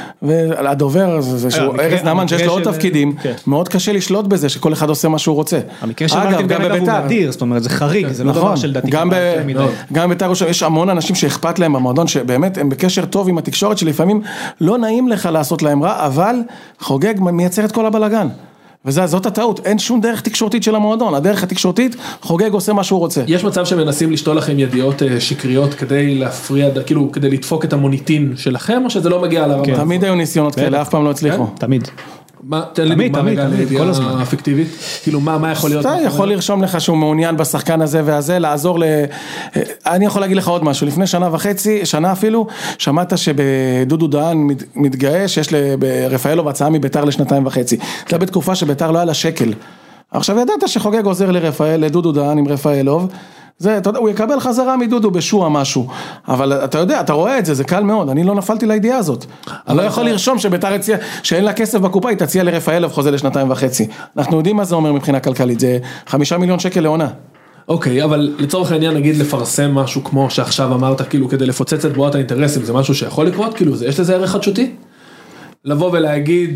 והדובר, ארז נאמן שיש לו עוד תפקידים, מאוד קשה לשלוט בזה, שכל אחד עושה מה שהוא רוצה. המקרה שאמרתם גם הוא נדיר, זאת אומרת, זה חריג, זה לא דבר של דתי. גם בית"ר יש המון אנשים שאכפת להם במועדון, שבאמת הם בקשר טוב עם התקשורת, שלפעמים לא נעים לך לעשות להם רע, אבל חוגג מייצר את כל הבלגן. וזאת הטעות, אין שום דרך תקשורתית של המועדון, הדרך התקשורתית, חוגג עושה מה שהוא רוצה. יש מצב שמנסים לשתול לכם ידיעות שקריות כדי להפריע, כאילו כדי לדפוק את המוניטין שלכם, או שזה לא מגיע לרמה? תמיד היו ניסיונות כאלה, אף פעם לא הצליחו. תמיד. תן לי דוגמה רגע לידיעה אפקטיבית, כאילו מה יכול להיות? אתה יכול לרשום לך שהוא מעוניין בשחקן הזה והזה, לעזור אני יכול להגיד לך עוד משהו, לפני שנה אפילו, שמעת שבדודו דהן מתגאה שיש ברפאלוב הצעה מביתר ל2.5, זה בתקופה שביתר לא היה לה שקל, עכשיו ידעת שחוגג עוזר לדודו דהן עם רפאלוב, הוא יקבל חזרה מדודו בשועה משהו, אבל אתה יודע, אתה רואה את זה, זה קל מאוד, אני לא נפלתי לידיעה הזאת, אני לא יכול לרשום שביתר הציע, שאין לה כסף בקופה, היא תציע לרפאלוב חוזה ל2.5, אנחנו יודעים מה זה אומר מבחינה כלכלית, זה 5 מיליון שקל לעונה. אוקיי, אבל לצורך העניין נגיד לפרסם משהו כמו שעכשיו אמרת, כאילו כדי לפוצץ את בועת האינטרסים, זה משהו שיכול לקרות, כאילו יש לזה ערך חדשותי? לבוא ולהגיד,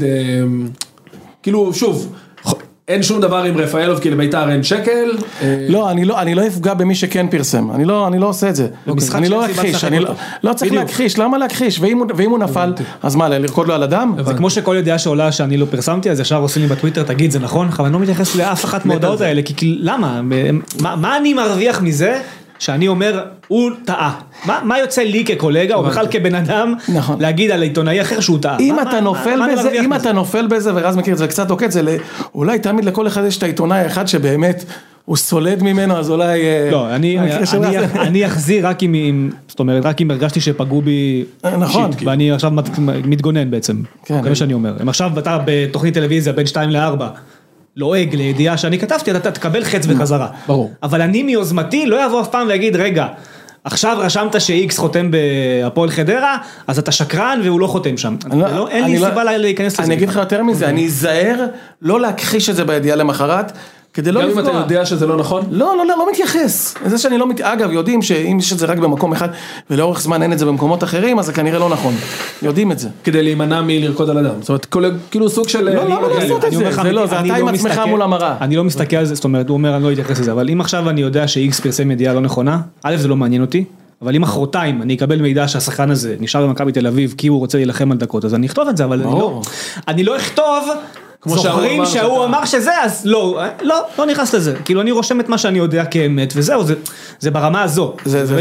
כאילו שוב, אין שום דבר עם רפאלוב כי לביתר אין שקל. לא, אני לא אפגע במי שכן פרסם, אני לא עושה את זה. אני לא אכחיש, לא צריך להכחיש, למה להכחיש? ואם הוא נפל, אז מה, לרקוד לו על הדם? זה כמו שכל ידיעה שעולה שאני לא פרסמתי, אז ישר עושים לי בטוויטר, תגיד זה נכון, אבל אני לא מתייחס לאף אחת מההודעות האלה, כי למה? מה אני מרוויח מזה? שאני אומר, הוא טעה. מה יוצא לי כקולגה, או בכלל כבן אדם, להגיד על עיתונאי אחר שהוא טעה? אם אתה נופל בזה, ורז מכיר את זה קצת עוקץ, אולי תמיד לכל אחד יש את העיתונאי האחד שבאמת הוא סולד ממנו, אז אולי... לא, אני אחזיר רק אם, זאת אומרת, רק אם הרגשתי שפגעו בי שיט, ואני עכשיו מתגונן בעצם, כמו שאני אומר. אם עכשיו אתה בתוכנית טלוויזיה בין 2-4, לועג לידיעה שאני כתבתי, אתה תקבל חץ בחזרה. ברור. אבל אני מיוזמתי לא יבוא אף פעם ויגיד, רגע, עכשיו רשמת ש-X חותם בהפועל חדרה, אז אתה שקרן והוא לא חותם שם. אין לי סיבה להיכנס לזה. אני אגיד לך יותר מזה, אני אזהר לא להכחיש את זה בידיעה למחרת, כדי לא לפגוע. גם אם אתה יודע שזה לא נכון? לא מתייחס. זה שאני לא אגב, יודעים שאם יש את זה רק במקום אחד, ולאורך זמן אין את זה במקומות אחרים, אז זה כנראה לא נכון. יודעים את זה. כדי להימנע מלרקוד על אדם. זאת אומרת, כאילו סוג של... לא לעשות את זה. זה לא, זה אתה עם עצמך מול המראה. אני לא מסתכל על זה, זאת אומרת, הוא אומר, אני לא אתייחס לזה, אבל אם עכשיו אני יודע ש-X פרסם ידיעה לא נכונה, א' זה לא מעניין אותי, אבל אם מחרתיים אני אקבל מידע שהשחקן הזה נשאר במכבי תל אביב כי הוא רוצה להילחם על דקות, אז אני אכתוב את זה, אבל אני לא אכתוב, זוכרים שהוא אמר שזה, אז לא נכנס לזה, כאילו אני רושם את מה שאני יודע כאמת, וזהו, זה ברמה הזו. זה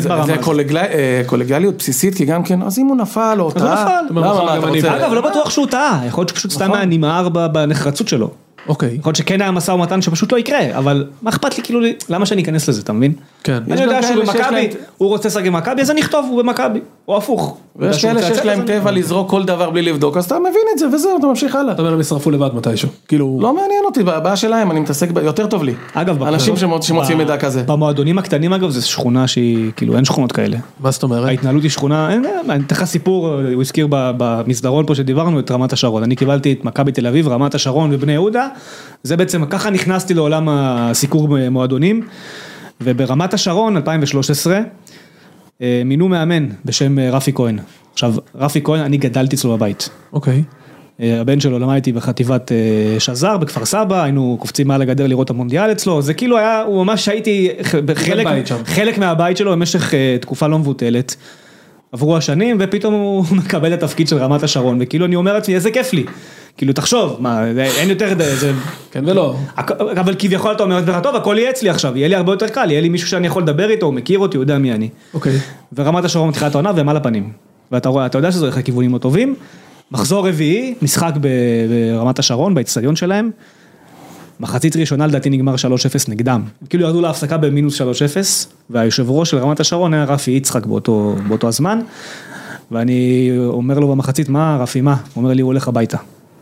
קולגיאליות בסיסית, כי גם כן, אז אם הוא נפל או טעה, אגב, לא בטוח שהוא טעה, יכול להיות שפשוט סתם היה נמהר בנחרצות שלו. אוקיי. יכול להיות שכן היה משא ומתן שפשוט לא יקרה, אבל מה אכפת לי, כאילו, למה שאני אכנס לזה, אתה מבין? כן. אני יודע שהוא במכבי, הוא רוצה לשחק במכבי, אז אני אכתוב, הוא במכבי, או הפוך. ויש כאלה שיש להם טבע לזרוק כל דבר בלי לבדוק, אז אתה מבין את זה, וזהו, אתה ממשיך הלאה. אתה אומר, הם ישרפו לבד מתישהו. כאילו... לא מעניין אותי, הבעיה שלהם, אני מתעסק יותר טוב לי. אגב, אנשים שמוצאים מידע כזה. במועדונים הקטנים, אגב, זו שכונה שהיא, כאילו, אין שכונות כאלה. מה זאת אומרת? ההתנהלות היא שכונה, אני אתן לך סיפור, הוא הזכיר במסדרון פה שדיברנו את רמת השרון. אני קיבלתי את מכבי תל אביב, רמת השרון ובני יהודה. זה בעצם, ככה נכנסתי לעולם הסיקור מועדונים, וברמת השרון, 2013, מינו מאמן בשם רפי כהן. עכשיו, רפי כהן, אני גדלתי אצלו בבית. אוקיי. הבן שלו למדתי בחטיבת שזר, בכפר סבא, היינו קופצים מעל הגדר לראות המונדיאל אצלו, זה כאילו היה, הוא ממש הייתי חלק מהבית שלו במשך תקופה לא מבוטלת. עברו השנים, ופתאום הוא מקבל את התפקיד של רמת השרון, וכאילו אני אומר לעצמי, איזה כיף לי. כאילו תחשוב, מה, אין יותר, זה... כן ולא. אבל כביכול אתה אומר, טוב, הכל יהיה אצלי עכשיו, יהיה לי הרבה יותר קל, יהיה לי מישהו שאני יכול לדבר איתו, הוא מכיר אותי, הוא יודע מי אני. אוקיי. ורמת השרון מתחילה את העונה, והם על הפנים. ואתה יודע שזה הולך לכיוונים הטובים, מחזור רביעי, משחק ברמת השרון, באצטדיון שלהם, מחצית ראשונה לדעתי נגמר 3-0 נגדם. כאילו ירדו להפסקה במינוס 3-0, והיושב ראש של רמת השרון היה רפי יצחק באותו הזמן, ואני אומר לו במחצית, מה רפי, מה? הוא אומר לי, הוא הולך הביתה.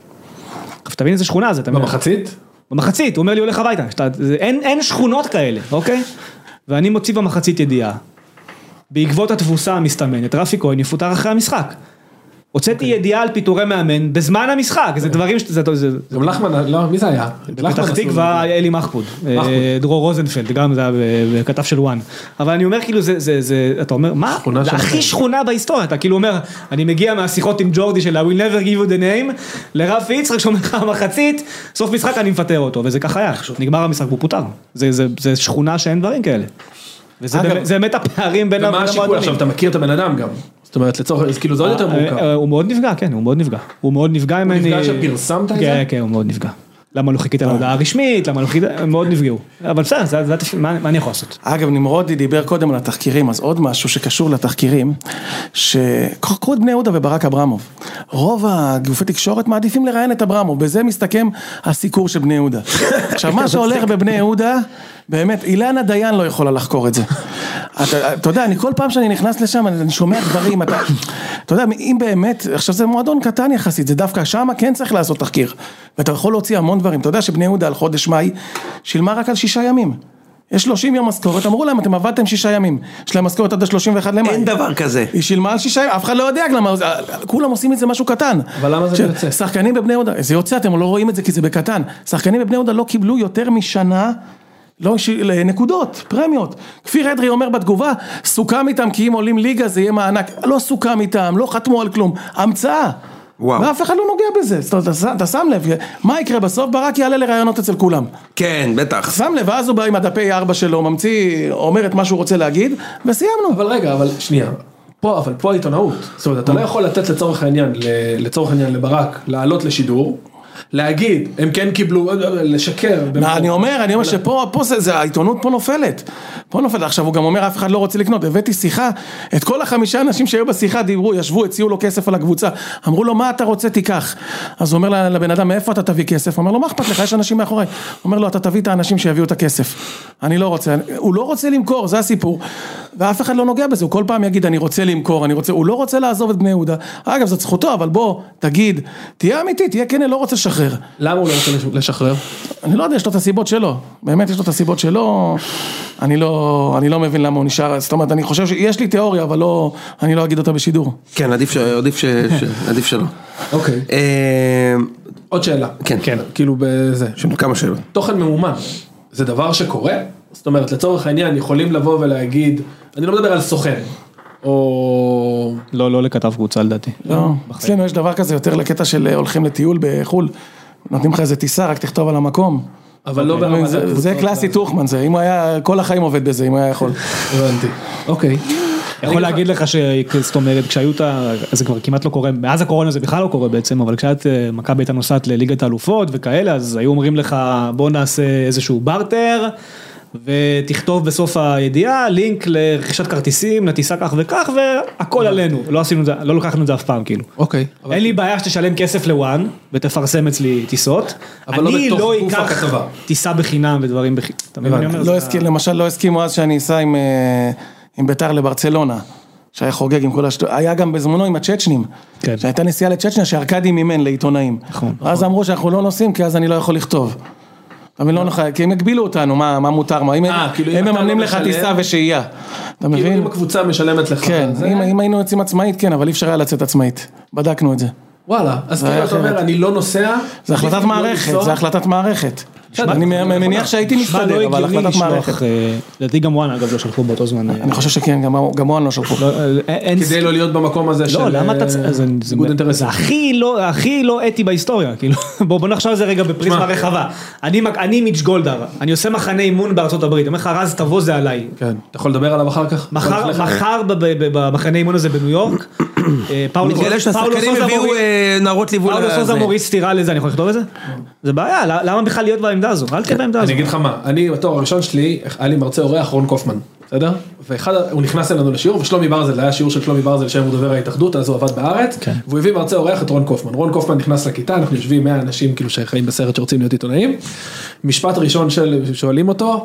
תבין איזה שכונה זה, במחצית? במחצית, הוא אומר לי, הולך הביתה. אין שכונות כאלה, אוקיי? ואני מוציא במחצית ידיעה. בעקבות התבוסה המסתמנת, רפי כהן יפוטר אחרי המשחק. הוצאתי ידיעה על פיטורי מאמן בזמן המשחק, זה דברים שזה... גם לחמן, לא, מי זה היה? בפתח תקווה אלי מחפוד, דרור רוזנפלד, גם זה היה בכתב של וואן. אבל אני אומר כאילו, אתה אומר, מה? זה הכי שכונה בהיסטוריה, אתה כאילו אומר, אני מגיע מהשיחות עם ג'ורדי של I will never give you the name, לרפי יצחק שאומר לך מחצית, סוף משחק אני מפטר אותו, וזה ככה היה, נגמר המשחק והוא פוטר. זה שכונה שאין דברים כאלה. וזה באמת הפערים בין המועדונים. ומה השיקול עכשיו, אתה מכיר את הבן אדם גם. זאת אומרת, לצורך, כאילו זה עוד יותר מורכב. הוא מאוד נפגע, כן, הוא מאוד נפגע. הוא מאוד נפגע אם אני... הוא נפגע שפרסמת את זה? כן, כן, הוא מאוד נפגע. למה לא חיכית להודעה הרשמית, למה לא חיכית, הם מאוד נפגעו. אבל בסדר, מה אני יכול לעשות? אגב, נמרודי דיבר קודם על התחקירים, אז עוד משהו שקשור לתחקירים, שקחו את בני יהודה וברק אברמוב. רוב הגופי תקשורת מעדיפים לראיין את אברמוב, בזה מסתכם הסיקור של בני יהודה. עכשיו, מה שהולך בבני יהודה, באמת, אילנה דיין לא יכולה לחקור את זה. אתה יודע, אני כל פעם שאני נכנס לשם, אני שומע דברים, אתה יודע, אם באמת, עכשיו זה מועדון קטן יחסית, זה דווקא שם כן צריך לעשות תחקיר, ואתה יכול להוציא המון דברים, אתה יודע שבני יהודה על חודש מאי, שילמה רק על 6 ימים, יש 30 יום משכורת, אמרו להם, אתם עבדתם 6 ימים, יש להם משכורת עד ה-31 למאי. אין דבר כזה. היא שילמה על 6 ימים, אף אחד לא יודע למה, כולם עושים את זה משהו קטן. אבל למה זה יוצא? שחקנים בבני יהודה, זה יוצא, אתם לא רואים את זה כי זה בקטן, שחקנים בבני יהודה לא קיבלו יותר משנה לא, נקודות, פרמיות. כפיר אדרי אומר בתגובה, סוכם איתם כי אם עולים ליגה זה יהיה מענק. לא סוכם איתם, לא חתמו על כלום. המצאה. ואף אחד לא נוגע בזה. אתה שם לב, מה יקרה בסוף? ברק יעלה לרעיונות אצל כולם. כן, בטח. שם לב, ואז הוא בא עם הדפי 4 שלו, ממציא, אומר את מה שהוא רוצה להגיד, וסיימנו. אבל רגע, אבל שנייה. פה העיתונאות. זאת אומרת, אתה לא יכול לתת לצורך העניין לברק, לעלות לשידור, להגיד, הם כן קיבלו, לשקר. אני אומר שפה, העיתונות פה נופלת. עכשיו הוא גם אומר, אף אחד לא רוצה לקנות. הבאתי שיחה, את כל 5 אנשים שהיו בשיחה דיברו, ישבו, הציעו לו כסף על הקבוצה. אמרו לו, מה אתה רוצה תיקח? אז הוא אומר לבן אדם, מאיפה אתה תביא כסף? הוא אומר לו, מה אכפת לך? יש אנשים מאחורי. הוא אומר לו, אתה תביא את האנשים שיביאו את הכסף. אני לא רוצה, הוא לא רוצה למכור, זה הסיפור. ואף אחד לא נוגע בזה, הוא כל פעם יגיד, אני רוצה למכור, הוא לא רוצה לעזוב את בני יהודה. אגב, זאת זכותו, אבל בוא, תגיד, תהיה אמיתי, תהיה כן, לא רוצה לשחרר. למה הוא לא רוצה לשחרר? אני לא יודע, יש לו את הסיבות שלו. באמת יש לו את הסיבות שלו. אני לא מבין למה הוא נשאר. זאת אומרת, אני חושב שיש לי תיאוריה, אבל לא, אני לא אגיד אותה בשידור. כן, עדיף שלא. אוקיי. עוד שאלה. כן. כאילו בזה. כמה שאלות. תוכן ממומן. זה דבר שקורה? זאת אומרת, לצורך העניין, יכולים לבוא ולהגיד, אני לא מדבר על סוכן. או... לא לכתב קבוצה לדעתי. לא, אצלנו יש דבר כזה יותר לקטע של הולכים לטיול בחול, נותנים לך איזה טיסה, רק תכתוב על המקום. אבל לא ברמת הקבוצה. זה קלאסי טוחמן, אם הוא היה, כל החיים עובד בזה, אם הוא היה יכול. הבנתי, אוקיי. יכול להגיד לך זאת אומרת, כשהיו זה כבר כמעט לא קורה, מאז הקורונה זה בכלל לא קורה בעצם, אבל כשאת מכבי הייתה נוסעת לליגת האלופות וכאלה, אז היו אומרים לך, בוא נעשה איזשהו בארטר, ותכתוב בסוף הידיעה, לינק לרכישת כרטיסים, לטיסה כך וכך, והכל עלינו, לא עשינו את זה, לא לקחנו את זה אף פעם, כאילו. אוקיי. אין לי בעיה שתשלם כסף לוואן, ותפרסם אצלי טיסות, אני לא אקח טיסה בחינם ודברים בחינם. למשל לא הסכימו אז שאני אסע עם ביתר לברצלונה, שהיה חוגג עם כל היה גם בזמנו עם הצ'צ'נים, שהייתה נסיעה לצ'צ'ניה, שארקדי מימן לעיתונאים. אז אמרו שאנחנו לא נוסעים, כי אז אני לא יכול לכתוב. אבל לא נוכל, כי הם הגבילו אותנו, מה מותר, מה, הם מממנים לך טיסה ושהייה. אתה מבין? כאילו אם הקבוצה משלמת לך. כן, אם היינו יוצאים עצמאית, כן, אבל אי אפשר היה לצאת עצמאית. בדקנו את זה. וואלה, אז כאילו אתה אומר, אני לא נוסע. זה החלטת מערכת, זה החלטת מערכת. אני מניח שהייתי מסתדר, אבל החלטת מערכת. לדעתי גם וואן אגב לא שלחו באותו זמן. אני חושב שכן, גם וואן לא שלחו. כדי לא להיות במקום הזה של... לא, למה אתה... זה הכי לא אתי בהיסטוריה, כאילו. בוא נחשוב על זה רגע בפריזמה רחבה. אני מיץ' גולדהר, אני עושה מחנה אימון בארצות הברית, אני אומר לך, רז תבוא זה עליי. כן, אתה יכול לדבר עליו אחר כך? מחר במחנה אימון הזה בניו יורק, מתגלה שהשחקנים הביאו נערות ליווי. פאולו סוזה מוריס סטירה לזה, אני יכול לכתוב את זה? זה בעיה, למה בכלל להיות בעמדה הזו? אל תהיה בעמדה הזו. אני אגיד לך מה, אני בתואר הראשון שלי, היה לי מרצה אורח רון קופמן, בסדר? הוא נכנס אלינו לשיעור, ושלומי ברזל, היה שיעור של שלומי ברזל, שם הוא דובר ההתאחדות, אז הוא עבד בארץ, והוא הביא מרצה אורח את רון קופמן. רון קופמן נכנס לכיתה, אנחנו יושבים 100 אנשים כאילו שחיים בסרט שרוצים להיות עיתונאים. משפט ראשון שואלים אותו,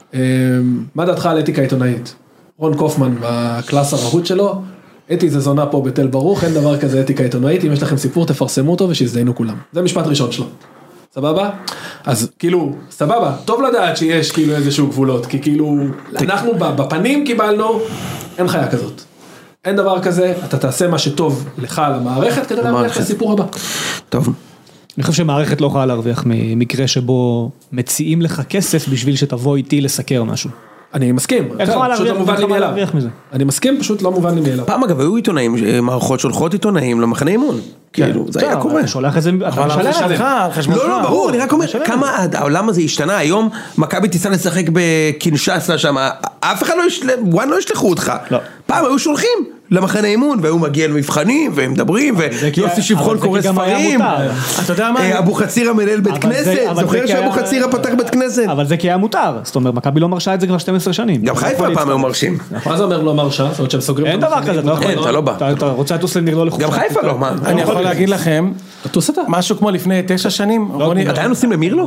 מה דעתך על אתיקה עיתונאית? רון קופמן בקלאס הרהוט שלו, אתי זה זונה פה בתל ברוך, אין דבר כזה אתיקה עיתונאית, אם יש לכם סיפור תפרסמו אותו ושיזדיינו כולם. זה משפט ראשון שלו. סבבה? אז כאילו, סבבה, טוב לדעת שיש כאילו איזשהו גבולות, כי כאילו, אנחנו בפנים קיבלנו, אין חיה כזאת. אין דבר כזה, אתה תעשה מה שטוב לך על המערכת, כדי להרוויח את הסיפור הבא. טוב. אני חושב שמערכת לא יכולה להרוויח ממקרה שבו מציעים לך כסף בשביל שתבוא איתי לסקר משהו. אני מסכים, פשוט לא מובן לי מאליו. אני מסכים, פשוט לא מובן לי מאליו. פעם אגב, היו עיתונאים, מערכות שולחות עיתונאים למחנה אימון. כאילו, זה היה קורה. שולח את זה, אתה משלם לך, לא, ברור, אני רק אומר, כמה העולם הזה השתנה, היום מכבי תיסע לשחק בקינשאסה שם, אף אחד לא ישלחו אותך. פעם היו שולחים למחנה אימון, והיו מגיע למבחנים, והם מדברים, ויוסי שבחון קורא ספרים, אתה יודע מה? אבו חציר המנהל בית כנסת, זוכר שאבו חציר פתח בית כנסת? אבל זה כי היה מותר, זאת אומרת, מכבי לא מרשה את זה כבר 12 שנים. גם חיפה פעם היו מרשים. מה זה אומר לא מרשה? זאת אומרת שהם סוגרים... אין דבר כזה, אתה לא בא. אתה רוצה לטוס לנגדו לחופשה. גם חיפה לא, מה? אני יכול להגיד לכם, משהו כמו לפני 9 שנים, עדיין נוסעים למירלו?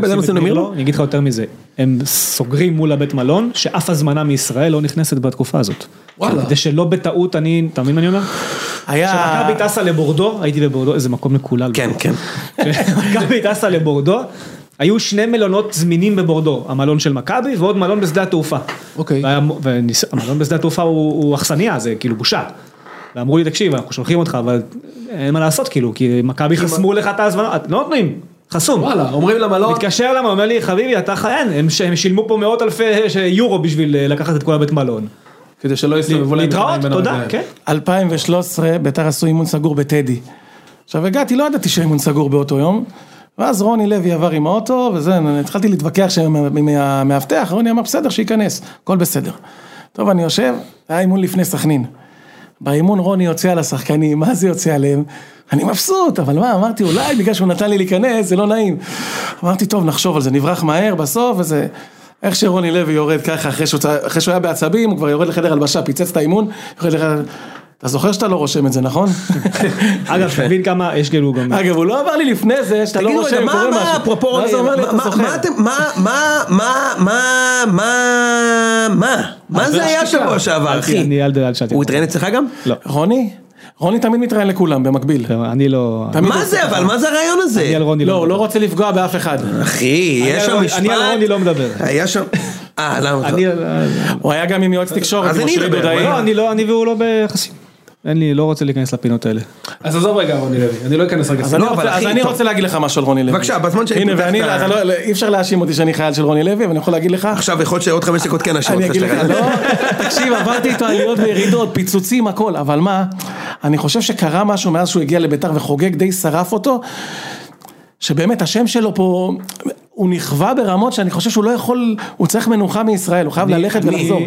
אני אגיד לך יותר מזה, הם סוגרים מול הבית מלון, שאף הזמנה מישראל לא נכנסת בתקופה הזאת. כדי שלא בטעות, אתה מבין מה אני אומר? כשמכבי טסה לבורדו, הייתי בבורדו, איזה מקום מקולל. כן, כן. כשמכבי טסה לבורדו, היו 2 מלונות זמינים בבורדו, המלון של מכבי ועוד מלון בשדה התעופה. אוקיי. והמלון בשדה התעופה הוא אכסניה, זה כאילו בושה. ואמרו לי, תקשיב, אנחנו שולחים אותך, אבל אין מה לעשות כאילו, כי מכבי חסמו לך את ההזמנה, לא נותנים. חסום. וואלה, אומרים למלון. מתקשר למה, אומר לי, חביבי, אתה חיין, הם שילמו פה 100,000 יורו בשביל לקחת את כל הבית מלון. כדי שלא יסתובבו להם. להתראות, תודה, כן. 2013, ביתר עשו אימון סגור בטדי. עכשיו הגעתי, לא ידעתי שהאימון סגור באותו יום, ואז רוני לוי עבר עם האוטו, וזה, התחלתי להתווכח מהמאבטח, רוני אמר, בסדר, שייכנס, הכל בסדר. טוב, אני יושב, היה אימון לפני סכנין. באימון רוני יוצא על השחקנים, מה זה יוצא עליהם? אני מבסוט, אבל מה, אמרתי, אולי בגלל שהוא נתן לי להיכנס, זה לא נעים. אמרתי, טוב, נחשוב על זה, נברח מהר בסוף, וזה... איך שרוני לוי יורד ככה, אחרי שהוא היה בעצבים, הוא כבר יורד לחדר הלבשה, פיצץ את האימון, אתה זוכר שאתה לא רושם את זה, נכון? אגב, תבין כמה יש כאילו גם... אגב, הוא לא אמר לי לפני זה, שאתה לא רושם, קורא משהו. מה זה היה שבוע שעבר, אחי? הוא התראיין אצלך גם? לא. רוני תמיד מתראיין לכולם, במקביל. אני לא... מה זה אבל? מה זה הרעיון הזה? לא, הוא לא רוצה לפגוע באף אחד. אחי, יש שם משפט... אני על רוני לא מדבר. היה שם... למה? הוא היה גם עם יועץ תקשורת. אז אני מדבר. לא, אני והוא לא ביחסים. אני לא רוצה להיכנס לפינות האלה. אז עזוב רגע רוני לוי, אני לא אכנס רגע. אז אני רוצה להגיד לך משהו על רוני לוי. בבקשה, בזמן שאני... הנה, ואני, אי אפשר להאשים אותי שאני חייל של רוני לוי, אבל אני יכול להגיד לך... עכשיו יכול שעוד 5 דקות כן השעות. אני אגיד לך, לא, תקשיב, עברתי איתו עליות וירידות, פיצוצים, הכל, אבל מה, אני חושב שקרה משהו מאז שהוא הגיע לביתר וחוגג די שרף אותו, שבאמת השם שלו פה, הוא נכווה ברמות שאני חושב שהוא לא יכול, הוא צריך מנוחה מישראל, הוא חייב ללכת ולחזור.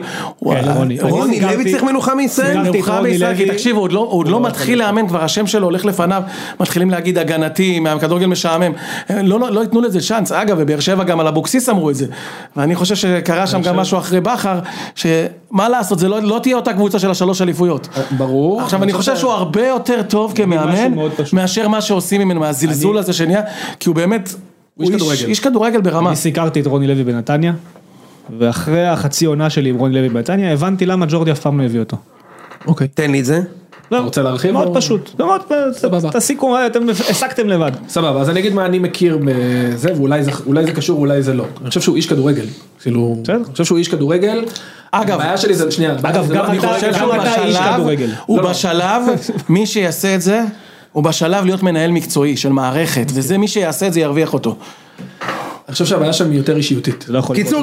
רוני לוי צריך מנוחה מישראל? מנוחה מישראל, כי תקשיב, הוא עוד לא מתחיל לאמן, כבר השם שלו הולך לפניו, מתחילים להגיד הגנתי, מהכדורגל משעמם, לא ייתנו לזה צ'אנס, אגב, ובאר שבע גם על אבוקסיס אמרו את זה, ואני חושב שקרה שם גם משהו אחרי בכר, שמה לעשות, זה לא תהיה אותה קבוצה של 3 אליפויות. ברור. עכשיו אני חושב שהוא הרבה יותר טוב כמאמן, מאשר מה שעושים ממנו, מהזלזול הזה שנהיה, כי הוא באמת איש כדורגל ברמה. אני סיקרתי את רוני לוי בנתניה, ואחרי החצי עונה שלי עם רוני לוי בנתניה, הבנתי למה ג'ורדי אף פעם לא הביא אותו. אוקיי. תן לי את זה. אתה רוצה להרחיב? מאוד פשוט. תסיקו, אתם הסקתם לבד. סבבה, אז אני אגיד מה אני מכיר בזה, ואולי זה קשור, אולי זה לא. אני חושב שהוא איש כדורגל. אני חושב שהוא איש כדורגל. אגב, הבעיה שלי זה, שנייה. אגב, גם אתה איש כדורגל. הוא בשלב, מי שיעשה את זה, הוא בשלב להיות מנהל מקצועי של מערכת, וזה מי שיעשה את זה ירוויח אותו. אני חושב שהבעיה שם היא יותר אישיותית. קיצור,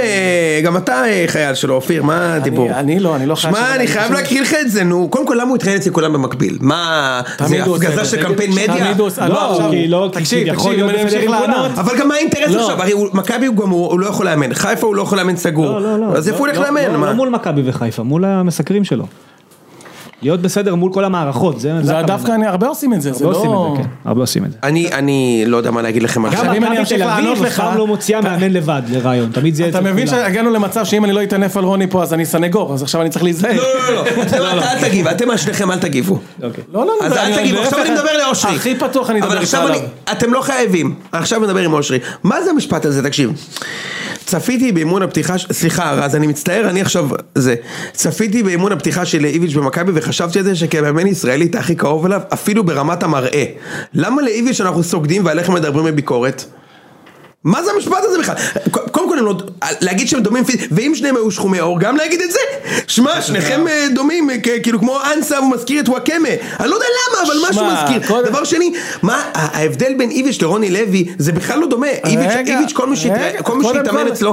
גם אתה חייל שלו, אופיר, מה הדיבור? אני לא חייל שלו. שמע, אני חייב להקריא לך את זה, נו. קודם כל, למה הוא התחיל אצלי כולם במקביל? מה, זה הפגזה של קמפיין מדיה? לא, תקשיב, אני אמשיך לענות. אבל גם מה האינטרס עכשיו? הרי מכבי הוא לא יכול לאמן, חיפה הוא לא יכול לאמן סגור. אז איפה הוא הולך לאמן? לא מול מכבי וחיפה, מול המסקרים שלו. להיות בסדר מול כל המערכות, זה דווקא הרבה עושים את זה, זה לא... הרבה עושים את זה. אני לא יודע מה להגיד לכם עכשיו. גם מכבי תל אביב אף לא מוציאה מאמן לבד לרעיון, תמיד זה... אתה מבין שהגענו למצב שאם אני לא אתענף על רוני פה, אז אני סנגור, אז עכשיו אני צריך להיזהר. לא, אל תגיב, אתם השניכם אל תגיבו. לא, אז אל תגיבו, עכשיו אני מדבר לאושרי. הכי פתוח אני מדבר איתך עליו. אתם לא חייבים, עכשיו מדבר עם אושרי. מה זה המשפט הזה, תקשיב? צפיתי באימון הפתיחה, סליחה רז, אני מצטער, אני עכשיו, צפיתי באימון הפתיחה של איביץ' במכבי וחשבתי על זה שכמאמן ישראלי אתה הכי קרוב אליו, אפילו ברמת המראה. למה לאיביץ' אנחנו סוגדים ועליכם מדברים בביקורת? מה זה המשפט הזה בכלל? קודם כל, להגיד שהם דומים פיזית, ואם שניהם היו שחומי אור, גם להגיד את זה? שמע, שניכם דומים, כאילו כמו אנסה הוא מזכיר את וואקמה. אני לא יודע למה, אבל משהו מזכיר. דבר שני, מה, ההבדל בין איביץ' לרוני לוי, זה בכלל לא דומה. איביץ', כל מי שהתאמן אצלו,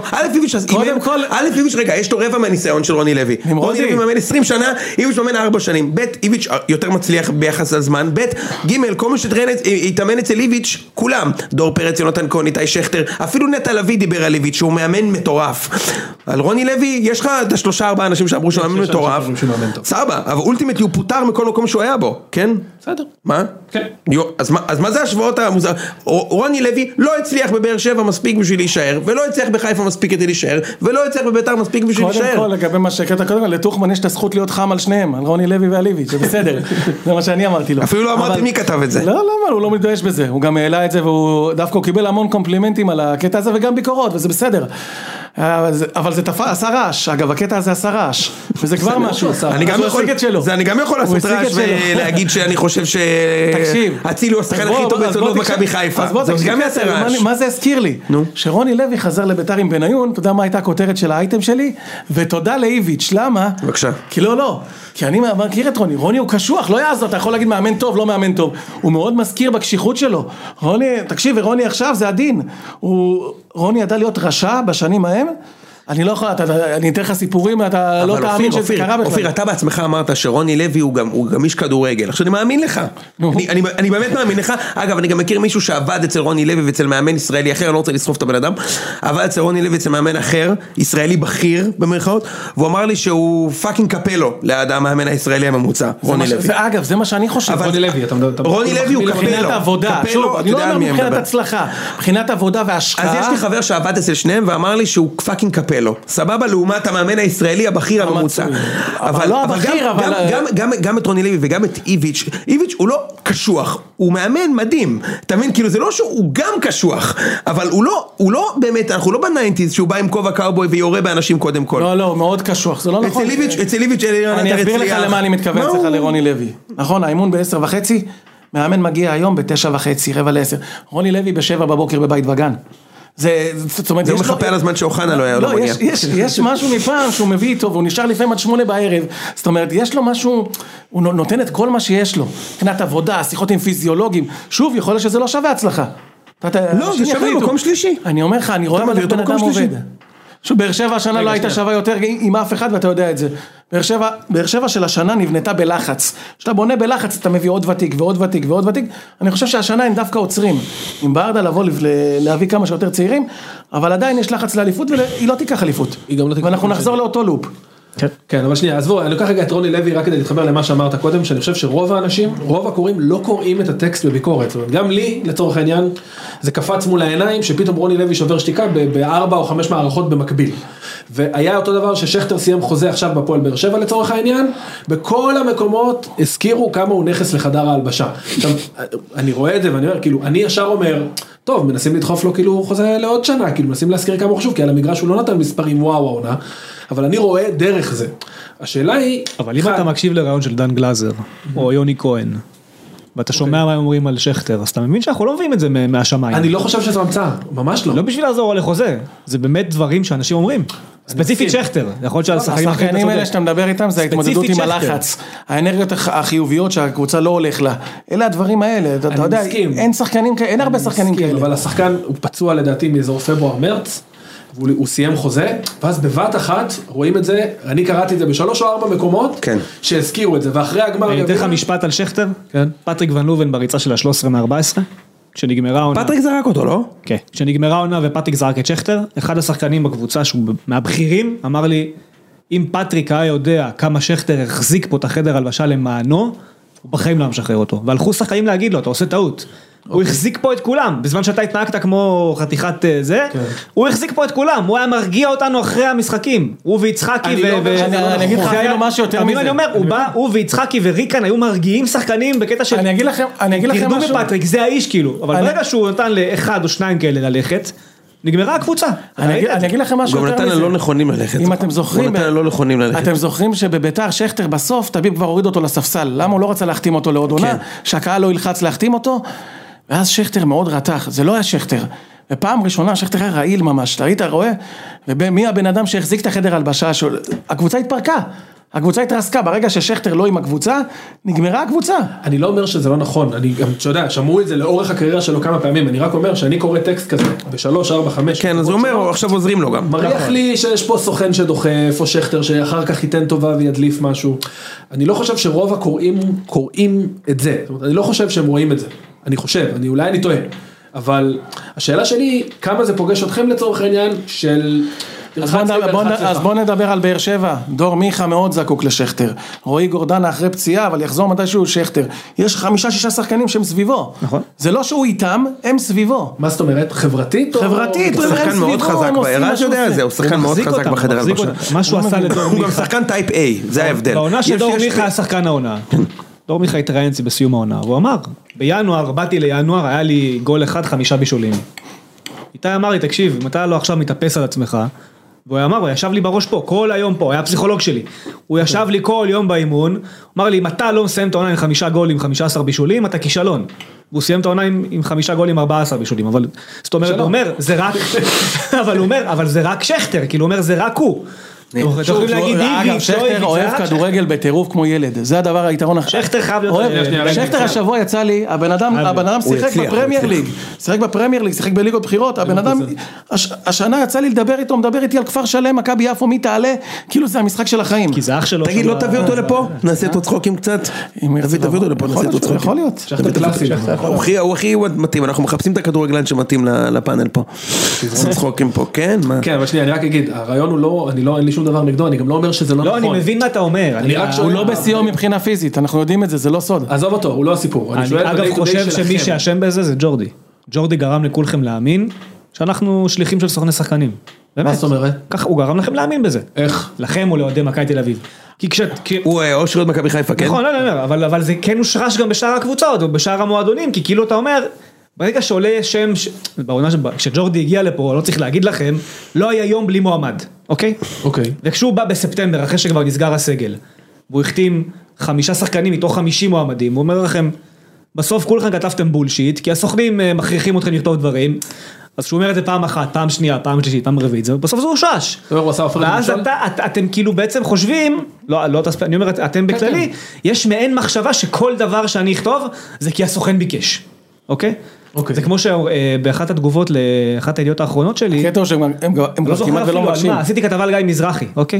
איביץ', רגע, יש לו רבע מהניסיון של רוני לוי. רוני לוי מאמן 20 שנה, איביץ' מאמן 4 שנים. ב', איביץ' יותר מצליח ביחס לזמן. ב', ג', כל מי שהתאמן אצל איביץ', כולם. דור פרץ, יונתן כהן, איתי שכטר, אפילו נטע לביא דיבר על איביץ' שהוא מאמן מטורף. על רוני לוי יש לך את 3-4 אנשים שאמרו שהוא מאמן מטורף. סבבה, אבל אולטימטלי הוא פוטר מכל מקום שהוא היה בו, כן? בסדר. מה? כן. אז מה זה השוואות המוזר? רוני לוי לא הצליח בבאר שבע מספיק בשביל להישאר, ולא הצליח בחיפה מספיק כדי להישאר, ולא הצליח בביתר מספיק בשביל להישאר. קודם כל, לגבי מה שקראת קודם, לתוכמן יש את הזכות להיות חם על שניהם, על רוני לוי ועל איביץ', זה בסדר. זה מה שאני אמרתי לו. אפילו לא אמרתי מי כתב את זה. לא, הוא לא מתבייש בזה. הוא גם העלה את זה, והוא דווקא קיבל המון קומפלימנטים על הקטע הזה וגם ביקורות, וזה בסדר. אבל זה עשה רעש, אגב, הקטע הזה עשה רעש, וזה כבר משהו. אני גם יכול לעשות רעש ולהגיד שאני חושב שהצילו השחקן הכי טוב בתולדות מכבי חיפה. זה גם יעשה רעש. מה זה הזכיר לי? שרוני לוי חזר לביתר עם בניון, אתה יודע מה הייתה הכותרת של האייטם שלי? ותודה לאיביץ', למה? בבקשה. כי לא, כי אני מכיר את רוני הוא קשוח, לא יעזור, אתה יכול להגיד מאמן טוב, לא מאמן טוב, הוא מאוד מזכיר בקשיחות שלו. תקשיב, ורוני עכשיו זה הדין, רוני ידע להיות רשע בשנים ההם, אני לא יכול, אני אתן לך סיפורים, אתה לא תאמין שזה קרה בכלל. אופיר, אתה בעצמך אמרת שרוני לוי הוא גם איש כדורגל, עכשיו אני מאמין לך, אני באמת מאמין לך, אגב אני גם מכיר מישהו שעבד אצל רוני לוי ואצל מאמן ישראלי אחר, אני לא רוצה לשרוף את הבן אדם, עבד אצל רוני לוי אצל מאמן אחר, ישראלי בכיר במרכאות, והוא אמר לי שהוא פאקינג קפלו ליד המאמן הישראלי הממוצע, רוני לוי. ואגב, זה מה שאני חושב. רוני לוי הוא קפלו. מבחינת עבודה, שוב, אני לא אומר מבחינת הצלחה, מבחינת עבודה והשקעה. אז יש לי חבר שעבד אצל שניהם ואמר לי שהוא פאקינג קפלו. סבבה לעומת המאמן הישראלי הבכיר הממוצע. אבל לא הבכיר, אבל גם את רוני לוי וגם את איביץ' הוא לא קשוח, הוא מאמן מדהים. אתה מבין, כאילו זה לא שהוא גם קשוח, אבל הוא לא באמת, אנחנו לא בניינטיז שהוא בא עם כובע קאובוי ויורה באנשים קודם כל. לא, מאוד קשוח, זה לא נכון. אצל איביץ' אני אסביר לך למה אני מתכוון לך לרוני לוי. נכון, האימון ב10:30, מאמן מגיע היום ב9:30, 9:45. רוני לוי ב7 בבוקר בבית וגן. זה מחפה על הזמן שאוחנה לא היה לא מגיע. יש משהו מפעם שהוא מביא איתו והוא נשאר לפעמים עד 8 בערב, זאת אומרת יש לו משהו, הוא נותן את כל מה שיש לו, מבחינת עבודה, שיחות עם פיזיולוגים, שוב יכול להיות שזה לא שווה הצלחה. לא, זה שווה מקום שלישי. אני אומר לך, אני רואה בן אדם עובד. באר שבע השנה לא הייתה שווה יותר עם אף אחד ואתה יודע את זה. באר שבע של השנה נבנתה בלחץ. כשאתה בונה בלחץ אתה מביא עוד ותיק ועוד ותיק ועוד ותיק. אני חושב שהשנה הם דווקא עוצרים. עם ברדה לבוא להביא כמה שיותר צעירים, אבל עדיין יש לחץ לאליפות והיא לא תיקח אליפות. ואנחנו נחזור לאותו לופ. כן, אבל שנייה, עזבו, אני לוקח רגע את רוני לוי רק כדי להתחבר למה שאמרת קודם, שאני חושב שרוב האנשים, רוב הקוראים לא קוראים את הטקסט בביקורת, זאת אומרת, גם לי, לצורך העניין, זה קפץ מול העיניים, שפתאום רוני לוי שובר שתיקה ב4 או 5 מערכות במקביל, והיה אותו דבר ששכטר סיים חוזה עכשיו בפועל באר שבע לצורך העניין, בכל המקומות הזכירו כמה הוא נכס לחדר ההלבשה. עכשיו, אני רואה את זה ואני אומר, כאילו, אני ישר אומר, טוב, מנסים לדחוף לו כאילו חוזה לעוד שנה, כאילו מנסים להזכיר כמה חשוב, כי על המגרש הוא לא נתן מספרים וואו העונה, אבל אני רואה דרך זה. השאלה היא... אבל אם אתה מקשיב לרעיון של דן גלאזר, או יוני כהן, ואתה שומע מה הם אומרים על שכטר, אז אתה מבין שאנחנו לא מביאים את זה מהשמיים. אני לא חושב שזה המצאה, ממש לא. לא בשביל לעזור על החוזה, זה באמת דברים שאנשים אומרים. ספציפית שכטר, יכול להיות השחקנים האלה שאתה מדבר איתם זה ההתמודדות עם הלחץ, האנרגיות החיוביות שהקבוצה לא הולך לה, אלה הדברים האלה, אתה יודע, אין הרבה שחקנים כאלה. אבל השחקן הוא פצוע לדעתי מאזור פברואר-מרץ, הוא סיים חוזה, ואז בבת אחת רואים את זה, אני קראתי את זה ב3 או 4 מקומות, שהזכירו את זה, ואחרי הגמר... אני אתן לך משפט על שכטר, פטריק ון לובן בריצה של 13 מ-14, כשנגמרה עונה... פטריק זרק אותו, לא? כן, כשנגמרה עונה ופטריק זרק את שכטר, אחד השחקנים בקבוצה שהוא מהבכירים, אמר לי, אם פטריק היה יודע כמה שכטר החזיק פה את החדר הלבשה למענו, הוא בחיים לא משחרר אותו, והלכו שחקנים להגיד לו, אתה עושה טעות. הוא החזיק פה את כולם, בזמן שאתה התנהגת כמו חתיכת זה, הוא החזיק פה את כולם, הוא היה מרגיע אותנו אחרי המשחקים, הוא ויצחקי אני אגיד לך אפילו משהו יותר מזה. אני אומר, הוא ויצחקי וריקן היו מרגיעים שחקנים בקטע של... אני אגיד לכם משהו. בפטריק, זה האיש כאילו, אבל ברגע שהוא נתן לאחד או שניים כאלה ללכת, נגמרה הקבוצה. אני אגיד לכם משהו יותר מזה. הוא נתן ללא נכונים ללכת. אם אתם זוכרים, אתם זוכרים שבביתר שכטר בסוף, טביב כבר הוריד אותו לספסל, למה הוא לא רצה להחתים אותו לעוד עונה, שהקהל לא ילחץ להחתים אותו, ואז שכטר מאוד רתח, זה לא היה שכטר, ופעם ראשונה שכטר היה רעיל ממש, היית רואה, ומי הבן אדם שהחזיק את החדר הלבשה, הקבוצה התפרקה, הקבוצה התרסקה, ברגע ששכטר לא עם הקבוצה, נגמרה הקבוצה. אני לא אומר שזה לא נכון, אני גם, אתה יודע, שמעו את זה לאורך הקריירה שלו כמה פעמים, אני רק אומר שאני קורא טקסט כזה, ב3, 4, 5. כן, אז הוא אומר, עכשיו עוזרים לו גם. מריח לי שיש פה סוכן שדוחף, או שכטר שאחר כך ייתן טובה וידליף משהו. אני לא חושב שרוב הקוראים קוראים את זה, זאת אומרת, אני לא חושב שהם רואים את זה. אני חושב, אולי אני טועה, אבל השאלה שלי, כמה זה פוגש אתכם לצורך העניין של... אז בוא נדבר על באר שבע, דור מיכה מאוד זקוק לשכטר, רועי גורדנה אחרי פציעה, אבל יחזור מתישהו שכטר, יש 5-6 שחקנים שהם סביבו, זה לא שהוא איתם, הם סביבו. מה זאת אומרת, חברתית? חברתית, הוא שחקן מאוד חזק, בעירה שיודע את זה, הוא שחקן מאוד חזק בחדר הלבשה. מה שהוא עשה לדור מיכה. הוא גם שחקן טייפ A, זה ההבדל. בעונה שדור מיכה היה שחקן העונה. דור מיכה התראיין אצלי בסיום העונה, הוא אמר, בינואר, באתי לינואר, היה לי גול אחד, 5 בישולים. איתי אמר לי, תקשיב, אם אתה לא עכשיו מתאפס על עצמך, והוא אמר, הוא ישב לי בראש פה, כל היום פה, היה הפסיכולוג שלי, הוא ישב לי כל יום באימון, אמר לי, אם אתה לא מסיים את העונה עם 5 גולים, 15 בישולים, אתה כישלון. והוא סיים את העונה עם 5 גולים, 14 בישולים, אבל זאת אומרת, הוא אומר, זה רק, אבל הוא אומר, אבל זה רק שכטר, כאילו הוא אומר, זה רק הוא. אגב, שכטר אוהב כדורגל בטירוף כמו ילד, זה הדבר היתרון. שכטר חייב להיות... שכטר השבוע יצא לי, הבן אדם שיחק בפרמייר ליג, שיחק בפרמייר ליג, שיחק בליגות בחירות, הבן אדם, השנה יצא לי לדבר איתו, מדבר איתי על כפר שלם, מכבי יפו, מי תעלה, כאילו זה המשחק של החיים. כי זה אח שלו. תגיד, לא תביא אותו לפה? נעשה אותו צחוקים קצת? תביא אותו לפה, נעשה אותו צחוקים. יכול להיות. שכטר קלאסי. הוא הכי מתאים, אנחנו מחפשים את הכדורגלן שמתאים לפאנל פה. צחוקים פה, כן? כן, אבל שנייה, אני רק אגיד, הרעיון הוא לא, אין לי שום דבר נגדו, אני גם לא אומר שזה לא נכון. לא, אני מבין מה אתה אומר. הוא לא בשיאו מבחינה פיזית, אנחנו יודעים את זה, זה לא סוד. עזוב אותו, הוא לא הסיפור. אני אגב חושב שמי שאשם בזה זה ג'ורדי. ג'ורדי גרם לכולכם להאמין שאנחנו שליחים של סוכני שחקנים. מה זאת אומרת? ככה הוא גרם לכם להאמין בזה. איך? לכם או לאוהדי מכבי תל אביב. הוא אושר עוד מכבי חיפה, כן? נכון, לא, אבל זה כן הושרש גם בשאר הקבוצות או בשאר המועדונים, כי כאילו אתה אומר, ברגע שעולה שם, כשג'ורדי הגיע לפה, לא צריך להגיד לכם, לא היה יום בלי מועמד, אוקיי? אוקיי. וכשהוא בא בספטמבר, אחרי שכבר נסגר הסגל, והוא החתים 5 שחקנים מתוך 50 מועמדים, הוא אומר לכם, בסוף כולכם כתבתם בולשיט, כי הסוכנים מכריחים אתכם לכתוב דברים, אז שהוא אומר את זה פעם אחת, פעם שנייה, פעם שלישית, פעם רביעית, בסוף זה הושש. ואז אתם כאילו בעצם חושבים, אני אומר, אתם בכללי, יש מעין מחשבה שכל דבר שאני אכתוב, זה כי הסוכן ביקש. אוקיי? זה כמו שבאחת התגובות לאחת הידיעות האחרונות שלי, הקטע שהם כבר כמעט ולא מקשים. עשיתי כתבה על גיא מזרחי, אוקיי?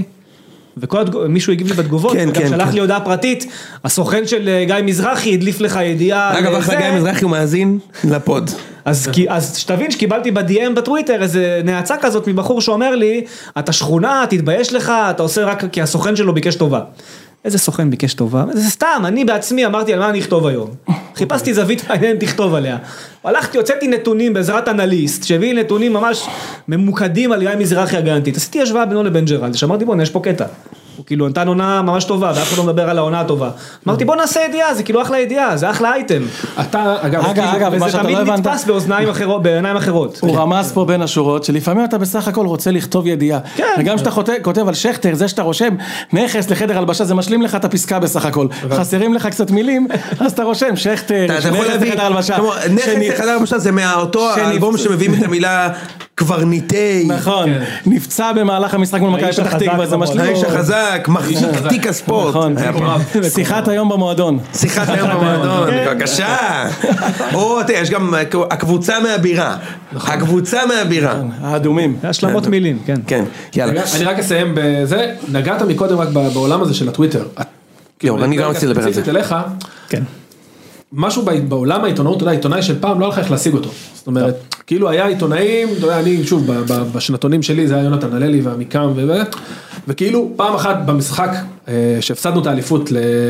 ומישהו הגיב לי בתגובות, וגם שלח לי הודעה פרטית, הסוכן של גיא מזרחי הדליף לך ידיעה. אגב, אחלה גיא מזרחי הוא מאזין לפוד. אז שתבין שקיבלתי ב-DM בטוויטר איזה נאצה כזאת מבחור שאומר לי, אתה שכונה, תתבייש לך, אתה עושה רק כי הסוכן שלו ביקש טובה. איזה סוכן ביקש טובה? זה סתם, אני בעצמי אמרתי על מה אני אכתוב היום. חיפשתי זווית מעניינת לכתוב עליה. הלכתי, הוצאתי נתונים בעזרת אנליסט, שהביא נתונים ממש ממוקדים על גיא מזרחי הגנתית. עשיתי השוואה בינו לבן ג'רלד, שאמרתי בוא, יש פה קטע. הוא כאילו נתן עונה ממש טובה, ואף אחד לא מדבר על העונה הטובה. אמרתי בוא נעשה ידיעה, זה כאילו אחלה ידיעה, זה אחלה אייטם. אתה, אגב, וזה תמיד נתפס בעיניים אחרות. הוא רמז פה בין השורות, שלפעמים אתה בסך הכל רוצה לכתוב ידיעה. וגם שאתה כותב על שכטר, זה שאתה רושם נכס לחדר הלבשה, זה משלים לך את הפסקה בסך הכל. חסרים לך קצת מילים, אז אתה רושם שכטר, נכס לחדר הלבשה. נכס לחדר הלבשה זה מאותו האלבום שמביאים את המילה קברניטי. נכון, נפצע במהלך המשחק מול מכבי פתח תקווה, זה משלים. האיש החזק, מחזיק תיק הספורט. שיחת היום במועדון. שיחת היום במועדון, בבקשה. או, תראה, יש גם הקבוצה מהבירה. הקבוצה מהבירה. האדומים. השלמות מילים, כן. כן, יאללה. אני רק אסיים בזה, נגעת מקודם רק בעולם הזה של הטוויטר. אני גם רציתי לדבר על זה. אליך, כן. משהו בעולם העיתונאות, אתה יודע, עיתונאי של פעם לא הלכה איך להשיג אותו. זאת אומרת, כאילו היה עיתונאים, אני שוב, בשנתונים שלי זה היה יונתן הללי והמיקם וכאילו פעם אחת במשחק שהפסדנו את האליפות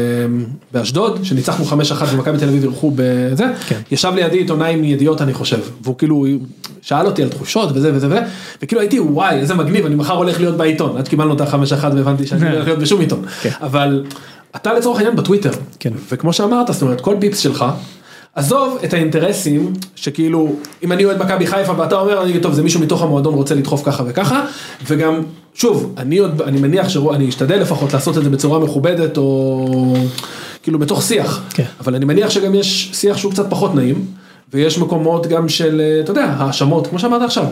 באשדוד, שניצחנו 5-1 ומכבי תל אביב ירחו בזה, ישב לידי עיתונאי מידיעות אני חושב, והוא כאילו שאל אותי על תחושות וזה, וכאילו הייתי וואי, איזה מגניב, אני מחר הולך להיות בעיתון, עד קיבלנו את ה-5-1 והבנתי שאני הולך להיות בשום עיתון, אבל אתה לצורך העניין בטוויטר, וכמו שאמרת, זאת אומרת, כל פיפס שלך, עזוב את האינטרסים, שכאילו, אם אני אוהד מכבי חיפה, ואתה אומר, אני אגיד, טוב, זה מישהו מתוך המועדון רוצה לדחוף ככה וככה, וגם, שוב, אני מניח שאני אשתדל לפחות לעשות את זה בצורה מכובדת, או כאילו בתוך שיח, אבל אני מניח שגם יש שיח שהוא קצת פחות נעים, ויש מקומות גם של, אתה יודע, האשמות, כמו שאמרת עכשיו.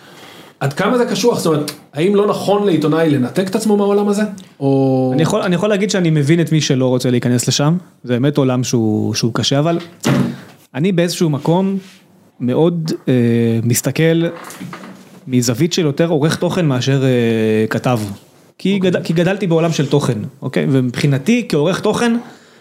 עד כמה זה קשוח? זאת אומרת, האם לא נכון לעיתונאי לנתק את עצמו מהעולם הזה? או... אני יכול להגיד שאני מבין את מי שלא רוצה להיכנס לשם, זה באמת עולם שהוא קשה, אבל אני באיזשהו מקום מאוד מסתכל מזווית של יותר עורך תוכן מאשר כתב. כי גדלתי בעולם של תוכן, אוקיי? ומבחינתי כעורך תוכן,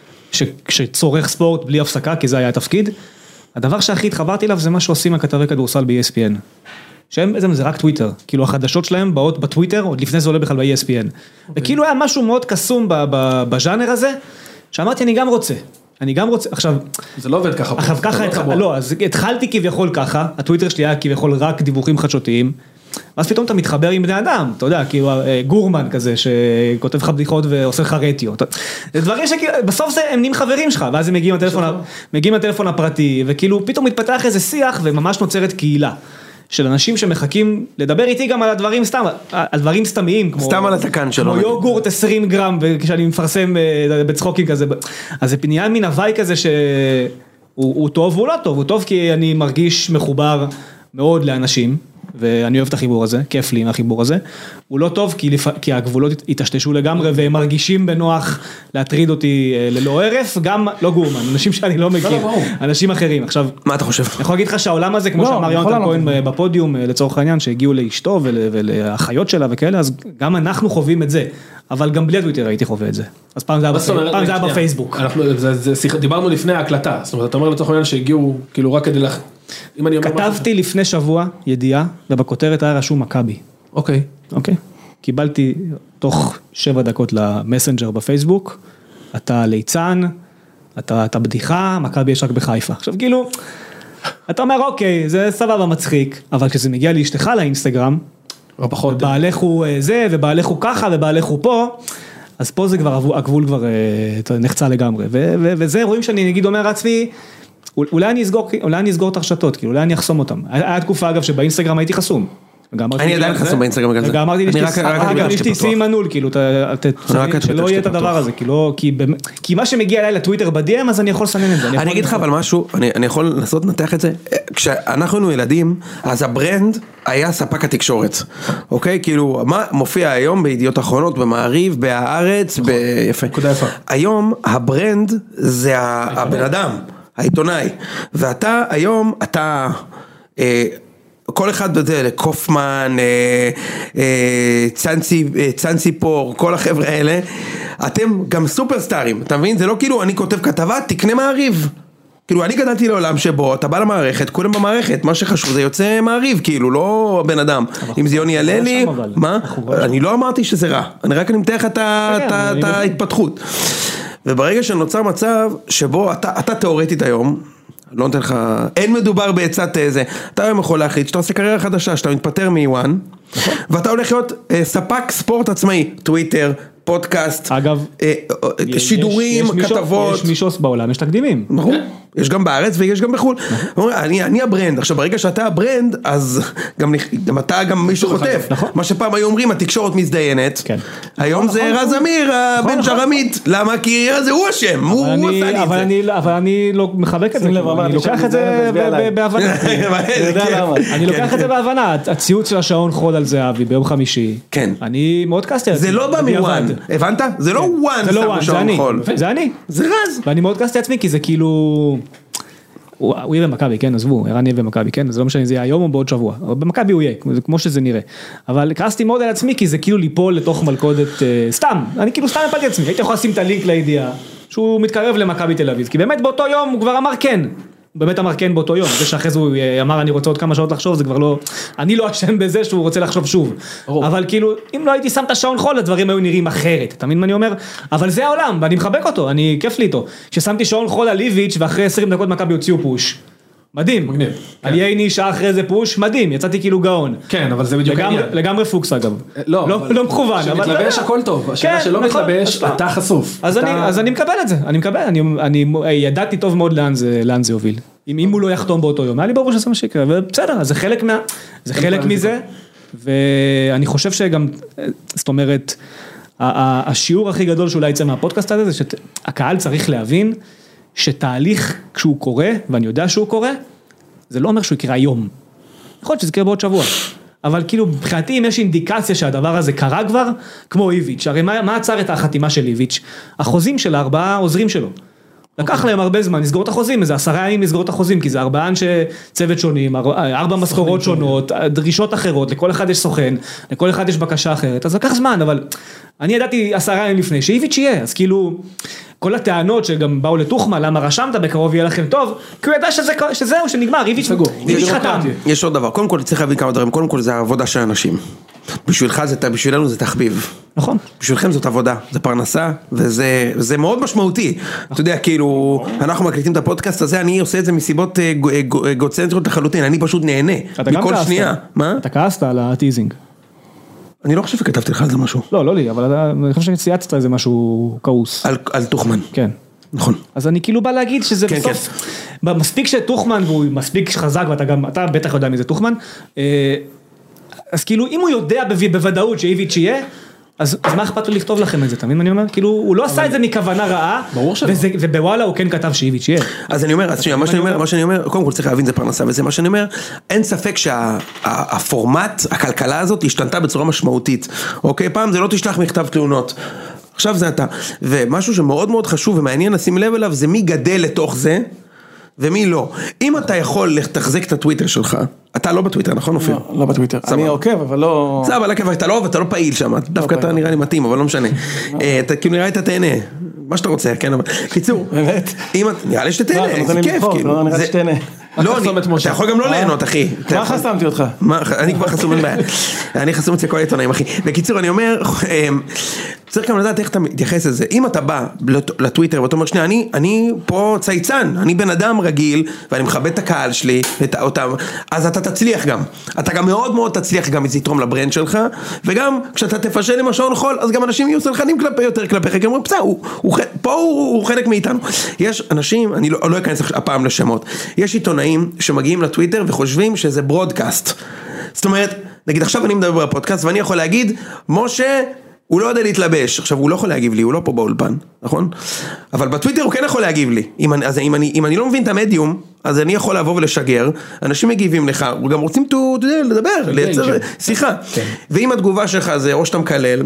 שצורך ספורט בלי הפסקה, כי זה היה התפקיד, הדבר שהכי התחברתי אליו זה מה שעושים הכתבי כדורסל ב-ESPN. שהם, זה רק טוויטר, כאילו החדשות שלהם באות בטוויטר, עוד לפני זה עולה בכלל ב-ESPN. וכאילו היה משהו מאוד קסום בז'אנר הזה, שאמרתי אני גם רוצה, עכשיו... זה לא עובד ככה. לא, אז התחלתי כביכול ככה, הטוויטר שלי היה כביכול רק דיווחים חדשותיים, ואז פתאום אתה מתחבר עם בני אדם, אתה יודע, כאילו גורמן כזה, שכותב לך בדיחות ועושה לך רטיו, זה דברים שבסוף הם נהיים חברים שלך, ואז הם מגיעים לטלפון הפרטי, וכאילו פתאום מתפתח איזה שיח, וממש נוצרת קהילה. של אנשים שמחכים לדבר איתי גם על הדברים סתם, על דברים סתמיים, סתם על התקן שלו. כמו יוגורט 20 גרם, וכשאני מפרסם בצחוקים כזה, אז זה פנייה מן הוואי כזה שהוא טוב והוא לא טוב, הוא טוב כי אני מרגיש מחובר מאוד לאנשים, ואני אוהב את החיבור הזה, כיף לי עם החיבור הזה, הוא לא טוב כי הגבולות התשתשו לגמרי, והם מרגישים בנוח להטריד אותי ללא ערף, גם לא גורמן, אנשים שאני לא מכיר, אנשים אחרים. עכשיו, מה אתה חושב? אני יכול להגיד לך שהעולם הזה, כמו שאמר יונתן כהן בפודיום, לצורך העניין, שהגיעו לאשתו ולאחיות שלה וכאלה, אז גם אנחנו חווים את זה, אבל גם בלי הטוויטר הייתי חווה את זה. אז פעם זה היה בפייסבוק. דיברנו לפני ההקלטה, זאת אומרת, אתה אומר לצורך העניין שהגיעו, כאילו רק כדי כתבתי לפני שבוע ידיעה, ובכותרת היה רשום מכבי. אוקיי. קיבלתי תוך 7 דקות למסנג'ר בפייסבוק, אתה ליצן, אתה בדיחה, מכבי יש רק בחיפה. עכשיו כאילו, אתה אומר אוקיי, זה סבבה מצחיק, אבל כשזה מגיע לאשתך לאינסטגרם, ובעלך הוא זה, ובעלך הוא ככה, ובעלך הוא פה, אז פה זה כבר, הגבול כבר נחצה לגמרי. וזה רואים שאני נגיד אומר לעצמי, אולי אני אסגור את הרשתות, כאילו, אולי אני אחסום אותם. היה תקופה, אגב, שבאינסטגרם הייתי חסום. אני עדיין חסום באינסטגרם בגלל זה. וגם אמרתי לי שתעשי מנעול, כאילו, שלא יהיה את הדבר הזה, כי מה שמגיע אליי לטוויטר בדיאם, אז אני יכול לסנן את זה. אני אגיד לך אבל משהו, אני יכול לנסות לנתח את זה, כשאנחנו ילדים, אז הברנד היה ספק התקשורת, אוקיי? כאילו, מה מופיע היום בידיעות אחרונות, במעריב, בהארץ, ביפה. היום הברנד זה הבן אדם. העיתונאי, ואתה היום, אתה, כל אחד בזה, קופמן, צנציפור, כל החבר'ה האלה, אתם גם סופרסטארים, אתה מבין? זה לא כאילו אני כותב כתבה, תקנה מעריב. כאילו אני גדלתי לעולם שבו אתה בא למערכת, כולם במערכת, מה שחשוב זה יוצא מעריב, כאילו לא בן אדם. אם זה יוני הללי, מה? אני לא אמרתי שזה רע, אני רק נמתח את ההתפתחות. וברגע שנוצר מצב שבו אתה תיאורטית היום, לא נותן לך, אין מדובר בעצת איזה, אתה היום יכול להחליט שאתה עושה קריירה חדשה, שאתה מתפטר מ-One, ואתה הולך להיות ספק ספורט עצמאי, טוויטר, פודקאסט, אגב, שידורים, כתבות. יש מישוס בעולם, יש תקדימים. נכון, יש גם בארץ ויש גם בחול. אני הברנד, עכשיו ברגע שאתה הברנד, אז גם אתה גם מי שחוטף. מה שפעם היו אומרים, התקשורת מזדיינת, היום זה רז אמיר, הבן שרמית, למה? כי זה הוא השם, הוא עשה לי את זה. אבל אני לא מחבק את זה, אני לוקח את זה בהבנה. אני לוקח את זה בהבנה, הציוץ של השעון חול על זהבי ביום חמישי, אני מאוד קסתי על זה. זה לא בא מוואן, הבנת? זה לא וואן, זה לא וואן, זה אני. זה רז. ואני מאוד קסתי עצמי, כי זה כאילו, הוא יהיה במכבי, כן, עזבו, ערן יהיה במכבי, כן, זה לא משנה, זה יהיה היום או בעוד שבוע, אבל במכבי הוא יהיה, כמו שזה נראה, אבל קרסתי מאוד על עצמי, כי זה כאילו ליפול לתוך מלכודת, סתם, אני כאילו סתם הפלתי עצמי, הייתי יכול לשים את הלינק לידיעה, שהוא מתקרב למכבי תל אביב, כי באמת באותו יום הוא כבר אמר כן, הוא באמת אמר כן באותו יום, זה שאחרי זה הוא אמר אני רוצה עוד כמה שעות לחשוב, זה כבר לא, אני לא אשם בזה שהוא רוצה לחשוב שוב, אבל כאילו, אם לא הייתי שם את השעון חול, הדברים היו נראים אחרת, אתה מבין מה אני אומר? אבל זה העולם, ואני מחבק אותו, כיף לי איתו, כששמתי שעון חול על איביץ' ואחרי 20 דקות מכבי הוציאו פוש, מדהים, על ייני שעה אחרי זה פוש, מדהים, יצאתי כאילו גאון. כן, אבל זה בדיוק העניין. לגמרי פוקס אגב. לא מכוון. שמתלבש הכל טוב, השאלה שלא מתלבש, אתה חשוף. אז אני מקבל את זה, אני ידעתי טוב מאוד לאן זה יוביל. אם הוא לא יחתום באותו יום, היה לי ברור שזה מה שיקרה, ובסדר, זה חלק מזה, ואני חושב שגם, זאת אומרת, השיעור הכי גדול שאולי יצא מהפודקאסט הזה, זה שהקהל צריך להבין, שתהליך כשהוא קורה, ואני יודע שהוא קורה, זה לא אומר שהוא יקרה היום. יכול להיות שזה יקרה בעוד שבוע. אבל כאילו, מבחינתי, אם יש אינדיקציה שהדבר הזה קרה כבר, כמו איביץ', הרי מה עצר את החתימה של איביץ'? החוזים של 4 עוזרים שלו. לקח להם הרבה זמן, לסגור את החוזים, איזה 10 ימים לסגור את החוזים, כי זה 4 אנשי צוות שונים, 4 משכורות שונות, דרישות אחרות, לכל אחד יש סוכן, לכל אחד יש בקשה אחרת, אז לקח זמן, אבל אני ידעתי 10 ימים לפני, שאיביץ' יהיה, אז כאילו, כל הטענות שגם באו לתוכמה, למה רשמת בקרוב יהיה לכם טוב, כי הוא ידע שזהו, שנגמר, איביץ' חתם. יש עוד דבר, קודם כל צריך להבין כמה דברים, קודם כל זה העבודה של אנשים. בשבילנו זה תחביב. נכון. בשבילכם זאת עבודה, זה פרנסה, וזה מאוד משמעותי. אתה יודע, כאילו, אנחנו מקליטים את הפודקאסט הזה, אני עושה את זה מסיבות אגוצנטריות לחלוטין, אני פשוט נהנה. מכל שנייה. מה? אתה כעסת על הטיזינג. אני לא חושב שכתבתי לך על זה משהו. לא לי, אבל אני חושב שצייצת איזה משהו כעוס. על תוכמן. כן. נכון. אז אני כאילו בא להגיד שזה בסוף, מספיק שתוכמן, והוא מספיק חזק, ואתה בטח יודע מי זה תוכמן, אז כאילו, אם הוא יודע בוודאות שאיביץ' יהיה, אז מה אכפת לו לכתוב לכם את זה, תמיד אני אומר? כאילו, הוא לא עשה את זה מכוונה רעה, ובוואלה הוא כן כתב שאיביץ' יהיה. אז אני אומר, מה שאני אומר, קודם כל צריך להבין זה פרנסה, וזה מה שאני אומר, אין ספק שהפורמט, הכלכלה הזאת השתנתה בצורה משמעותית, אוקיי? פעם זה לא תשלח מכתב תלונות. עכשיו זה אתה. ומשהו שמאוד מאוד חשוב ומעניין לשים לב אליו, זה מי גדל לתוך זה, ומי לא. אם אתה יכול לתחזק את הטוויטר שלך, אתה לא בטוויטר, נכון אופיר? לא בטוויטר. אני עוקב, אבל לא... סבבה, אתה לא פעיל שם, דווקא אתה נראה לי מתאים, אבל לא משנה. אתה כאילו נראה לי אתה תהנה, מה שאתה רוצה, כן, אבל... קיצור, באמת? נראה לי שאתה תהנה, זה כיף, כאילו. לא נראה לי שתהנה. לא, אתה יכול גם לא ליהנות, אחי. מה חסמתי אותך? אני כבר חסום, אין בעיה. אני חסום אצל כל העיתונאים, אחי. בקיצור, אני אומר, צריך גם לדעת איך אתה מתייחס לזה. אם אתה בא לטוויטר ואתה אומר, שנייה, אני פה צייצן, אני בן אדם רגיל, ואני מכבד את הקהל שלי, אז אתה תצליח גם. אתה גם מאוד מאוד תצליח גם זה יתרום לברנד שלך, וגם כשאתה תפשל עם השעון חול, אז גם אנשים יהיו סלחנים יותר כלפיך, כי אומרים, פה הוא חלק מאיתנו. יש אנשים, אני לא אכנס הפעם לשמות, יש עיתונאים שמגיעים לטוויטר וחושבים שזה ברודקאסט. זאת אומרת, נגיד עכשיו אני מדבר בפודקאסט ואני יכול להגיד, משה, הוא לא יודע להתלבש. עכשיו הוא לא יכול להגיב לי, הוא לא פה באולפן, נכון? אבל בטוויטר הוא כן יכול להגיב לי. אם אני לא מבין את המדיום, אז אני יכול לבוא ולשגר, אנשים מגיבים לך, גם רוצים לדבר, לייצר שיחה. ואם התגובה שלך זה או שאתה מקלל,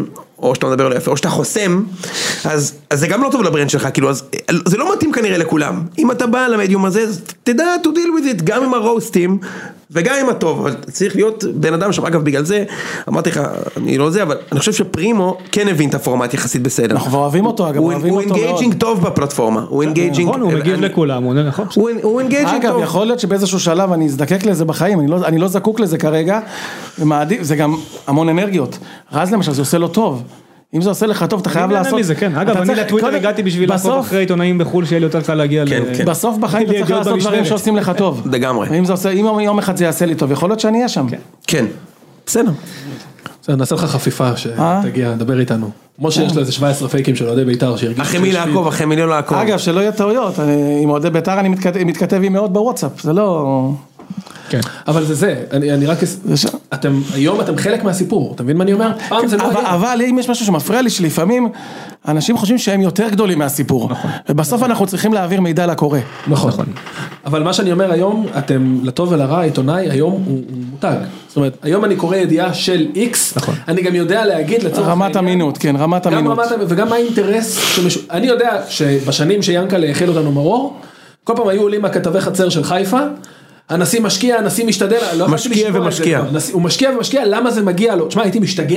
או שאתה מדבר לא יפה, או שאתה חוסם, אז זה גם לא טוב לברנד שלך, כאילו, אז זה לא מתאים כנראה לכולם. אם אתה בא למדיום הזה, אז תדע to deal with it, גם עם הרוסטים, וגם עם הטוב, אבל צריך להיות בן אדם שם, אגב, בגלל זה, אמרתי לך, אני לא זה, אבל אני חושב שפרימו כן הבין את הפורמט יחסית בסדר. אנחנו אוהבים אותו, אגב, הוא אינגייג'ינג טוב בפלטפורמה, הוא אינגייג'ינג... נכון, הוא מגיב לכולם, הוא אינגייג'ינג טוב. אגב, יכול להיות שבאיזשהו שלב אני אזדקק לזה בחיים, אני לא זקוק לזה כרגע, זה גם המון אנרגיות. רז למשל, זה עושה לו טוב. אם זה עושה לך טוב, אתה חייב לעשות... אגב, אני לטוויטר הגעתי בשביל לעקוב אחרי עיתונאים בחול, שיהיה לי יותר קל להגיע... בסוף בחיים אתה צריך לעשות דברים שעושים לך טוב. לגמרי. אם יום אחד זה יעשה לי טוב, יכול להיות שאני אהיה שם. כן. בסדר. נעשה לך חפיפה שתגיע, דבר איתנו. כמו שיש לו איזה 17 פייקים של אוהדי בית"ר שהרגיש... אחרי מי לעקוב, אחרי מי לא לעקוב. אגב, שלא יהיה טעויות, עם אוהדי בית"ר אני מתכתב עם מאוד בוואטסאפ, זה לא... כן, אבל זה, אני רק... היום אתם חלק מהסיפור, אתה מבין מה אני אומר? פעם זה לא היה. אבל אם יש משהו שמפריע לי, שלפעמים אנשים חושבים שהם יותר גדולים מהסיפור, ובסוף אנחנו צריכים להעביר מידע לקורא. נכון. אבל מה שאני אומר היום, אתם לטוב ולרע, העיתונאי היום הוא מותג. זאת אומרת, היום אני קורא ידיעה של X, אני גם יודע להגיד לצורך העניין. רמת אמינות, כן, רמת אמינות. וגם מה האינטרס, אני יודע שבשנים שיאנקל'ה האכיל אותנו מרור, כל פעם היו עולים מהכתבי חצר של חיפה, הנשיא משקיע, הנשיא משתדל, משקיע ומשקיע. הוא משקיע ומשקיע, למה זה מגיע לו? תשמע, הייתי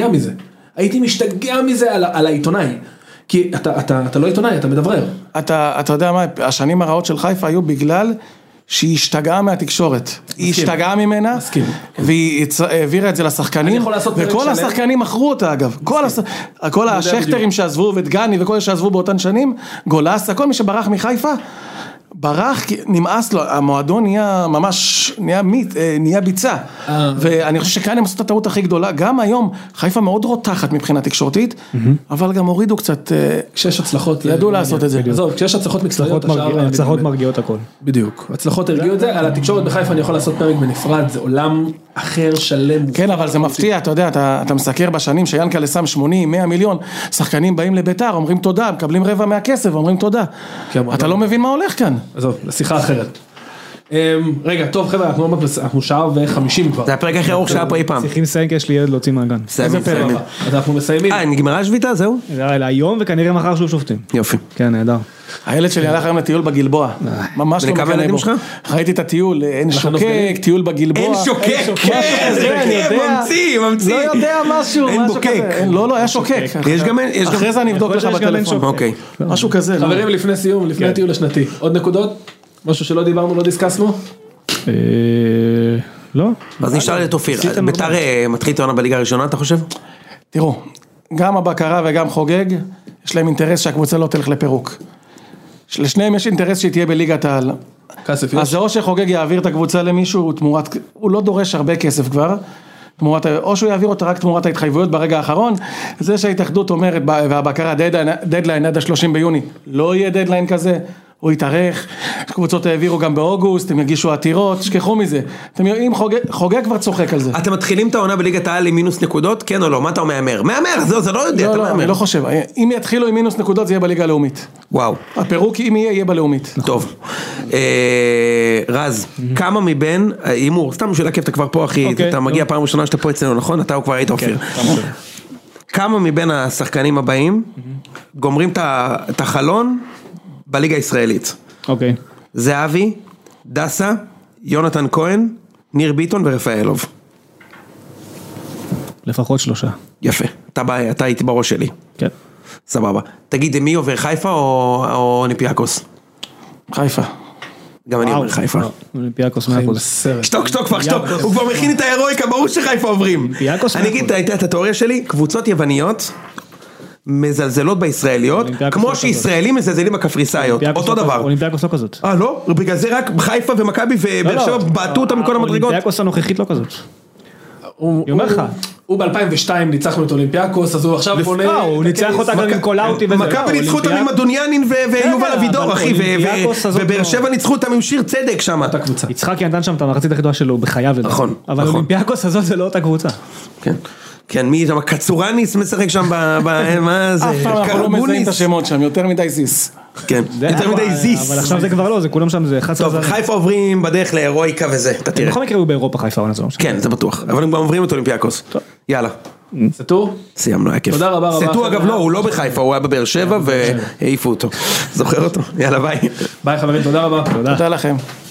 משתגע מזה על העיתונאי. כי אתה לא עיתונאי, אתה מדברר. אתה יודע מה, השנים הרעות של חיפה היו בגלל שהיא השתגעה מהתקשורת. היא השתגעה ממנה, והיא העבירה את זה לשחקנים, וכל השחקנים מכרו אותה אגב. כל השכתרים שעזבו, ודגני וכל שעזבו באותן שנים, גולס, כל מי שברח מחיפה, ברח, נמאס לו, המועדון נהיה ממש, נהיה ביצה, ואני חושב שכאן הם עשו את הטעות הכי גדולה, גם היום חיפה מאוד רותחת מבחינה תקשורתית, אבל גם הורידו קצת, כשיש הצלחות, ידעו לעשות את זה. כשיש הצלחות מקצועיות, הצלחות מרגיעות הכל. בדיוק, הצלחות הרגיעו את זה, על התקשורת בחיפה אני יכול לעשות פרק בנפרד, זה עולם אחר שלם. כן, אבל זה מפתיע, אתה יודע, אתה מסקר בשנים שיאנקל'ה שם 80, 100 מיליון, שחקנים באים לביתר, אומרים תודה, מקבלים רבע מהכסף, אומרים תודה. אתה לא מבין מה הולך כאן. עזוב, לשיחה אחרת. רגע, טוב חבר'ה, אנחנו שעה ו50 כבר. זה הפרק הכי ארוך שעה פה אי פעם. צריכים לסיים כי יש לי ילד להוציא מהגן. איזה פרק? אז אנחנו מסיימים. נגמרה השביתה, זהו? היום וכנראה מחר שוב שופטים. יופי. כן, נהדר. הילד שלי הלך היום לטיול בגלבוע, ממש לא מקנא בו. ראיתי את הטיול, אין שוקק, טיול בגלבוע. אין שוקק, כן, ממציא. לא יודע משהו. אין בוקק. לא, היה שוקק. אחרי זה אני אבדוק לך בטלפון. משהו כזה. חברים, לפני סיום, לפני הטיול השנתי. עוד נקודות? משהו שלא דיברנו, לא דיסקסנו? לא. אז נשאל את אופיר, בית"ר מתחיל את העונה בליגה הראשונה, אתה חושב? תראו, גם הבקרה וגם חוגג, יש להם אינטרס שהקבוצה לא תלך לפירוק. לשניהם יש אינטרס שהיא תהיה בליגת העל. כסף יש. אז זה או שחוגג יעביר את הקבוצה למישהו, הוא לא דורש הרבה כסף כבר, או שהוא יעביר אותה רק תמורת ההתחייבויות ברגע האחרון, זה שההתאחדות אומרת, והבקרה דדליין עד ה-30 ביוני, לא יהיה דדליין כזה, הוא יתארך, קבוצות העבירו גם באוגוסט, הם יגישו עתירות, שכחו מזה. אתם יודעים, חוגג כבר צוחק על זה. אתם מתחילים את העונה בליגת העל עם מינוס נקודות, כן או לא? מה אתה אומר? מהמר, זה לא יודע, אתה מהמר. אני לא חושב, אם יתחילו עם מינוס נקודות, זה יהיה בליגה הלאומית. וואו. הפירוק, אם יהיה בלאומית. טוב. רז, כמה מבין, אימור, סתם בשביל עקב, אתה כבר פה אחי, אתה מגיע פעם ראשונה שאתה פה אצלנו, נכון? אתה כבר היית אופיר. כמה מבין השחקנים הבאים גומרים את החלון בליגה הישראלית. אוקיי. זהבי, דסה, יונתן כהן, ניר ביטון ורפאלוב. לפחות 3. יפה. אתה הייתי בראש שלי. כן. סבבה. תגיד, מי עובר חיפה או אולימפיאקוס? חיפה. גם אני עובר חיפה. אולימפיאקוס 100%. שתוק, הוא כבר מכין את ההירואיקה, ברור שחיפה עוברים. אני אגיד את התיאוריה שלי, קבוצות יווניות, מזלזלות בישראליות, כמו שישראלים מזלזלים בקפריסאיות, אותו דבר. אולימפיאקוס לא כזאת. לא? בגלל זה רק חיפה ומכבי ובאר שבע בעטו אותם מכל המדרגות. אולימפיאקוס הנוכחית לא כזאת. הוא אומר לך. הוא ב-2002 ניצחנו את אולימפיאקוס, אז הוא עכשיו פונה... הוא ניצח אותה גם עם קולאוטי וזה. מכבי ניצחו אותם עם אדוניאנין ויובל אבידור, אחי, ובאר שבע ניצחו אותם עם שיר צדק שם. אותה קבוצה. יצחקי נתן שם את המחצית הכי טובה שלו בחייו. נכון. אבל אולימפיאקוס הזאת זה לא אותה קבוצה. כן. כן, מי שם, קצורניס משחק שם מה זה? אף פעם אנחנו לא מזהים את השמות שם, יותר מדי זיס. כן, יותר מדי זיס. אבל עכשיו זה כבר לא, זה כולם שם, זה 11. טוב, חיפה עוברים בדרך להירואיקה וזה, אתה תראה. בכל מקרה הוא באירופה חיפה, כן, זה בטוח, אבל הם גם עוברים את אולימפיאקוס. יאללה. סטו? סיימנו, היה כיף. תודה רבה רבה. סטו אגב לא, הוא לא בחיפה, הוא היה בבאר שבע והעיפו אותו. זוכר אותו? יאללה ביי. ביי חברים, תודה רבה. תודה לכם.